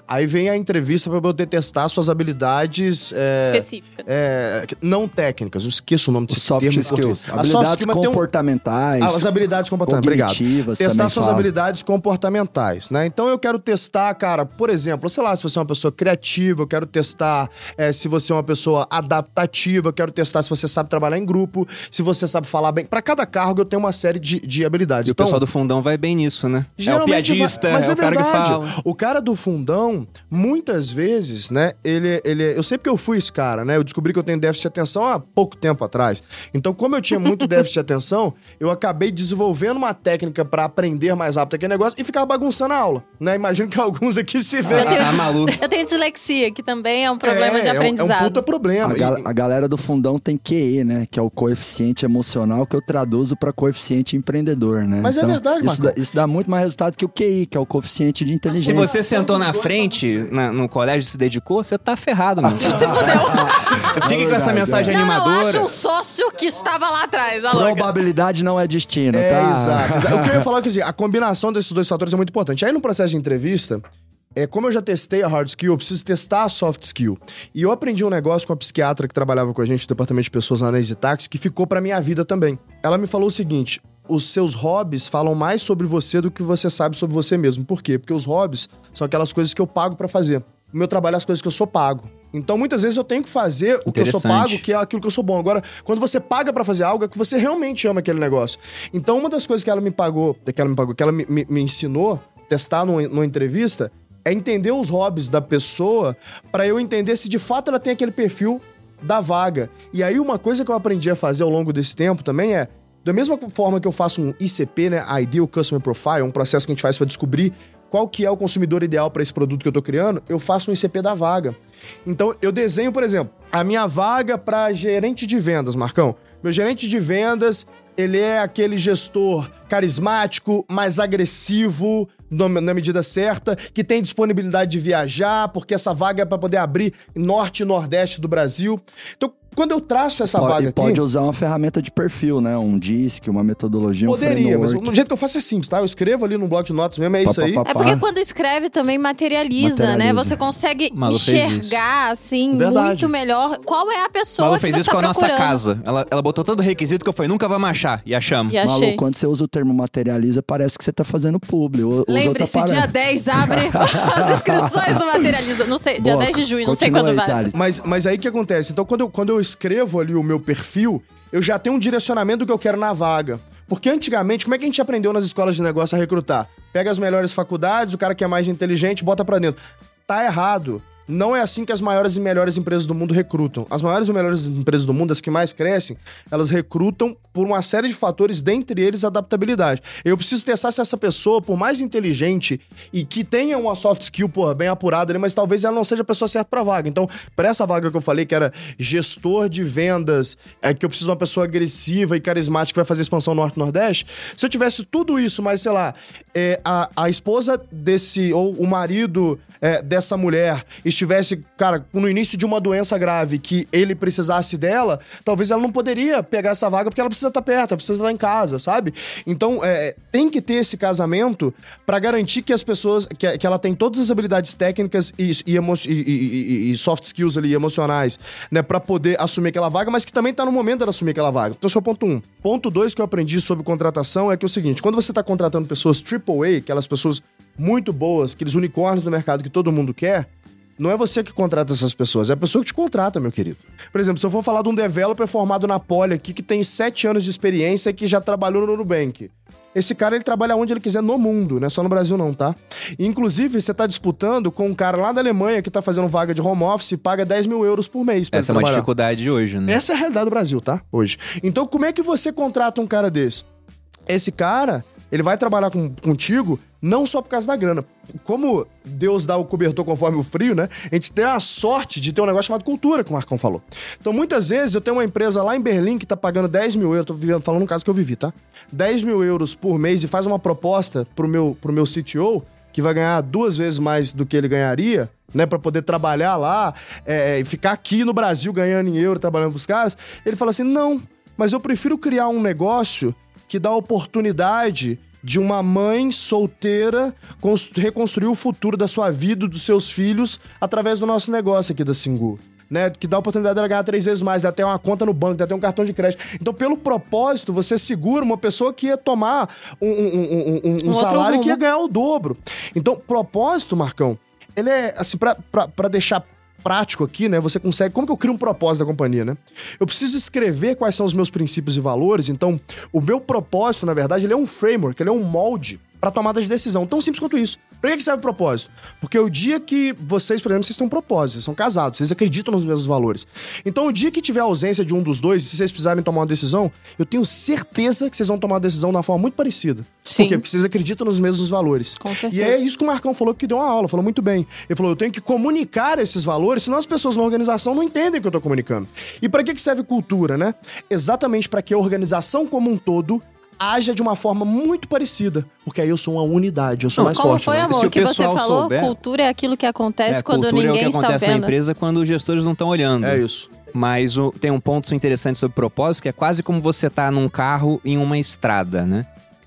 Aí vem a entrevista para poder testar suas habilidades... É, específicas. É, não técnicas, eu esqueço o nome desse soft termo. skills. A Habilidades soft skill, comportamentais. Um... Ah, as habilidades comportamentais, obrigado. Testar suas fala. habilidades comportamentais, né? Então eu quero testar, cara, por exemplo, sei lá, se você é uma pessoa criativa, eu quero testar é, se você é uma pessoa adaptativa, eu quero testar se você sabe trabalhar em grupo, se você sabe falar bem. Para cada cargo eu tenho uma série de, de habilidades. E então, o pessoal do fundão vai bem nisso, né? É o piadista, vai... Mas é, é o cara verdade. que fala. O cara do fundão, muitas vezes, né, ele, ele... Eu sei porque eu fui esse cara, né? Eu descobri que eu tenho déficit de atenção há pouco tempo atrás. Então, como eu tinha muito déficit de atenção, eu acabei desenvolvendo uma técnica para aprender mais rápido aquele negócio e ficar bagunçando a aula, né? Imagino que alguns aqui se vê. Eu tenho, Ah, maluco. eu tenho dislexia, que também é um problema é, de aprendizado. É um, é um puta problema. A, gal- a galera do fundão tem Q E, né? Que é o coeficiente emocional, que eu traduzo para coeficiente empreendedor, né? Mas é verdade, isso Marcão. dá, isso dá muito mais resultado que o Q I, que é o coeficiente de Se inteligência. você sentou na frente, na- no colégio e se dedicou, você tá ferrado, mano. Se fudeu. Fique com essa verdade, mensagem Não, não, animadora. acha um sócio que estava lá atrás, a louca. Probabilidade não é destino, É, tá? exato, exato. O que eu ia falar é que assim, a combinação desses dois fatores é muito importante. Aí no processo de entrevista, é, como eu já testei a hard skill, eu preciso testar a soft skill. E eu aprendi um negócio com a psiquiatra que trabalhava com a gente no departamento de pessoas lá na EasyTax, que ficou pra minha vida também. Ela me falou o seguinte: os seus hobbies falam mais sobre você do que você sabe sobre você mesmo. Por quê? Porque os hobbies são aquelas coisas que eu pago pra fazer. O meu trabalho é as coisas que eu sou pago. Então, muitas vezes eu tenho que fazer o que eu sou pago, que é aquilo que eu sou bom. Agora, quando você paga pra fazer algo, é que você realmente ama aquele negócio. Então, uma das coisas que ela me pagou, que ela me pagou, que ela me, me, me ensinou, testar numa, numa entrevista, é entender os hobbies da pessoa pra eu entender se de fato ela tem aquele perfil da vaga. E aí, uma coisa que eu aprendi a fazer ao longo desse tempo também é, da mesma forma que eu faço um I C P, né, Ideal Customer Profile, um processo que a gente faz pra descobrir qual que é o consumidor ideal para esse produto que eu tô criando, eu faço um I C P da vaga. Então, eu desenho, por exemplo, a minha vaga para gerente de vendas, Marcão. Meu gerente de vendas, ele é aquele gestor carismático, mais agressivo, na medida certa, que tem disponibilidade de viajar, porque essa vaga é para poder abrir norte e nordeste do Brasil. Então, quando eu traço essa pode, vaga e pode aqui... usar uma ferramenta de perfil, né? Um D I S C, uma metodologia, Poderia, um mas framework. o jeito que eu faço é simples, tá? Eu escrevo ali no bloco de notas mesmo, é isso aí. Pá, pá, É porque quando escreve também materializa, Materializa. né? Você consegue Malu fez enxergar, assim, Verdade. muito melhor qual é a pessoa Malu que fez você isso tá com a nossa procurando. casa. Ela, ela botou todo o requisito que eu falei, nunca vamos achar. E achamos. E achei. Malu, quando você usa o termo materializa, parece que você tá fazendo publi. Ou, usa outra Lembre-se, parada. dia dez abre as inscrições do Materializa. Não sei, dia Boa, dez de junho, não sei continua quando aí, vai. Thales. Mas, mas aí o que acontece? Então, quando eu, quando eu escrevo ali o meu perfil, eu já tenho um direcionamento do que eu quero na vaga. Porque antigamente, como é que a gente aprendeu nas escolas de negócio a recrutar? Pega as melhores faculdades, o cara que é mais inteligente, bota pra dentro. Tá errado. Não é assim que as maiores e melhores empresas do mundo recrutam. As maiores e melhores empresas do mundo, as que mais crescem, elas recrutam por uma série de fatores, dentre eles a adaptabilidade. Eu preciso testar se essa pessoa, por mais inteligente e que tenha uma soft skill, porra, bem apurada ali, mas talvez ela não seja a pessoa certa pra vaga. Então, pra essa vaga que eu falei, que era gestor de vendas, é que eu preciso de uma pessoa agressiva e carismática que vai fazer expansão norte-nordeste, se eu tivesse tudo isso, mas sei lá, é, a, a esposa desse, ou o marido é, dessa mulher estivesse, cara, no início de uma doença grave que ele precisasse dela, talvez ela não poderia pegar essa vaga porque ela precisa estar perto, ela precisa estar em casa, sabe? Então, é, tem que ter esse casamento pra garantir que as pessoas, que, que ela tem todas as habilidades técnicas e, e, emo, e, e, e soft skills ali, emocionais, né, pra poder assumir aquela vaga, mas que também tá no momento dela assumir aquela vaga. Então, esse é o ponto um. Ponto dois que eu aprendi sobre contratação é que é o seguinte, quando você tá contratando pessoas triple A, aquelas pessoas muito boas, aqueles unicórnios do mercado que todo mundo quer, não é você que contrata essas pessoas, é a pessoa que te contrata, meu querido. Por exemplo, se eu for falar de um developer formado na Poli aqui, que tem sete anos de experiência e que já trabalhou no Nubank. Esse cara, ele trabalha onde ele quiser no mundo, não é só no Brasil não, tá? E, inclusive, você tá disputando com um cara lá da Alemanha que tá fazendo vaga de home office e paga dez mil euros por mês pra Essa é ele uma trabalhar. dificuldade de hoje, né? Essa é a realidade do Brasil, tá? Hoje. Então, como é que você contrata um cara desse? Esse cara, ele vai trabalhar com, contigo não só por causa da grana. Como Deus dá o cobertor conforme o frio, né? A gente tem a sorte de ter um negócio chamado cultura, que o Marcão falou. Então, muitas vezes, eu tenho uma empresa lá em Berlim que tá pagando dez mil euros, tô vivendo, falando um caso que eu vivi, tá? dez mil euros por mês e faz uma proposta pro meu, pro meu C T O, que vai ganhar duas vezes mais do que ele ganharia, né? Pra poder trabalhar lá é, e ficar aqui no Brasil ganhando em euro, trabalhando pros caras. Ele fala assim, não, mas eu prefiro criar um negócio que dá oportunidade de uma mãe solteira reconstruir o futuro da sua vida, dos seus filhos, através do nosso negócio aqui da Singu. Né, que dá a oportunidade dela ganhar três vezes mais, dá até uma conta no banco, dá até um cartão de crédito. Então, pelo propósito, você segura uma pessoa que ia tomar um, um, um, um, um salário que ia ganhar o dobro. Então, propósito, Marcão, ele é, assim, pra, pra, pra deixar prático aqui, né, você consegue... Como que eu crio um propósito da companhia, né? Eu preciso escrever quais são os meus princípios e valores, então, o meu propósito, na verdade, ele é um framework, ele é um molde para tomada de decisão. Tão simples quanto isso. Pra que serve o propósito? Porque o dia que vocês, por exemplo, vocês têm um propósito, vocês são casados, vocês acreditam nos mesmos valores. Então, o dia que tiver ausência de um dos dois, se vocês precisarem tomar uma decisão, eu tenho certeza que vocês vão tomar uma decisão de uma forma muito parecida. Sim. Por quê? Porque vocês acreditam nos mesmos valores. Com certeza. E é isso que o Marcão falou, que deu uma aula, falou muito bem. Ele falou, eu tenho que comunicar esses valores, senão as pessoas na organização não entendem o que eu tô comunicando. E pra que que serve cultura, né? Exatamente para que a organização como um todo haja de uma forma muito parecida. Porque aí eu sou uma unidade, eu sou mais Como forte. foi, né? amor, Se o que você pessoal falou? souber- Cultura é aquilo que acontece É, quando cultura ninguém é o que está acontece vendo. na empresa quando os gestores não estão olhando. É isso. Mas o- tem um ponto interessante sobre propósito, que é quase como você tá num carro em uma estrada, né?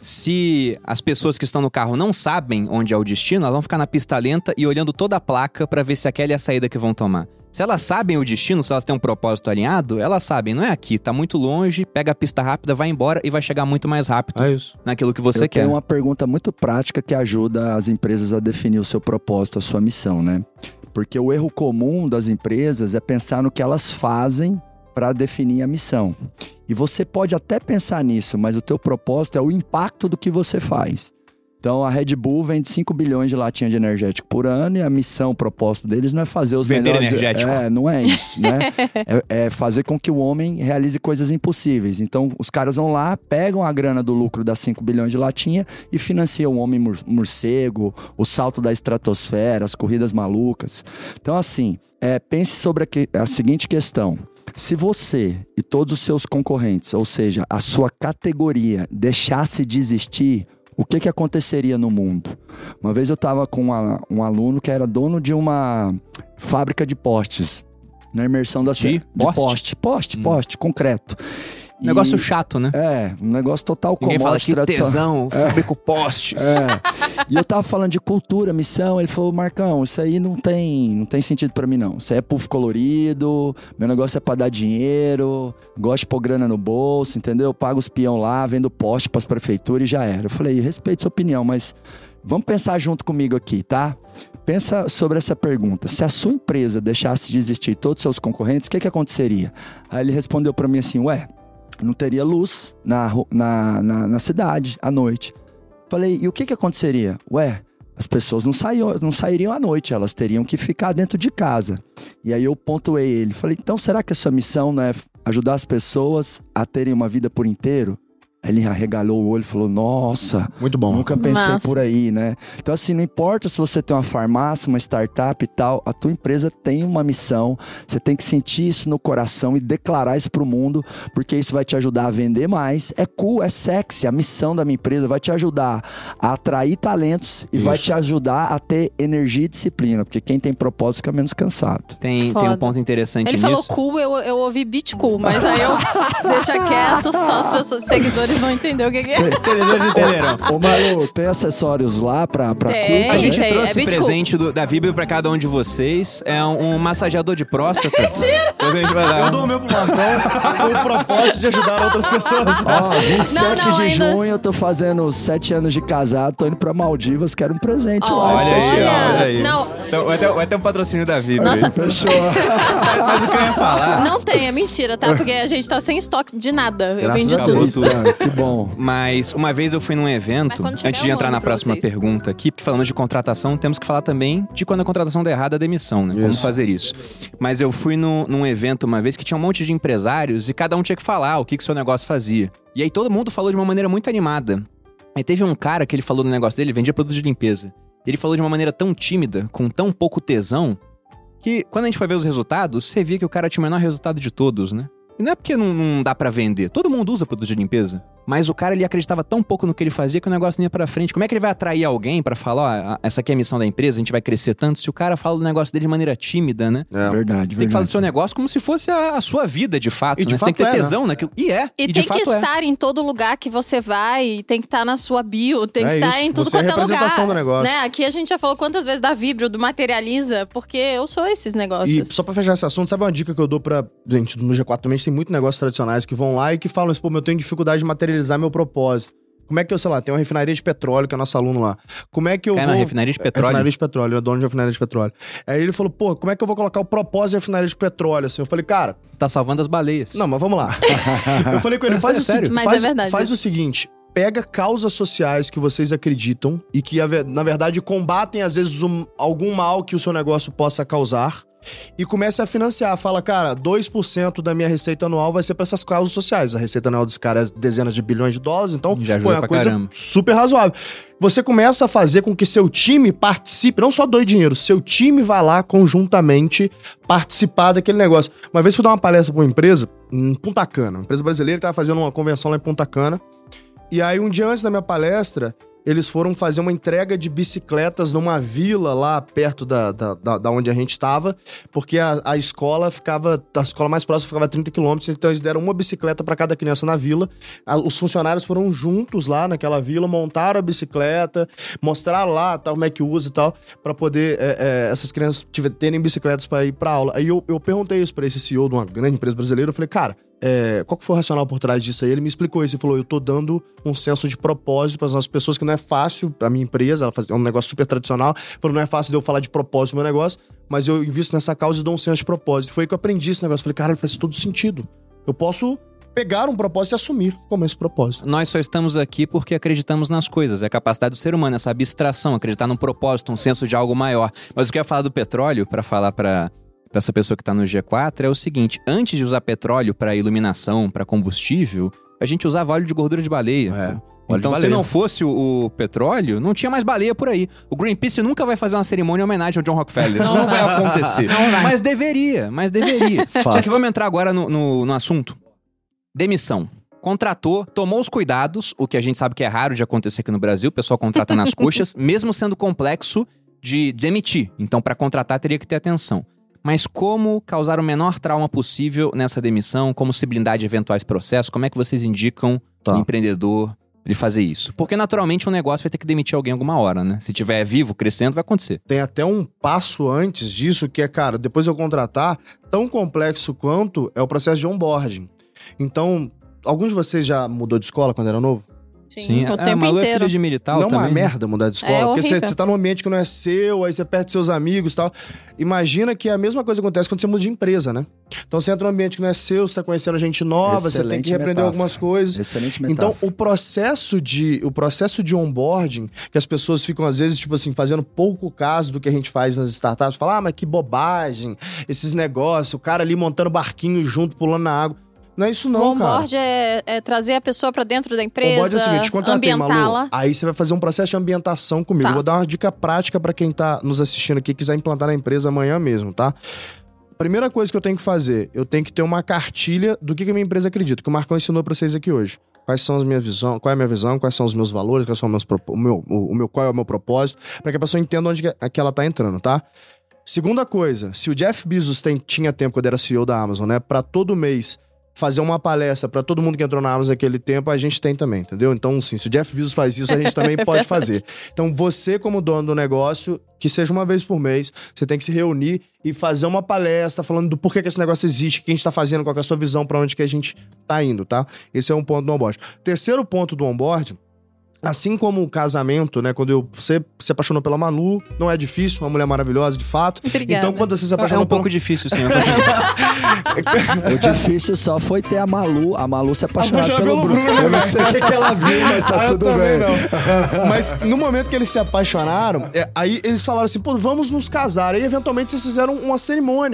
Se as pessoas que estão no carro não sabem onde é o destino, elas vão ficar na pista lenta e olhando toda a placa pra ver se aquela é a saída que vão tomar. Se elas sabem o destino, se elas têm um propósito alinhado, elas sabem, não é aqui, tá muito longe, pega a pista rápida, vai embora e vai chegar muito mais rápido É isso. naquilo que você Eu quer. tenho uma pergunta muito prática que ajuda as empresas a definir o seu propósito, a sua missão, né? Porque o erro comum das empresas é pensar no que elas fazem para definir a missão. E você pode até pensar nisso, mas o teu propósito é o impacto do que você faz. Então, a Red Bull vende cinco bilhões de latinha de energético por ano e a missão, o propósito deles não é fazer os Vender melhores... energético. É, não é isso, né? é, é fazer com que o homem realize coisas impossíveis. Então, os caras vão lá, pegam a grana do lucro das cinco bilhões de latinha e financiam o homem mor- morcego, o salto da estratosfera, as corridas malucas. Então, assim, é, pense sobre a, que- a seguinte questão. Se você e todos os seus concorrentes, ou seja, a sua categoria, deixasse de existir, o que, que aconteceria no mundo? Uma vez eu estava com uma- um aluno que era dono de uma fábrica de postes, na imersão da... De ce- poste? poste, poste, Hum. poste, concreto. E- Negócio chato, né? É, um negócio total Ninguém fala commodity que tradicional. tesão, fabrico postes. É. E eu tava falando de cultura, missão, ele falou, Marcão, isso aí não tem, não tem sentido pra mim não. Isso aí é puff colorido, meu negócio é pra dar dinheiro, gosto de pôr grana no bolso, entendeu? Eu pago os peão lá, vendo poste pras prefeituras e já era. Eu falei, respeito sua opinião, mas vamos pensar junto comigo aqui, tá? Pensa sobre essa pergunta. Se a sua empresa deixasse de existir todos os seus concorrentes, o que que aconteceria? Aí ele respondeu pra mim assim, ué, não teria luz na, ru- na, na, na cidade à noite. Falei, e o que que aconteceria? Ué, as pessoas não, saiam, não sairiam à noite, elas teriam que ficar dentro de casa. E aí eu pontuei ele. Falei, então será que a sua missão não é ajudar as pessoas a terem uma vida por inteiro? Aí ele arregalou o olho e falou, nossa, Muito bom. nunca pensei Massa. por aí, né? Então assim, não importa se você tem uma farmácia, uma startup e tal, a tua empresa tem uma missão, você tem que sentir isso no coração e declarar isso pro mundo, porque isso vai te ajudar a vender mais, é cool, é sexy, a missão da minha empresa vai te ajudar a atrair talentos e Isso. vai te ajudar a ter energia e disciplina, porque quem tem propósito fica menos cansado. Tem, tem Foda. um ponto interessante Ele nisso. falou cool, eu, eu ouvi beat cool, mas aí eu deixa quieto, só as pessoas, seguidores vão entender o que, que é. Entendedores entenderam. Ô Malu, tem acessórios lá pra, pra Tem. cool? A gente Tem, trouxe é Beach presente do- da Bíblia pra cada um de vocês. É um, um massageador de próstata. Mentira! A gente vai dar. Eu dou o meu pro Marcão com o propósito de ajudar outras pessoas. Ó, vinte e sete Não, não, de ainda- junho, eu tô fazendo sete anos de casado, tô indo pra Maldivas, quero um presente lá. Olha aí, especial. olha aí. Não. Então, vai, ter, vai ter um patrocínio da Bíblia. Nossa. aí. Fechou. Mas o que eu ia falar... Não tem, é mentira, tá? Porque a gente tá sem estoque de nada. Eu Graças vendi a tudo. Deus, cara, que bom. Mas uma vez eu fui num Mas evento, quando tiver, antes de eu entrar mando na pra próxima vocês. pergunta aqui, porque falamos de contratação, temos que falar também de quando a contratação der errada, a demissão, né? Como Isso. fazer isso. Mas eu fui no, num evento uma vez que tinha um monte de empresários e cada um tinha que falar o que que seu negócio fazia. E aí todo mundo falou de uma maneira muito animada. Aí teve um cara que ele falou no negócio dele, ele vendia produtos de limpeza. Ele falou de uma maneira tão tímida, com tão pouco tesão, que quando a gente foi ver os resultados, você via que o cara tinha o menor resultado de todos, né? E não é porque não, não dá pra vender. Todo mundo usa produto de limpeza. mas o cara ele acreditava tão pouco no que ele fazia que o negócio não ia pra frente. Como é que ele vai atrair alguém pra falar, ó, essa aqui é a missão da empresa, a gente vai crescer tanto, se o cara fala do negócio dele de maneira tímida, né? É. Verdade, Você tem que falar do seu negócio como se fosse a, a sua vida, de fato, E de né? fato Você tem que ter é, tesão naquilo. E é, E, e, tem de fato que é. estar em todo lugar que você vai, tem que estar na sua bio, tem que É estar isso, em tudo você é a quanto é lugar. representação do negócio. Né? Aqui a gente já falou quantas vezes da Vibrio, do Materializa, porque eu sou esses E negócios. só pra fechar esse assunto, sabe uma dica que eu dou pra... Gente, no G quatro também a gente tem muitos negócios tradicionais que vão lá e que falam assim, pô, eu tenho dificuldade de materializar meu propósito. Como é que eu, sei lá, tem uma refinaria de petróleo, que é nosso aluno lá. Como é que eu Cai vou... na refinaria de petróleo? Refinaria de petróleo, ele é dono de refinaria de petróleo. Aí ele falou, pô, como é que eu vou colocar o propósito da refinaria de petróleo? Assim, eu falei, cara... Tá salvando as baleias. Não, mas vamos lá. Eu falei com ele, Não, faz é o sério. seguinte... Mas faz, é verdade. Faz o seguinte... Pega causas sociais que vocês acreditam e que, na verdade, combatem, às vezes, um, algum mal que o seu negócio possa causar e comece a financiar. Fala, cara, dois por cento da minha receita anual vai ser pra essas causas sociais. A receita anual dos caras é dezenas de bilhões de dólares, então Já ajuda pô, é uma pra coisa caramba. super razoável. Você começa a fazer com que seu time participe, não só doe dinheiro, seu time vai lá conjuntamente participar daquele negócio. Uma vez fui dar uma palestra pra uma empresa em Punta Cana, uma empresa brasileira que tava fazendo uma convenção lá em Punta Cana. E aí, um dia antes da minha palestra, eles foram fazer uma entrega de bicicletas numa vila lá perto da, da, da, da onde a gente estava, porque a, a escola ficava, a escola mais próxima ficava a trinta quilômetros, então eles deram uma bicicleta para cada criança na vila. A, os funcionários foram juntos lá naquela vila, montaram a bicicleta, mostraram lá tal, como é que usa e tal, para poder é, é, essas crianças tiver, terem bicicletas para ir para aula. Aí eu, eu perguntei isso para esse C E O de uma grande empresa brasileira, eu falei, cara, É, qual que foi o racional por trás disso aí? Ele me explicou isso, ele falou, eu tô dando um senso de propósito para as nossas pessoas, que não é fácil, a minha empresa, ela faz, é um negócio super tradicional, falou, não é fácil de eu falar de propósito no meu negócio, mas eu invisto nessa causa e dou um senso de propósito. Foi aí que eu aprendi esse negócio, falei, cara, faz todo sentido. Eu posso pegar um propósito e assumir como esse propósito. Nós só estamos aqui porque acreditamos nas coisas. É a capacidade do ser humano, essa abstração, acreditar num propósito, um senso de algo maior. Mas o que eu ia falar do petróleo, para falar para para essa pessoa que tá no G quatro, é o seguinte: antes de usar petróleo para iluminação, para combustível, a gente usava óleo de gordura de baleia. É. Então, de se baleia. não fosse o, o petróleo, não tinha mais baleia por aí. O Greenpeace nunca vai fazer uma cerimônia em homenagem ao John Rockefeller. Isso não vai acontecer. Não vai. Mas deveria, mas deveria. Fato. Só que vamos entrar agora no, no, no assunto. Demissão. Contratou, tomou os cuidados, o que a gente sabe que é raro de acontecer aqui no Brasil, o pessoal contrata nas coxas, mesmo sendo complexo de demitir. Então, para contratar, teria que ter atenção. Mas como causar o menor trauma possível nessa demissão? Como se blindar de eventuais processos? Como é que vocês indicam Tá. o empreendedor de fazer isso? Porque, naturalmente, um negócio vai ter que demitir alguém alguma hora, né? Se tiver vivo, crescendo, vai acontecer. Tem até um passo antes disso, que é, cara, depois de eu contratar, tão complexo quanto é o processo de onboarding. Então, alguns de vocês já mudou de escola quando era novo? Sim, o a tempo Malu é inteiro. filha de militar não é também. uma né? merda mudar de escola, É porque você, horrível. você tá num ambiente que não é seu, aí você perde seus amigos e tal. Imagina que a mesma coisa acontece quando você muda de empresa, né? Então você entra num ambiente que não é seu, você tá conhecendo gente nova, você tem Excelente que reaprender metáfora. algumas coisas. Excelente Então, metáfora. o processo de o processo de onboarding, que as pessoas ficam, às vezes, tipo assim, fazendo pouco caso do que a gente faz nas startups, falar, ah, mas que bobagem, esses negócios, o cara ali montando barquinho junto, pulando na água. Não é isso O não, cara. onboard é, é trazer a pessoa pra dentro da empresa, Onboard é o seguinte, contratei, Malu, ambientá-la. aí você vai fazer um processo de ambientação comigo. Tá. Eu vou dar uma dica prática pra quem tá nos assistindo aqui e quiser implantar na empresa amanhã mesmo, tá? Primeira coisa que eu tenho que fazer, eu tenho que ter uma cartilha do que, que a minha empresa acredita, que o Marcão ensinou pra vocês aqui hoje. Quais são as minhas visões, qual é a minha visão, quais são os meus valores, quais são os meus, propo- o meu, o, o meu, qual é o meu propósito, pra que a pessoa entenda onde que, que ela tá entrando, tá? Segunda coisa, se o Jeff Bezos tem, tinha tempo quando era C E O da Amazon, né, pra todo mês fazer uma palestra pra todo mundo que entrou na Amazon naquele tempo, a gente tem também, entendeu? Então, sim, se o Jeff Bezos faz isso, a gente também pode fazer. Então, você como dono do negócio, que seja uma vez por mês, você tem que se reunir e fazer uma palestra falando do porquê que esse negócio existe, o que a gente tá fazendo, qual que é a sua visão, pra onde que a gente tá indo, tá? Esse é um ponto do onboard. Terceiro ponto do onboard, assim como o casamento, né? Quando eu, você se apaixonou pela Manu, não é difícil, uma mulher maravilhosa, de fato. Obrigada. Então, quando você se É apaixonou um pouco pela... difícil, sim. mas continua. O difícil só foi ter a Malu, a Malu se apaixonar Apaixonar pelo, pelo Bruno. Bruno, Eu não né? sei o que, que ela viu, mas tá Ah, eu tudo também bem. não. Mas no momento que eles se apaixonaram, é, aí eles falaram assim, pô, vamos nos casar. Aí, eventualmente, vocês fizeram uma cerimônia.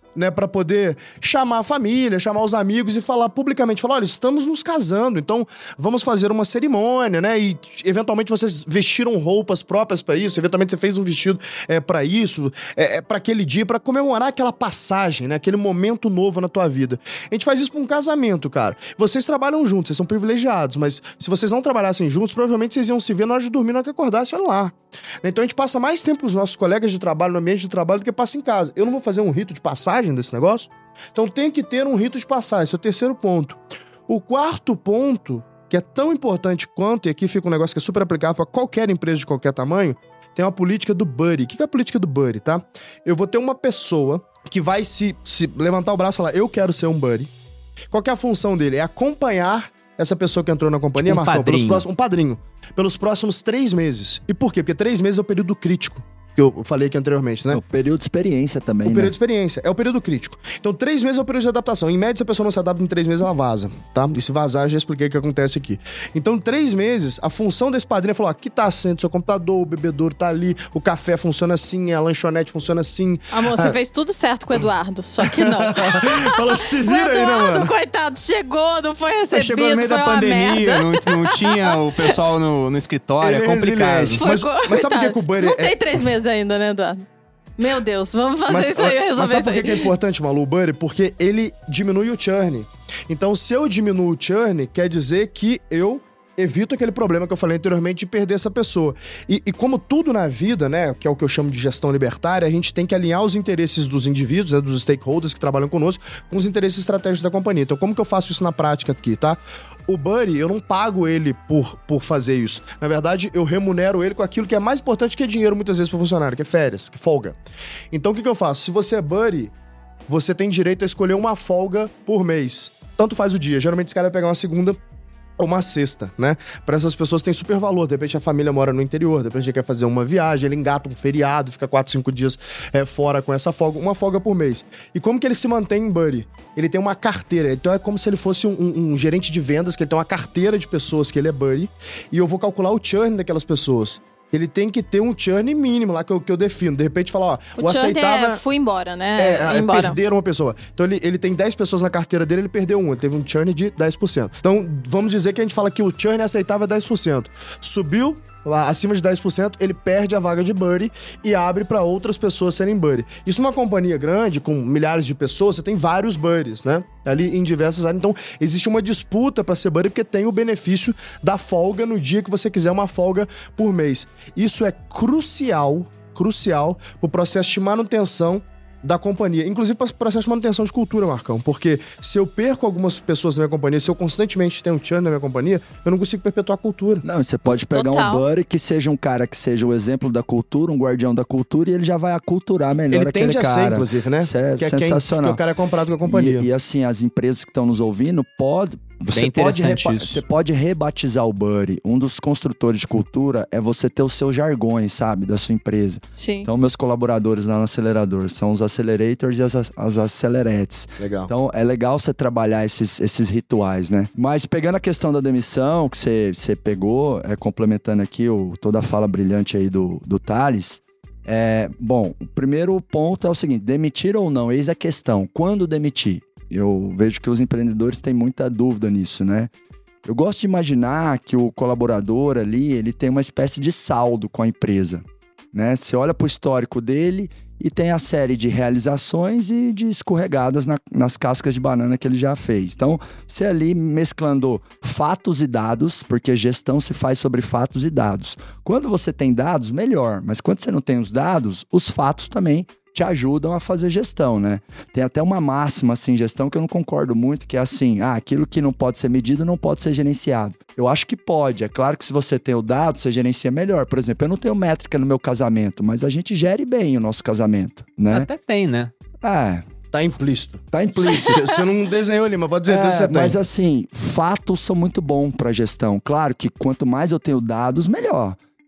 né, pra poder chamar a família, chamar os amigos e falar publicamente, falar, olha, estamos nos casando, então vamos fazer uma cerimônia, né, e eventualmente vocês vestiram roupas próprias pra isso, eventualmente você fez um vestido é, pra isso, é, é, pra aquele dia, pra comemorar aquela passagem, né, aquele momento novo na tua vida. A gente faz isso pra um casamento, cara. Vocês trabalham juntos, vocês são privilegiados, mas se vocês não trabalhassem juntos, provavelmente vocês iam se ver na hora de dormir, na hora que acordasse, olha lá. Então a gente passa mais tempo com os nossos colegas de trabalho, no ambiente de trabalho, do que passa em casa. Eu não vou fazer um rito de passagem desse negócio? Então tem que ter um rito de passagem, esse é o terceiro ponto. O quarto ponto, que é tão importante quanto, e aqui fica um negócio que é super aplicável para qualquer empresa de qualquer tamanho, tem uma política do buddy. O que é a política do buddy, tá? Eu vou ter uma pessoa que vai se, se levantar o braço e falar, eu quero ser um buddy. Qual que é a função dele? É acompanhar essa pessoa que entrou na companhia, tipo um Marcão, pelos padrinho. próximos, um padrinho, pelos próximos três meses. E por quê? Porque três meses é o período crítico, que eu falei aqui anteriormente, né? É o período de experiência também, O né? período de experiência, é o período crítico. Então, três meses é o período de adaptação. Em média, se a pessoa não se adapta em três meses, ela vaza, tá? E se vazar, eu já expliquei o que acontece aqui. Então, três meses, a função desse padrinho é falar, aqui tá assento seu computador, o bebedouro tá ali, o café funciona assim, a lanchonete funciona assim. Amor, você Ah. fez tudo certo com o Eduardo, só que não. Fala, se O vira aí, né, Eduardo, mano? coitado, chegou, não foi recebido, Chegou no meio foi da uma pandemia, merda. não, não tinha o pessoal no, no escritório, Ele é é complicado. resiliente. Foi Mas- co- mas sabe por que coitado. que o Buddy Não é- tem três meses ainda, né, Eduardo? Meu Deus, vamos fazer Mas, isso aí, resolver mas sabe isso por que aí. que é importante, Malu, o Buddy? Porque ele diminui o churn. Então, se eu diminuo o churn, quer dizer que eu evito aquele problema que eu falei anteriormente de perder essa pessoa. E, e como tudo na vida, né, que é o que eu chamo de gestão libertária, a gente tem que alinhar os interesses dos indivíduos, né, dos stakeholders que trabalham conosco, com os interesses estratégicos da companhia. Então, como que eu faço isso na prática aqui, tá? O Buddy, eu não pago ele por, por fazer isso. Na verdade, eu remunero ele com aquilo que é mais importante que dinheiro muitas vezes para o funcionário, que é férias, que folga. Então, o que que eu faço? Se você é Buddy, você tem direito a escolher uma folga por mês. Tanto faz o dia. Geralmente, esse cara vai pegar uma segunda ou uma sexta, né? Para essas pessoas tem super valor. De repente a família mora no interior, de repente ele quer fazer uma viagem, ele engata um feriado, fica quatro, cinco dias é, fora com essa folga, uma folga por mês. E como que ele se mantém em Buddy? Ele tem uma carteira, então é como se ele fosse um, um, um gerente de vendas, que ele tem uma carteira de pessoas que ele é Buddy, e eu vou calcular o churn daquelas pessoas. Ele tem que ter um churn mínimo lá que eu, que eu defino. De repente falar, ó, O, o, churn aceitável... é fui embora, né? É, Ir é embora. perder uma pessoa. Então ele, ele tem dez pessoas na carteira dele, ele perdeu um. Ele teve um churn de dez por cento. Então vamos dizer que a gente fala que o churn aceitável é dez por cento. Subiu lá acima de dez por cento, ele perde a vaga de Buddy e abre para outras pessoas serem Buddy. Isso numa companhia grande, com milhares de pessoas, você tem vários Buddies, né? Ali em diversas áreas. Então existe uma disputa para ser Buddy porque tem o benefício da folga no dia que você quiser uma folga por mês. Isso é crucial, crucial pro processo de manutenção da companhia, inclusive para o processo de manutenção de cultura, Marcão, porque se eu perco algumas pessoas da minha companhia, se eu constantemente tenho um churn na minha companhia, eu não consigo perpetuar a cultura. Não, você pode pegar Total. um buddy que seja um cara que seja o exemplo da cultura, um guardião da cultura, e ele já vai aculturar melhor Ele aquele tende a cara. ser, inclusive, né? Isso é que é quem- sensacional. que o cara é comprado com a companhia. E, e assim, as empresas que estão nos ouvindo, pode, você Bem pode, interessante repa- isso. você pode rebatizar o buddy. Um dos construtores de cultura é você ter os seus jargões, sabe, da sua empresa. Sim. Então, meus colaboradores lá no acelerador são os accelerators e as, as aceleretes. Legal. Então, é legal você trabalhar esses, esses rituais, né? Mas pegando a questão da demissão, que você, você pegou, é, complementando aqui o, toda a fala brilhante aí do, do Thales, é, bom, o primeiro ponto é o seguinte, demitir ou não, eis a questão, quando demitir? Eu vejo que os empreendedores têm muita dúvida nisso, né? Eu gosto de imaginar que o colaborador ali, ele tem uma espécie de saldo com a empresa, né? Você olha para o histórico dele e tem a série de realizações e de escorregadas na- nas cascas de banana que ele já fez. Então, você ali mesclando fatos e dados, porque gestão se faz sobre fatos e dados. Quando você tem dados, melhor. Mas quando você não tem os dados, os fatos também te ajudam a fazer gestão, né? Tem até uma máxima, assim, em gestão que eu não concordo muito, que é assim, ah, aquilo que não pode ser medido não pode ser gerenciado. Eu acho que pode. É claro que se você tem o dado, você gerencia melhor. Por exemplo, eu não tenho métrica no meu casamento, mas a gente gere bem o nosso casamento, né? Até tem, né? É, Tá implícito. tá implícito. Você você não desenhou ali, mas pode dizer que É, você tem. mas assim, fatos são muito bons para gestão. Claro que quanto mais eu tenho dados, melhor.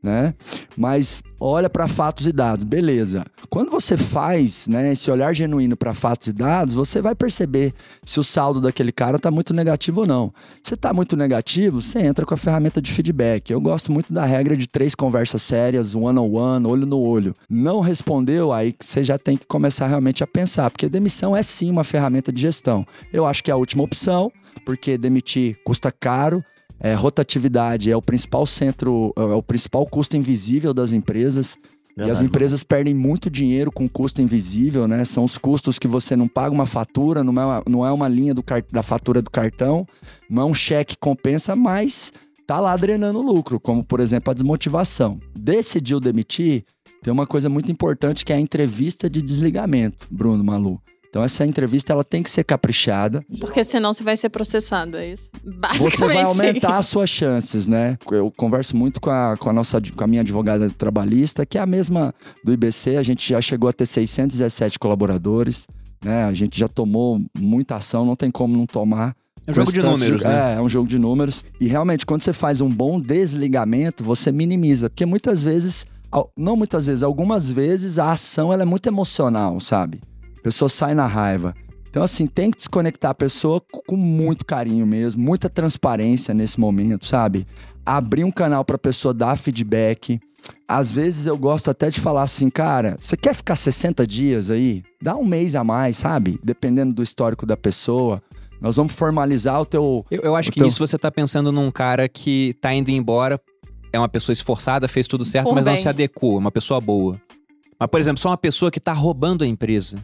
né? Mas olha para fatos e dados, beleza. Quando você faz, né, esse olhar genuíno para fatos e dados, você vai perceber se o saldo daquele cara tá muito negativo ou não. Se tá muito negativo, você entra com a ferramenta de feedback. Eu gosto muito da regra de três conversas sérias, one on one, olho no olho. Não respondeu, aí você já tem que começar realmente a pensar, porque demissão é sim uma ferramenta de gestão. Eu acho que é a última opção, porque demitir custa caro. É, rotatividade é o principal centro, é o principal custo invisível das empresas. Verdade, e as empresas mano. perdem muito dinheiro com custo invisível, né? São os custos que você não paga uma fatura, não é uma, não é uma linha do, da fatura do cartão, não é um cheque que compensa, mas tá lá drenando lucro, como, por exemplo, a desmotivação. Decidiu demitir, tem uma coisa muito importante que é a entrevista de desligamento, Bruno, Malu. Então essa entrevista ela tem que ser caprichada. Porque senão você vai ser processado, é isso? Basicamente. Você vai aumentar as suas chances, né? Eu converso muito com a, com a, nossa, com a minha advogada trabalhista, que é a mesma do I B C. A gente já chegou a ter seiscentos e dezessete colaboradores, né? A gente já tomou muita ação, não tem como não tomar. É um jogo de números, de, né? É, é um jogo de números. E realmente, quando você faz um bom desligamento, você minimiza. Porque muitas vezes, não muitas vezes, algumas vezes a ação ela é muito emocional, sabe? A pessoa sai na raiva. Então, assim, tem que desconectar a pessoa com muito carinho mesmo, muita transparência nesse momento, sabe? Abrir um canal pra pessoa dar feedback. Às vezes eu gosto até de falar assim, cara, você quer ficar sessenta dias aí? Dá um mês a mais, sabe? Dependendo do histórico da pessoa. Nós vamos formalizar o teu... Eu, eu acho que teu... isso você tá pensando num cara que tá indo embora, é uma pessoa esforçada, fez tudo certo, Por mas bem. não se adequou, uma pessoa boa. Mas, por exemplo, só uma pessoa que tá roubando a empresa.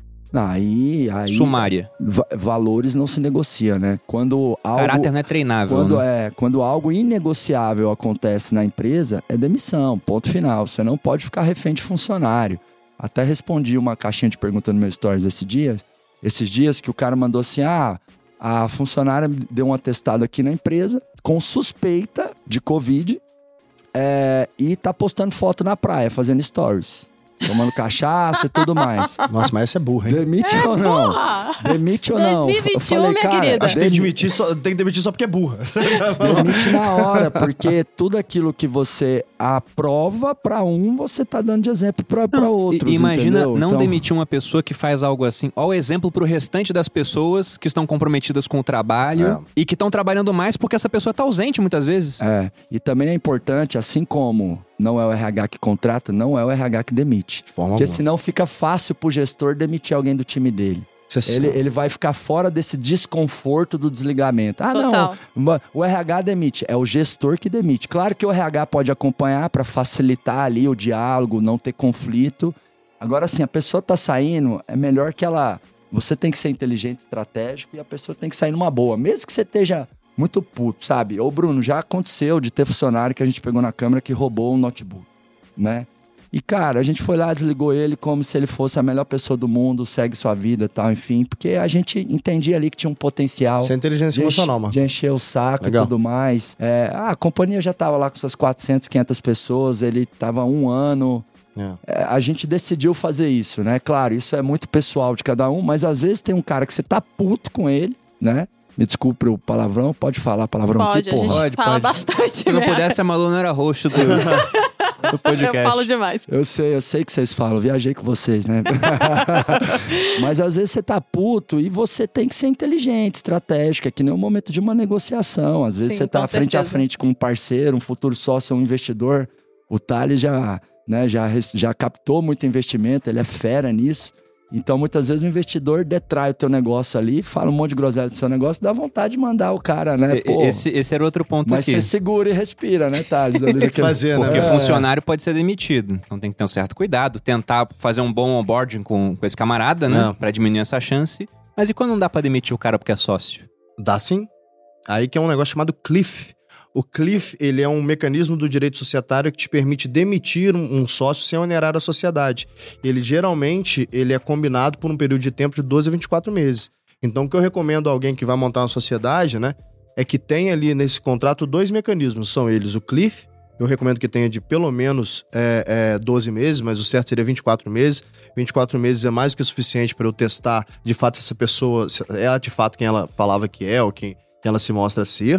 Aí, aí Sumária. Va- valores não se negocia, né? Quando algo, caráter não é treinável, quando, né? é, quando algo inegociável acontece na empresa, é demissão, ponto final. Você não pode ficar refém de funcionário. Até respondi uma caixinha de pergunta no meu stories esse dia, esses dias que o cara mandou assim, ah, a funcionária deu um atestado aqui na empresa com suspeita de Covid é, e tá postando foto na praia, fazendo stories. Tomando cachaça e tudo mais. Nossa, mas essa é burra, hein? Demite é, ou não? Porra! Demite ou não? dois mil e vinte e um, falei, minha cara, querida. Acho que tem que, demitir só, tem que demitir só porque é burra. Demite na hora, porque tudo aquilo que você aprova pra um, você tá dando de exemplo pra, pra outros, E, imagina entendeu? não então... demitir uma pessoa que faz algo assim. Olha o exemplo pro restante das pessoas que estão comprometidas com o trabalho É. e que estão trabalhando mais porque essa pessoa tá ausente muitas vezes. É, e também é importante, assim como não é o R H que contrata, não é o R H que demite. De forma Porque alguma. senão fica fácil pro gestor demitir alguém do time dele. Você Ele, sabe. ele vai ficar fora desse desconforto do desligamento. Ah, Total. não, o R H demite. É o gestor que demite. Claro que o R H pode acompanhar para facilitar ali o diálogo, não ter conflito. Agora, assim, a pessoa tá saindo, é melhor que ela... Você tem que ser inteligente, estratégico, e a pessoa tem que sair numa boa. Mesmo que você esteja muito puto, sabe? Ô, Bruno, já aconteceu de ter funcionário que a gente pegou na câmera que roubou um notebook, né? E, cara, a gente foi lá, desligou ele como se ele fosse a melhor pessoa do mundo, segue sua vida e tal, enfim. Porque a gente entendia ali que tinha um potencial Isso é inteligência de, emocional, enche, mano. de encher o saco Legal. e tudo mais. É, ah, a companhia já tava lá com suas quatrocentas, quinhentas pessoas, ele tava um ano... É. É, a gente decidiu fazer isso, né? Claro, isso é muito pessoal de cada um, mas às vezes tem um cara que você tá puto com ele, né? Me desculpe o palavrão, pode falar palavrão Pode, aqui, a porra. gente Pode, fala pode. bastante Se não mesmo. pudesse, a Malu não era host do, do podcast. Eu falo demais. Eu sei, eu sei que vocês falam, viajei com vocês, né? Mas às vezes você tá puto e você tem que ser inteligente, estratégico, é que nem o momento de uma negociação. Às vezes Sim, você tá com frente a certeza. frente com um parceiro, um futuro sócio, um investidor. O Thales já, né, já, já captou muito investimento, ele é fera nisso. Então, muitas vezes o investidor detrai o teu negócio ali, fala um monte de groselha do seu negócio, dá vontade de mandar o cara, né? E- Pô, Esse, esse era outro ponto mas aqui. você segura e respira, né, Thales? Ali Tem que naquele- fazer, né? Porque É. funcionário pode ser demitido. Então tem que ter um certo cuidado. Tentar fazer um bom onboarding com, com esse camarada, né? É. Pra diminuir essa chance. Mas e quando não dá pra demitir o cara porque é sócio? Dá sim. Aí que é um negócio chamado cliff. O cliff, ele é um mecanismo do direito societário que te permite demitir um, um sócio sem onerar a sociedade. Ele, geralmente, ele é combinado por um período de tempo de doze a vinte e quatro meses. Então, o que eu recomendo a alguém que vai montar uma sociedade, né, é que tenha ali nesse contrato dois mecanismos. São eles o cliff, eu recomendo que tenha de pelo menos é, é, doze meses, mas o certo seria vinte e quatro meses. vinte e quatro meses é mais do que o suficiente para eu testar, de fato, se essa pessoa, se é de fato quem ela falava que é ou quem, quem ela se mostra ser.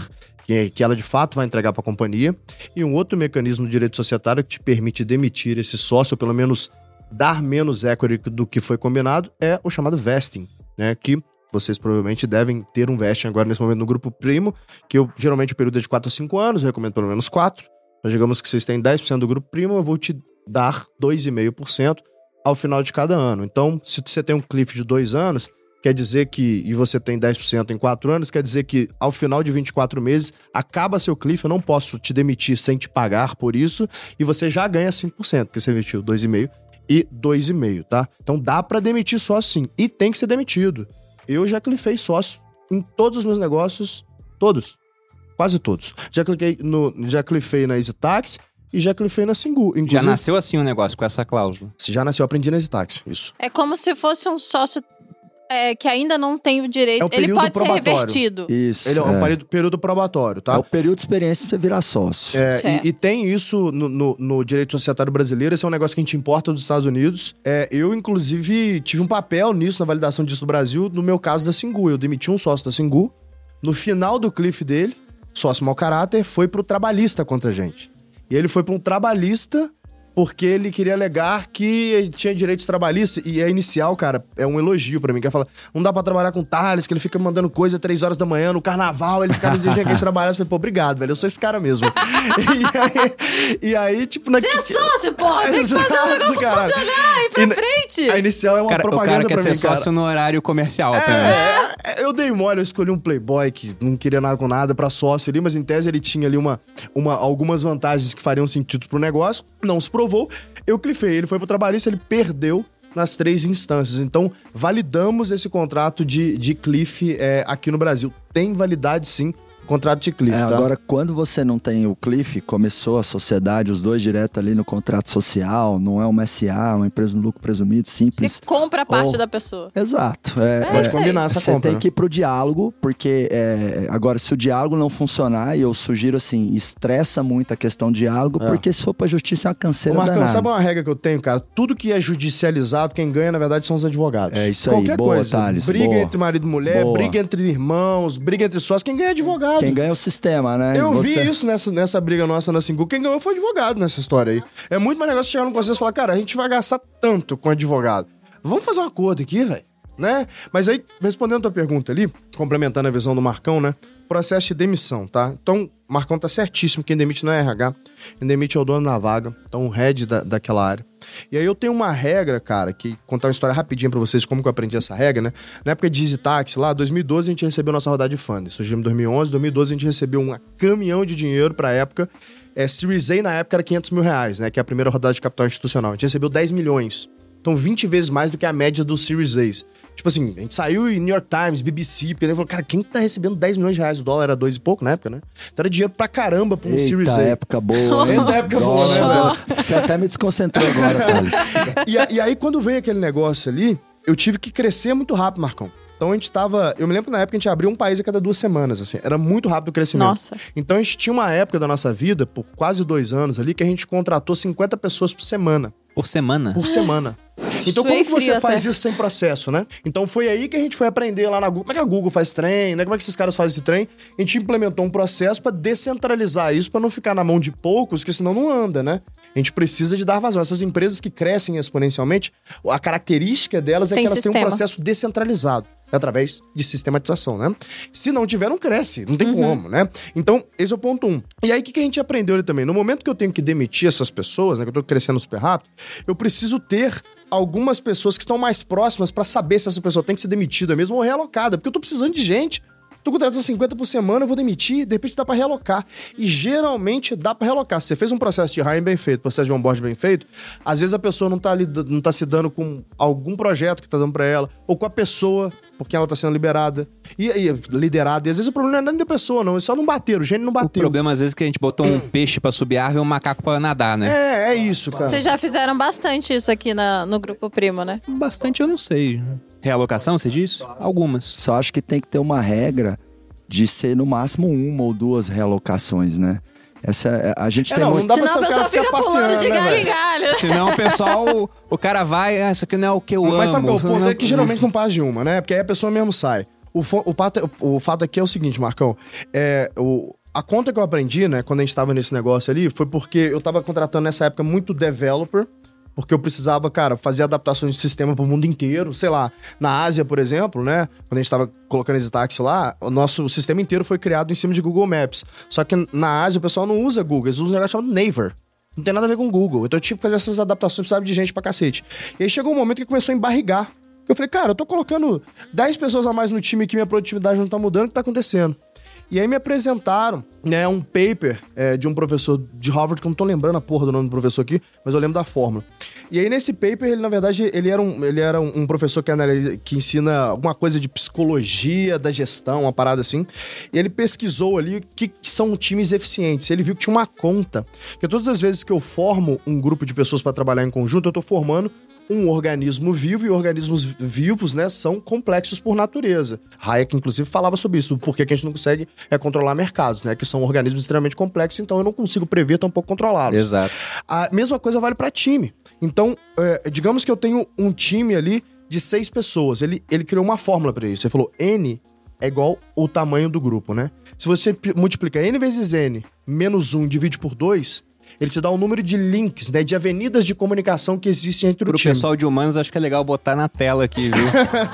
que, que ela de fato vai entregar para a companhia, e um outro mecanismo do direito societário que te permite demitir esse sócio, ou pelo menos dar menos equity do que foi combinado, é o chamado vesting, né? Que vocês provavelmente devem ter um vesting agora nesse momento no grupo primo, que eu, geralmente o período é de quatro a cinco anos, eu recomendo pelo menos quatro. Mas digamos que vocês têm dez por cento do grupo primo, eu vou te dar dois vírgula cinco por cento ao final de cada ano. Então, se você tem um cliff de dois anos, quer dizer que, e você tem dez por cento em quatro anos, quer dizer que ao final de vinte e quatro meses, acaba seu cliff, eu não posso te demitir sem te pagar por isso, e você já ganha cinco por cento, porque você investiu dois vírgula cinco por cento e dois vírgula cinco por cento, tá? Então dá pra demitir sócio sim, e tem que ser demitido. Eu já clifei sócio em todos os meus negócios, todos, quase todos. Já cliquei no, já clifei na EasyTax e já clifei na Singu. Inclusive, já nasceu assim o um negócio, com essa cláusula? Já nasceu, eu aprendi na EasyTax, isso. É como se fosse um sócio é, que ainda não tem o direito. É o Ele pode probatório. ser revertido. Isso. Ele é, é. um período, período probatório, tá? É o período de experiência pra você virar sócio. É, e, e tem isso no, no, no direito societário brasileiro, esse é um negócio que a gente importa dos Estados Unidos. É, eu, inclusive, tive um papel nisso, na validação disso no Brasil, no meu caso da Singu. Eu demiti um sócio da Singu. No final do cliff dele, sócio mau caráter, foi pro trabalhista contra a gente. E ele foi pra um trabalhista porque ele queria alegar que ele tinha direitos trabalhistas. E a inicial, cara, é um elogio pra mim. Que é falar, não dá pra trabalhar com o Thales, que ele fica mandando coisa três horas da manhã no carnaval, ele fica desejando que eles trabalhassem. Eu falei, pô, obrigado, velho, eu sou esse cara mesmo. e, aí, e aí, tipo... Na... Você é sócio, porra! Tem que fazer um negócio cara. funcionar, ir pra E, frente! A inicial é uma Cara, propaganda o cara quer pra ser mim, sócio cara. no horário comercial. também. É, é, eu dei mole, eu escolhi um playboy que não queria nada com nada pra sócio ali, mas em tese ele tinha ali uma, uma, algumas vantagens que fariam sentido pro negócio, não se provou, eu clifei, ele foi pro trabalhista, ele perdeu nas três instâncias, então validamos esse contrato de, de cliff é, aqui no Brasil, tem validade sim, contrato de cliff, É, tá? agora, quando você não tem o cliff, começou a sociedade, os dois direto ali no contrato social, não é uma S A, uma empresa no lucro presumido, simples. Você compra a parte Ou- da pessoa. Exato. É, É, é, Pode isso aí. combinar essa Você compra, tem né? que ir pro diálogo, porque é, agora, se o diálogo não funcionar, e eu sugiro assim, estressa muito a questão do diálogo, É. porque se for pra justiça é uma Ô, canseira Marcão, danada. sabe uma regra que eu tenho, cara? Tudo que é judicializado, quem ganha, na verdade, são os advogados. É isso aí. Qualquer Boa, coisa. Thales, briga boa. entre marido e mulher, Boa. briga entre irmãos, briga entre sócios, quem ganha é advogado. Quem ganha é o sistema, né? Eu Você- vi isso nessa, nessa briga nossa na Singu. Quem ganhou foi advogado nessa história aí. É muito mais negócio chegar num consenso e falar, cara, a gente vai gastar tanto com advogado. Vamos fazer um acordo aqui, velho. Né? Mas aí, respondendo a tua pergunta ali, complementando a visão do Marcão, né? Processo de demissão, tá? Então, o Marcão tá certíssimo. Quem demite não é R H. Quem demite é o dono da vaga. Então, o head da, daquela área. E aí eu tenho uma regra, cara, que contar uma história rapidinho pra vocês, como que eu aprendi essa regra, né? Na época de EasyTax, lá, dois mil e doze, a gente recebeu nossa rodada de funding. Surgimos em dois mil e onze, dois mil e doze a gente recebeu um caminhão de dinheiro pra época. É, Series A na época era quinhentos mil reais, né? Que é a primeira rodada de capital institucional. A gente recebeu dez milhões. Então, vinte vezes mais do que a média dos Series A's. Tipo assim, a gente saiu em New York Times, B B C, porque ele falou, cara, quem tá recebendo dez milhões de reais? O dólar era dois e pouco na época, né? Então era dinheiro pra caramba pra um Series Eita, A. época boa, hein? Eita, época boa, né, Dólar, velho? Você até me desconcentrou agora, Thales. E, a- e aí, quando veio aquele negócio ali, eu tive que crescer muito rápido, Marcão. Então a gente tava. Eu me lembro que na época a gente abria um país a cada duas semanas, assim. Era muito rápido o crescimento. Nossa. Então a gente tinha uma época da nossa vida, por quase dois anos ali, que a gente contratou cinquenta pessoas por semana. Por semana? Por semana. Então, Suei como que você frio faz até. isso sem processo, né? Então, foi aí que a gente foi aprender lá na Google. Como é que a Google faz trem, né? Como é que esses caras fazem esse trem? A gente implementou um processo pra descentralizar isso, pra não ficar na mão de poucos, que senão não anda, né? A gente precisa de dar vazão. Essas empresas que crescem exponencialmente, a característica delas é Tem que elas têm um sistema. processo descentralizado. Através de sistematização, né? Se não tiver, não cresce. Não tem Uhum. como, né? Então, esse é o ponto um. E aí, o que que a gente aprendeu ali também? No momento que eu tenho que demitir essas pessoas, né? Que eu tô crescendo super rápido, eu preciso ter algumas pessoas que estão mais próximas pra saber se essa pessoa tem que ser demitida mesmo ou realocada. Porque eu tô precisando de gente. Tô contratando cinquenta por semana, eu vou demitir, de repente dá pra realocar. E geralmente dá pra realocar. Se você fez um processo de hiring bem feito, processo de onboard bem feito, às vezes a pessoa não tá, lid- não tá se dando com algum projeto que tá dando pra ela, ou com a pessoa, porque ela tá sendo liberada, e, e liderada. E às vezes o problema não é nem da pessoa, não. É só não bater, o gênio não O bateu. problema, às vezes, é que a gente botou um peixe pra subir a árvore e um macaco pra nadar, né? É, é isso, cara. Vocês já fizeram bastante isso aqui na- no Grupo Primo, né? Bastante eu não sei. Realocação, você diz? Algumas. Só acho que tem que ter uma regra de ser no máximo uma ou duas realocações, né? Essa, é- a gente É, tem não, muito... não dá pra Senão a ser o cara pessoa ficar fica pulando passeando, de né, galho em velho? galho. Senão o pessoal, o, o cara vai, ah, isso aqui não é o que eu amo. Mas sabe qual é o ponto? Não- É que geralmente não passa de uma, né? Porque aí a pessoa mesmo sai. O, fo- o, pato- o fato aqui é o seguinte, Marcão. É, o, a conta que eu aprendi, né, quando a gente tava nesse negócio ali, foi porque eu tava contratando nessa época muito developer, porque eu precisava, cara, fazer adaptações de sistema pro mundo inteiro. Sei lá, na Ásia, por exemplo, né, quando a gente tava colocando esse táxi lá, o nosso sistema inteiro foi criado em cima de Google Maps. Só que na Ásia o pessoal não usa Google, eles usam um negócio chamado Naver. Não tem nada a ver com Google. Então eu tive que fazer essas adaptações, precisava de gente pra cacete. E aí chegou um momento que começou a embarrigar. Eu falei, cara, eu tô colocando dez pessoas a mais no time aqui, minha produtividade não tá mudando, o que tá acontecendo? E aí me apresentaram, né, um paper é, de um professor de Harvard, que eu não tô lembrando a porra do nome do professor aqui, mas eu lembro da fórmula. E aí nesse paper, ele na verdade, ele era um, ele era um, um professor que, analisa, que ensina alguma coisa de psicologia da gestão, uma parada assim. E ele pesquisou ali o que, que são times eficientes. Ele viu que tinha uma conta, que todas as vezes que eu formo um grupo de pessoas para trabalhar em conjunto, eu tô formando um organismo vivo, e organismos vivos, né, são complexos por natureza. Hayek, inclusive, falava sobre isso, porque a gente não consegue é, controlar mercados, né, que são organismos extremamente complexos, então eu não consigo prever, tampouco controlá-los. Exato. A mesma coisa vale para time. Então, é, digamos que eu tenho um time ali de seis pessoas, ele, ele criou uma fórmula para isso, ele falou, N é igual o tamanho do grupo, né? Se você multiplica N vezes N menos um divide por dois... ele te dá um número de links, né, de avenidas de comunicação que existem entre Pro o time. Pro pessoal de humanos, acho que é legal botar na tela aqui, viu?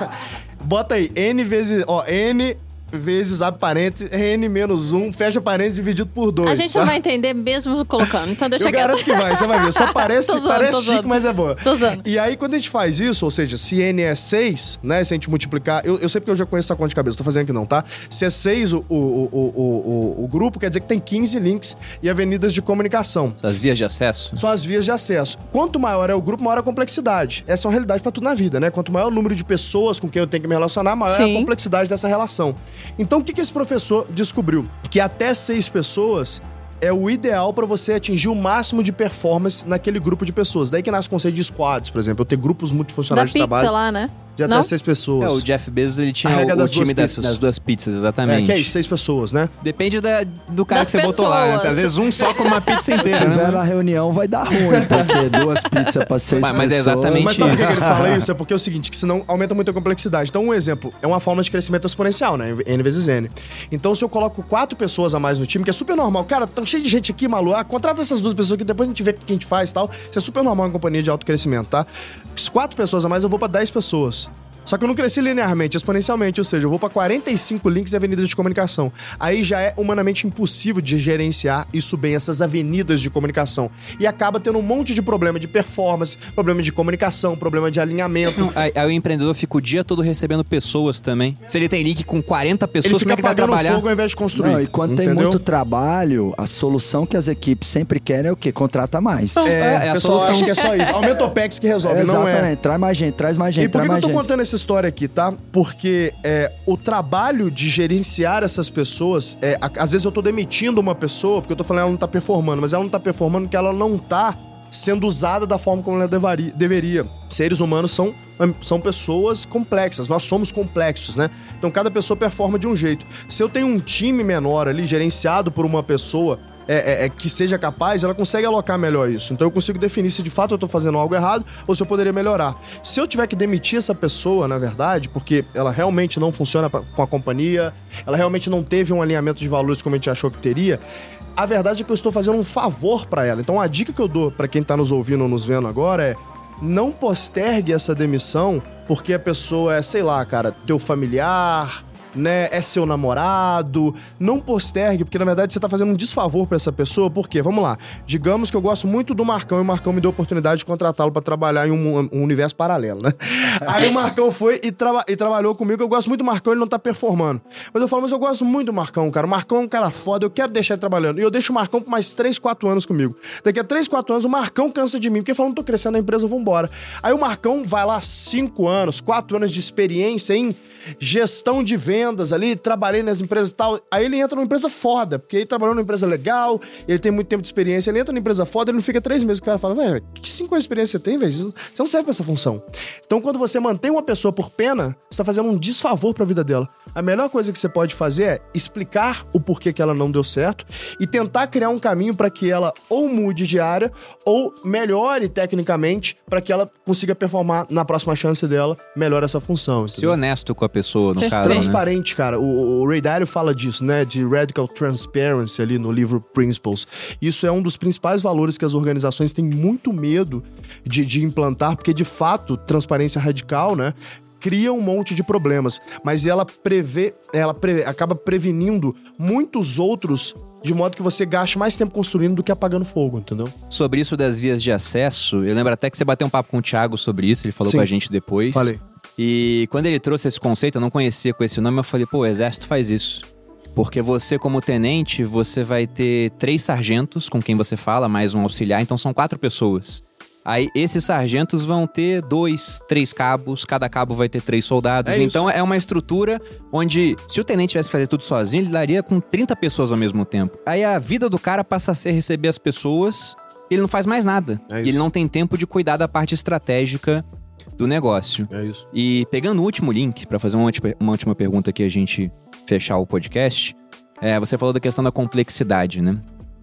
Bota aí, N vezes, ó, N vezes, abre parênteses, N menos um, fecha parênteses, dividido por dois. A gente tá? não vai entender mesmo colocando, então deixa eu quieto. Eu garanto que vai, você vai ver. Só parece, Tô zoando, parece tô chique, zoando. mas é boa. Tô usando. E aí, quando a gente faz isso, ou seja, se N é seis, né, se a gente multiplicar... Eu, eu sei porque eu já conheço essa conta de cabeça, tô fazendo aqui não, tá? Se é seis o, o, o, o, o, o grupo, quer dizer que tem quinze links e avenidas de comunicação. As vias de acesso? São as vias de acesso. Quanto maior é o grupo, maior a complexidade. Essa é uma realidade pra tudo na vida, né? Quanto maior o número de pessoas com quem eu tenho que me relacionar, maior Sim. é a complexidade dessa relação. Então, o que, que esse professor descobriu? Que até seis pessoas é o ideal para você atingir o máximo de performance naquele grupo de pessoas. Daí que nasce o conceito de squads, por exemplo. Eu ter grupos multifuncionais Da de pizza trabalho lá, né? de até Não? seis pessoas. É, o Jeff Bezos, ele A tinha regra o, o das time duas das, pizzas. das duas pizzas, exatamente. É, que é isso, seis pessoas, né? Depende da, do cara Das que você botou lá, né? pessoas. Às vezes um só com uma pizza Se inteira, tiver né? na reunião, vai dar ruim, porque duas pizzas pra seis Mas- mas é pessoas... exatamente Mas sabe por que isso. ele fala isso? É porque é o seguinte, que senão aumenta muito a complexidade. Então, um exemplo, é uma forma de crescimento exponencial, né? N vezes N. Então, se eu coloco quatro pessoas a mais no time, que é super normal. Cara, tão cheio de gente aqui, maluco. Ah, contrata essas duas pessoas aqui, depois a gente vê o que a gente faz e tal. Isso é super normal em companhia de alto crescimento, tá? Se quatro pessoas a mais, eu vou pra dez pessoas. Só que eu não cresci linearmente, exponencialmente, ou seja, eu vou pra quarenta e cinco links de avenidas de comunicação. Aí já é humanamente impossível de gerenciar isso bem, essas avenidas de comunicação. E acaba tendo um monte de problema de performance, problema de comunicação, problema de alinhamento. Não, aí, aí o empreendedor fica o dia todo recebendo pessoas também. Se ele tem link com quarenta pessoas, Ele como é fica que ele vai apagando trabalhar? fogo ao invés de construir. Não, e quando tem entendeu? muito trabalho, a solução que as equipes sempre querem é o quê? Contrata mais. É, É, é a o pessoal solução. acha que é só isso. Aumenta o OPEX que resolve, não é. Exatamente, traz mais gente, traz mais gente, E por traz que, que eu mais tô gente. contando essa história aqui, tá? Porque é, o trabalho de gerenciar essas pessoas, é, a- às vezes eu tô demitindo uma pessoa, porque eu tô falando ela não tá performando, mas ela não tá performando porque ela não tá sendo usada da forma como ela devari- deveria. Seres humanos são, são pessoas complexas, nós somos complexos, né? Então cada pessoa performa de um jeito. Se eu tenho um time menor ali, gerenciado por uma pessoa é, é, é, que seja capaz, ela consegue alocar melhor isso. Então eu consigo definir se de fato eu tô fazendo algo errado ou se eu poderia melhorar. Se eu tiver que demitir essa pessoa, na verdade, porque ela realmente não funciona pra- com a companhia, ela realmente não teve um alinhamento de valores como a gente achou que teria, a verdade é que eu estou fazendo um favor pra ela. Então a dica que eu dou pra quem tá nos ouvindo ou nos vendo agora é: não postergue essa demissão porque a pessoa é, sei lá, cara, teu familiar, né, é seu namorado. Não postergue, porque na verdade você tá fazendo um desfavor pra essa pessoa. Por quê? Vamos lá. Digamos que eu gosto muito do Marcão e o Marcão me deu a oportunidade de contratá-lo pra trabalhar em um, um universo paralelo, né? Aí o Marcão foi e, traba- e trabalhou comigo. Eu gosto muito do Marcão, ele não tá performando. Mas eu falo, mas eu gosto muito do Marcão, cara. O Marcão é um cara foda, eu quero deixar ele trabalhando. E eu deixo o Marcão por mais três, quatro anos comigo. Daqui a três, quatro anos, o Marcão cansa de mim, porque fala, não tô crescendo na empresa, vambora. Aí o Marcão vai lá cinco anos, quatro anos de experiência em gestão de vendas ali, trabalhei nas empresas e tal. Aí ele entra numa empresa foda, porque ele trabalhou numa empresa legal, ele tem muito tempo de experiência, ele entra numa empresa foda, ele não fica três meses. O cara fala, velho, que cinco anos de experiência você tem, velho? Você não serve pra essa função. Então, quando você mantém uma pessoa por pena, você tá fazendo um desfavor pra vida dela. A melhor coisa que você pode fazer é explicar o porquê que ela não deu certo e tentar criar um caminho pra que ela ou mude de área ou melhore tecnicamente pra que ela consiga performar na próxima chance dela melhor essa função. Ser entendeu? honesto com a pessoa, no Perfeito. caso, né? Transparente Exatamente, cara. O, o Ray Dalio fala disso, né? De Radical Transparency ali no livro Principles. Isso é um dos principais valores que as organizações têm muito medo de, de implantar, porque, de fato, transparência radical, né? Cria um monte de problemas, mas ela prevê, ela pre, acaba prevenindo muitos outros, de modo que você gaste mais tempo construindo do que apagando fogo, entendeu? Sobre isso das vias de acesso, eu lembro até que você bateu um papo com o Thiago sobre isso, ele falou Sim. com a gente depois. Falei. E quando ele trouxe esse conceito, eu não conhecia com esse nome, eu falei, pô, o exército faz isso. Porque você, como tenente, você vai ter três sargentos com quem você fala, mais um auxiliar, então são quatro pessoas. Aí, esses sargentos vão ter dois, três cabos, cada cabo vai ter três soldados. É então, é uma estrutura onde, se o tenente tivesse que fazer tudo sozinho, ele daria com trinta pessoas ao mesmo tempo. Aí, a vida do cara passa a ser receber as pessoas, e ele não faz mais nada. É e isso. ele não tem tempo de cuidar da parte estratégica do negócio. É isso. E pegando o último link, pra fazer uma última, uma última pergunta aqui, a gente fechar o podcast, é, você falou da questão da complexidade, né?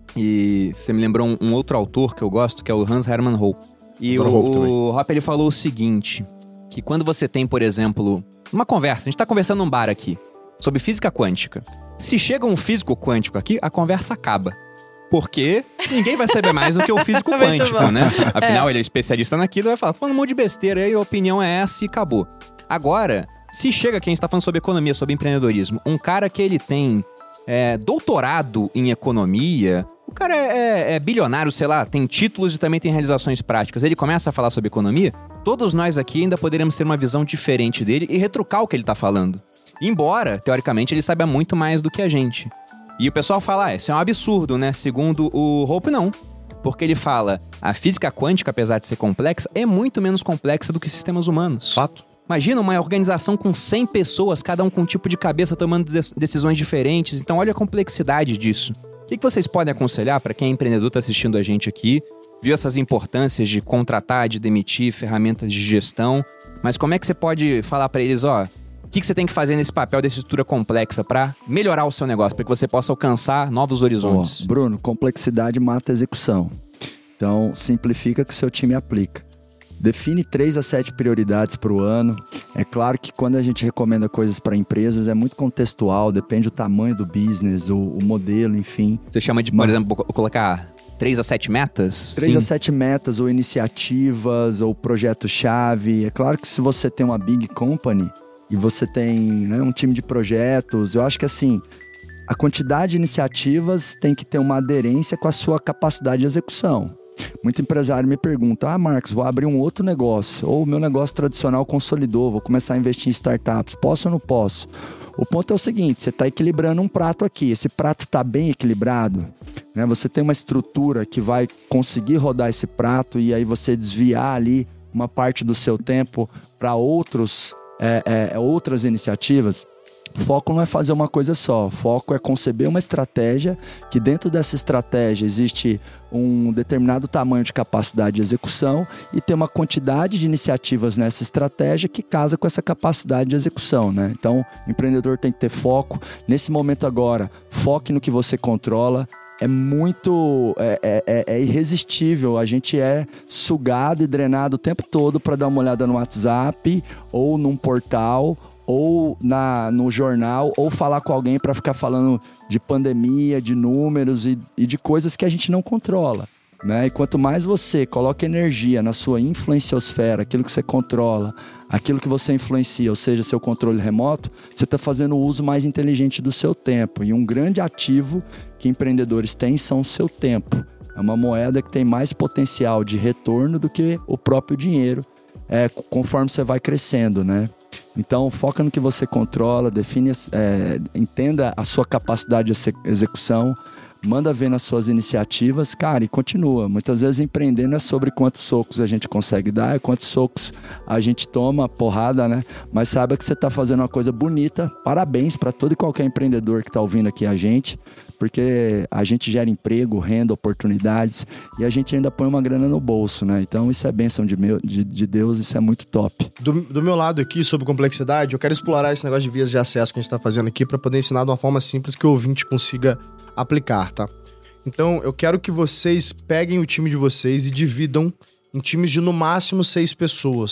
E você me lembrou um, um outro autor que eu gosto, que é o Hans Hermann Hoppe. E o, Hoppe também. o Hoppe, ele falou o seguinte, que quando você tem, por exemplo, uma conversa, a gente tá conversando num bar aqui, sobre física quântica. Se chega um físico quântico aqui, a conversa acaba. Porque ninguém vai saber mais do que o físico Muito quântico, bom. né? Afinal, ele é especialista naquilo, vai falar, tô falando um monte de besteira, aí a opinião é essa e acabou. Agora, se chega aqui, a gente tá falando sobre economia, sobre empreendedorismo, um cara que ele tem é, doutorado em economia, o cara é, é, é bilionário, sei lá, tem títulos e também tem realizações práticas, ele começa a falar sobre economia, todos nós aqui ainda poderíamos ter uma visão diferente dele e retrucar o que ele tá falando. Embora, teoricamente, ele saiba muito mais do que a gente. E o pessoal fala, ah, isso é um absurdo, né? Segundo o Hoppe, não. Porque ele fala, a física quântica, apesar de ser complexa, é muito menos complexa do que sistemas humanos. Fato. Imagina uma organização com cem pessoas, cada um com um tipo de cabeça tomando decisões diferentes. Então, olha a complexidade disso. O que vocês podem aconselhar para quem é empreendedor, está assistindo a gente aqui, viu essas importâncias de contratar, de demitir, ferramentas de gestão, mas como é que você pode falar para eles, ó, o que você tem que fazer nesse papel dessa estrutura complexa para melhorar o seu negócio, para que você possa alcançar novos horizontes? Oh, Bruno, complexidade mata a execução. Então, simplifica que o seu time aplica. Define três a sete prioridades para o ano. É claro que quando a gente recomenda coisas para empresas, é muito contextual, depende do tamanho do business, o, o modelo, enfim. Você chama de, por Mas... exemplo, colocar três a sete metas? Três Sim. a sete metas, ou iniciativas, ou projeto-chave. É claro que se você tem uma big company e você tem, né, um time de projetos, eu acho que assim, a quantidade de iniciativas tem que ter uma aderência com a sua capacidade de execução. Muito empresário me pergunta, ah, Marcos, vou abrir um outro negócio, ou o meu negócio tradicional consolidou, vou começar a investir em startups, posso ou não posso? O ponto é o seguinte, você está equilibrando um prato aqui, esse prato está bem equilibrado, né? Você tem uma estrutura que vai conseguir rodar esse prato e aí você desviar ali uma parte do seu tempo para outros, é, é, outras iniciativas. Foco não é fazer uma coisa só, foco é conceber uma estratégia que dentro dessa estratégia existe um determinado tamanho de capacidade de execução e ter uma quantidade de iniciativas nessa estratégia que casa com essa capacidade de execução, né? Então, o empreendedor tem que ter foco. Nesse momento agora, foque no que você controla. É muito, é, é, é irresistível, a gente é sugado e drenado o tempo todo para dar uma olhada no WhatsApp ou num portal ou na, no jornal, ou falar com alguém para ficar falando de pandemia, de números e, e de coisas que a gente não controla, né? E quanto mais você coloca energia na sua influenciosfera, aquilo que você controla, aquilo que você influencia, ou seja, seu controle remoto, você está fazendo o uso mais inteligente do seu tempo. E um grande ativo que empreendedores têm são o seu tempo. É uma moeda que tem mais potencial de retorno do que o próprio dinheiro, é, conforme você vai crescendo, né? Então, foca no que você controla, define, é, entenda a sua capacidade de execução, manda ver nas suas iniciativas, cara, e continua. Muitas vezes empreender não é sobre quantos socos a gente consegue dar, é quantos socos a gente toma, porrada, né? Mas saiba que você está fazendo uma coisa bonita. Parabéns para todo e qualquer empreendedor que está ouvindo aqui a gente, porque a gente gera emprego, renda, oportunidades e a gente ainda põe uma grana no bolso, né? Então isso é bênção de, meu, de, de Deus, isso é muito top. Do, do meu lado aqui, sobre complexidade, eu quero explorar esse negócio de vias de acesso que a gente está fazendo aqui para poder ensinar de uma forma simples que o ouvinte consiga aplicar, tá? Então, eu quero que vocês peguem o time de vocês e dividam em times de no máximo seis pessoas, tá?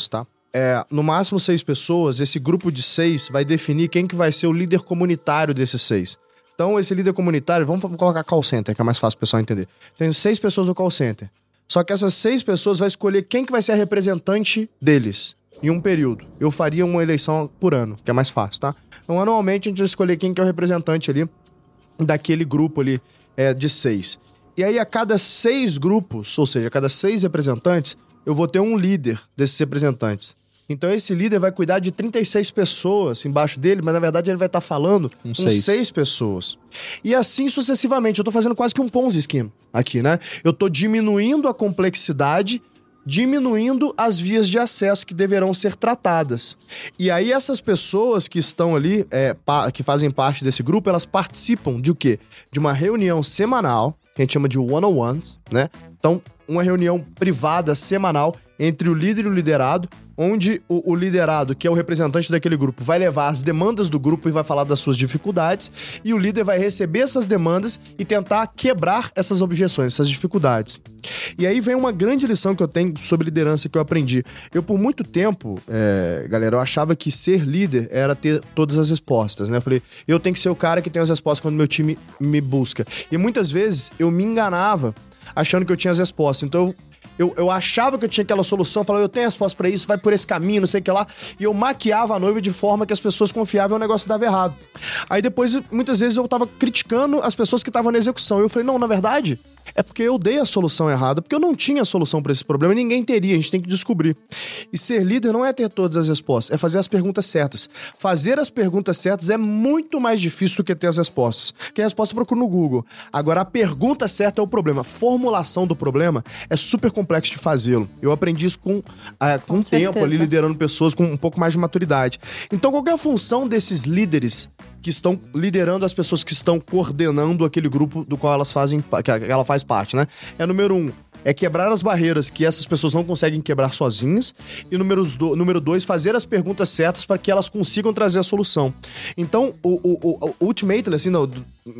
é, no máximo seis pessoas, esse grupo de seis vai definir quem que vai ser o líder comunitário desses seis. Então, esse líder comunitário, vamos colocar call center, que é mais fácil o pessoal entender. Tem seis pessoas no call center. Só que essas seis pessoas vão escolher quem que vai ser a representante deles em um período. Eu faria uma eleição por ano, que é mais fácil, tá? Então, anualmente, a gente vai escolher quem que é o representante ali daquele grupo ali é, de seis. E aí, a cada seis grupos, ou seja, a cada seis representantes, eu vou ter um líder desses representantes. Então, esse líder vai cuidar de trinta e seis pessoas embaixo dele, mas, na verdade, ele vai estar falando Um com seis. seis pessoas. E assim sucessivamente. Eu tô fazendo quase que um Ponzi scheme aqui, né? Eu tô diminuindo a complexidade, diminuindo as vias de acesso que deverão ser tratadas. E aí, essas pessoas que estão ali, é, pa- que fazem parte desse grupo, elas participam de o quê? De uma reunião semanal, que a gente chama de one-on-ones, né? Então, uma reunião privada semanal entre o líder e o liderado, onde o, o liderado, que é o representante daquele grupo, vai levar as demandas do grupo e vai falar das suas dificuldades, e o líder vai receber essas demandas e tentar quebrar essas objeções, essas dificuldades. E aí vem uma grande lição que eu tenho sobre liderança que eu aprendi. Eu, por muito tempo, é, galera, eu achava que ser líder era ter todas as respostas, né? Eu falei, eu tenho que ser o cara que tem as respostas quando meu time me busca. E muitas vezes eu me enganava achando que eu tinha as respostas. Então, eu, eu achava que eu tinha aquela solução, falava, eu tenho a resposta pra isso, vai por esse caminho, não sei o que lá. E eu maquiava a noiva de forma que as pessoas confiavam e o negócio dava errado. Aí depois, muitas vezes, eu tava criticando as pessoas que estavam na execução. E eu falei, não, na verdade, é porque eu dei a solução errada, porque eu não tinha solução pra esse problema e ninguém teria, a gente tem que descobrir. E ser líder não é ter todas as respostas, é fazer as perguntas certas. Fazer as perguntas certas é muito mais difícil do que ter as respostas. Porque a resposta eu procuro no Google. Agora, a pergunta certa é o problema. A formulação do problema é super complexo de fazê-lo. Eu aprendi isso com, ah, com, Com tempo certeza. ali, liderando pessoas com um pouco mais de maturidade. Então, qual que é a função desses líderes que estão liderando as pessoas que estão coordenando aquele grupo do qual elas fazem, que ela faz parte, né? É número um, é quebrar as barreiras que essas pessoas não conseguem quebrar sozinhas. E número, do, número dois, fazer as perguntas certas para que elas consigam trazer a solução. Então, o, o, o, o ultimately, assim, não,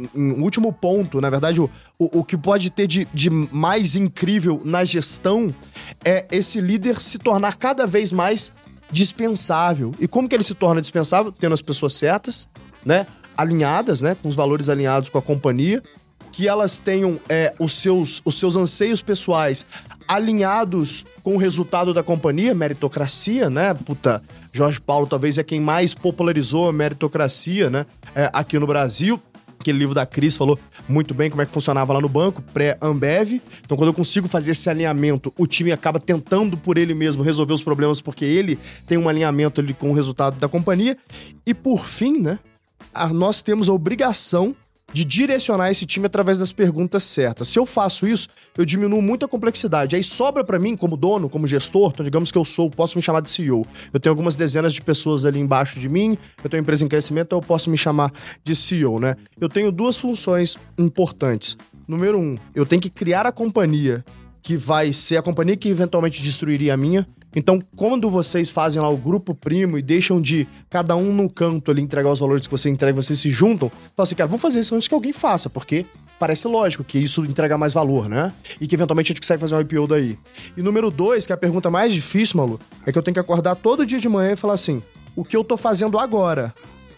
o último ponto, na verdade, o, o, o que pode ter de, de mais incrível na gestão é esse líder se tornar cada vez mais dispensável. E como que ele se torna dispensável? Tendo as pessoas certas, né? Alinhadas, né? Com os valores alinhados com a companhia, que elas tenham é, os, seus, os seus anseios pessoais alinhados com o resultado da companhia, meritocracia, né? Puta, Jorge Paulo talvez é quem mais popularizou a meritocracia, né? É, aqui no Brasil. Aquele livro da Cris falou muito bem como é que funcionava lá no banco, pré-Ambev. Então, quando eu consigo fazer esse alinhamento, o time acaba tentando por ele mesmo resolver os problemas, porque ele tem um alinhamento ali com o resultado da companhia. E, por fim, né, a- nós temos a obrigação de direcionar esse time através das perguntas certas. Se eu faço isso, eu diminuo muito a complexidade. Aí sobra pra mim, como dono, como gestor, então digamos que eu sou, posso me chamar de C E O. Eu tenho algumas dezenas de pessoas ali embaixo de mim, eu tenho uma empresa em crescimento, então eu posso me chamar de C E O, né? Eu tenho duas funções importantes. Número um, eu tenho que criar a companhia que vai ser a companhia que eventualmente destruiria a minha. Então, quando vocês fazem lá o grupo primo e deixam de cada um no canto ali entregar os valores que você entrega, vocês se juntam, falam assim, cara, vamos fazer isso antes que alguém faça, porque parece lógico que isso entrega mais valor, né? E que eventualmente a gente consegue fazer um I P O daí. E número dois, que é a pergunta mais difícil, Malu, é que eu tenho que acordar todo dia de manhã e falar assim, o que eu tô fazendo agora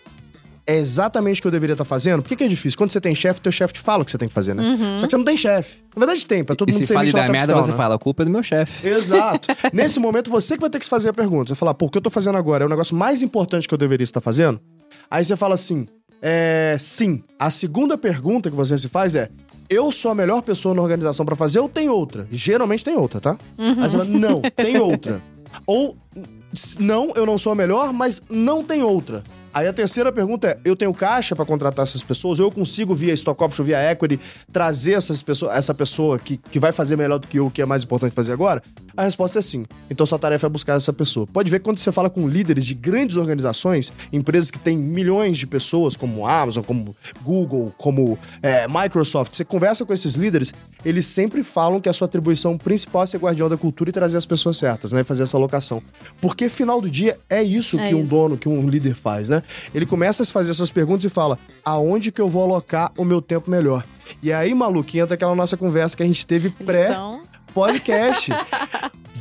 é exatamente o que eu deveria estar fazendo? Por que, que é difícil? Quando você tem chefe, teu chefe te fala o que você tem que fazer, né? Só que você não tem chefe. Na verdade tem, pra todo E mundo se ser fala e bicho dá nota merda, fiscal, você né? fala, a culpa é do meu chefe. Exato. Nesse momento, você que vai ter que fazer a pergunta. Você fala, pô, o que eu tô fazendo agora é o negócio mais importante que eu deveria estar fazendo? Aí você fala assim, é... sim. A segunda pergunta que você se faz é, eu sou a melhor pessoa na organização pra fazer ou tem outra? Geralmente tem outra, tá? Aí você fala, não, tem outra. Ou, não, eu não sou a melhor, mas não tem outra. Aí a terceira pergunta é, eu tenho caixa pra contratar essas pessoas? Ou eu consigo via stock option, via equity, trazer essas pessoas, essa pessoa que, que vai fazer melhor do que eu, o que é mais importante fazer agora? A resposta é sim. Então sua tarefa é buscar essa pessoa. Pode ver que quando você fala com líderes de grandes organizações, empresas que têm milhões de pessoas, como Amazon, como Google, como é, Microsoft, você conversa com esses líderes, eles sempre falam que a sua atribuição principal é ser guardião da cultura e trazer as pessoas certas, né? Fazer essa alocação. Porque, final do dia, é isso É que um isso. dono, que um líder faz, né? Ele começa a se fazer essas perguntas e fala, aonde que eu vou alocar o meu tempo melhor? E aí, Malu, que entra aquela nossa conversa que a gente teve pré... Então, podcast.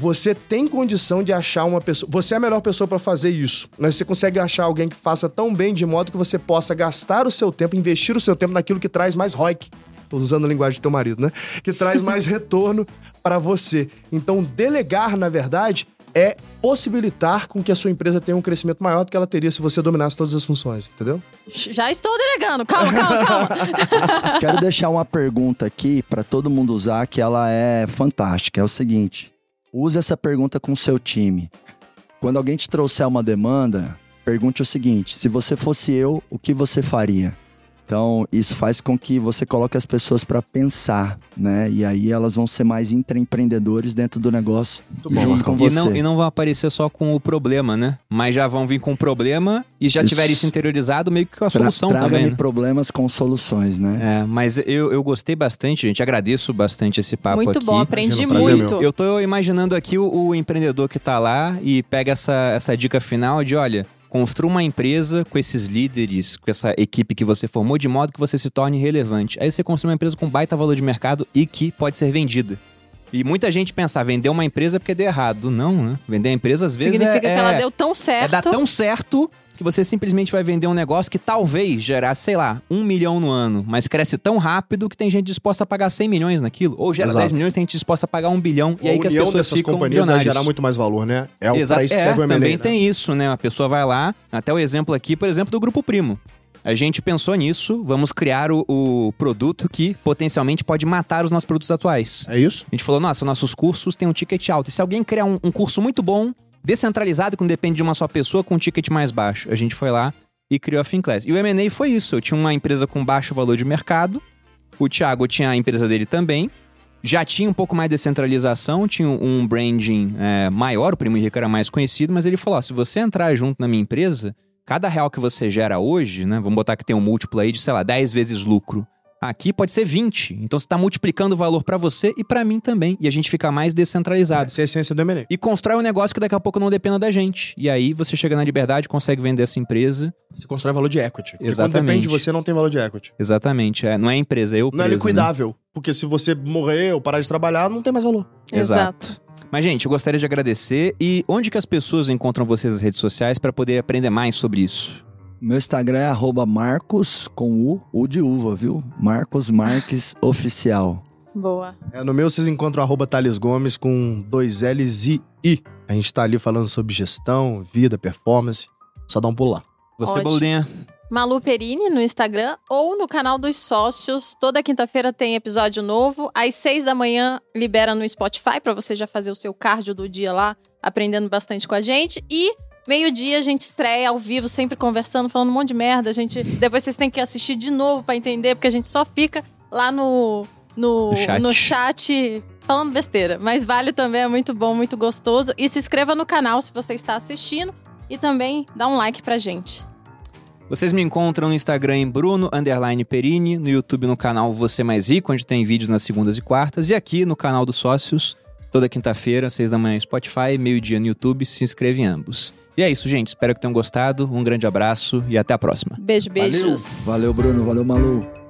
você tem condição de achar uma pessoa... Você é a melhor pessoa para fazer isso. Mas você consegue achar alguém que faça tão bem de modo que você possa gastar o seu tempo, investir o seu tempo naquilo que traz mais R O I C. Tô usando a linguagem do teu marido, né? Que traz mais retorno para você. Então, delegar, na verdade, é possibilitar com que a sua empresa tenha um crescimento maior do que ela teria se você dominasse todas as funções, entendeu? Já estou delegando. Calma, calma, calma. Quero deixar uma pergunta aqui para todo mundo usar, que ela é fantástica. É o seguinte, use essa pergunta com o seu time. Quando alguém te trouxer uma demanda, pergunte o seguinte, se você fosse eu, o que você faria? Então, isso faz com que você coloque as pessoas para pensar, né? E aí elas vão ser mais intraempreendedores dentro do negócio, bom, junto com E você. não, e não vão aparecer só com o problema, né? Mas já vão vir com o problema e já Isso. tiver isso interiorizado meio que com a Tra- solução também, Traga-me né? problemas com soluções, né? É, mas eu, eu gostei bastante, gente. Agradeço bastante esse papo Muito aqui. bom, aprendi Imagina, prazer muito. Eu tô imaginando aqui o, o empreendedor que tá lá e pega essa, essa dica final de, olha, construa uma empresa com esses líderes, com essa equipe que você formou, de modo que você se torne relevante. Aí você construi uma empresa com baita valor de mercado e que pode ser vendida. E muita gente pensa, ah, vender uma empresa porque deu errado. Não, né? Vender a empresa às vezes Significa é, que ela é- deu tão certo. é dar tão certo que você simplesmente vai vender um negócio que talvez gerar, sei lá, um milhão no ano, mas cresce tão rápido que tem gente disposta a pagar cem milhões naquilo. Ou gera Exato. dez milhões, tem gente disposta a pagar um bilhão. E A aí que as união pessoas dessas ficam companhias vai milionários. gerar muito mais valor, né? É o Exato. pra isso que É, serve o M and A, também né? tem isso, né? A pessoa vai lá, até o exemplo aqui, por exemplo, do Grupo Primo. A gente pensou nisso, vamos criar o, o produto que potencialmente pode matar os nossos produtos atuais. É isso? A gente falou, nossa, nossos cursos têm um ticket alto. E se alguém criar um, um curso muito bom, descentralizado, que não depende de uma só pessoa, com um ticket mais baixo, a gente foi lá e criou a Finclass. E o M and A foi isso. Eu tinha uma empresa com baixo valor de mercado, o Thiago tinha a empresa dele também, já tinha um pouco mais de descentralização, tinha um branding é, maior, o Primo Henrique era mais conhecido, mas ele falou, ó, se você entrar junto na minha empresa, cada real que você gera hoje, né, vamos botar que tem um múltiplo aí de, sei lá, dez vezes lucro. Aqui pode ser vinte. Então você está multiplicando o valor para você e para mim também. E a gente fica mais descentralizado. Essa é a essência do M and A. E constrói um negócio que daqui a pouco não dependa da gente. E aí você chega na liberdade, consegue vender essa empresa. Você constrói valor de equity. Porque Exatamente. quando depende de você, não tem valor de equity. Exatamente. É, não é empresa, é eu Não é preso, liquidável. Porque se você morrer ou parar de trabalhar, não tem mais valor. Né? Exato. Mas, gente, eu gostaria de agradecer. E onde que as pessoas encontram vocês nas redes sociais para poder aprender mais sobre isso? Meu Instagram é arroba Marcos, com U, U de uva, viu? Marcos Marques Oficial. Boa. É, no meu, vocês encontram arroba Thales Gomes com dois L's e I. A gente tá ali falando sobre gestão, vida, performance. Só dá um pulo lá. Você, Ótimo. Boludinha? Malu Perini no Instagram ou no canal dos sócios. Toda quinta-feira tem episódio novo. Às seis da manhã libera no Spotify pra você já fazer o seu cardio do dia lá, aprendendo bastante com a gente. E meio-dia a gente estreia ao vivo, sempre conversando, falando um monte de merda. A gente, depois vocês têm que assistir de novo pra entender, porque a gente só fica lá no, no, No chat. no chat falando besteira. Mas vale também, é muito bom, muito gostoso. E se inscreva no canal se você está assistindo. E também dá um like pra gente. Vocês me encontram no Instagram em Bruno underline Perini, no YouTube no canal Você Mais Rico, onde tem vídeos nas segundas e quartas, e aqui no canal dos sócios, toda quinta-feira, seis da manhã, Spotify, meio-dia no YouTube, se inscreve em ambos. E é isso, gente. Espero que tenham gostado. Um grande abraço e até a próxima. Beijo, beijos. Valeu, Bruno. Valeu, Malu.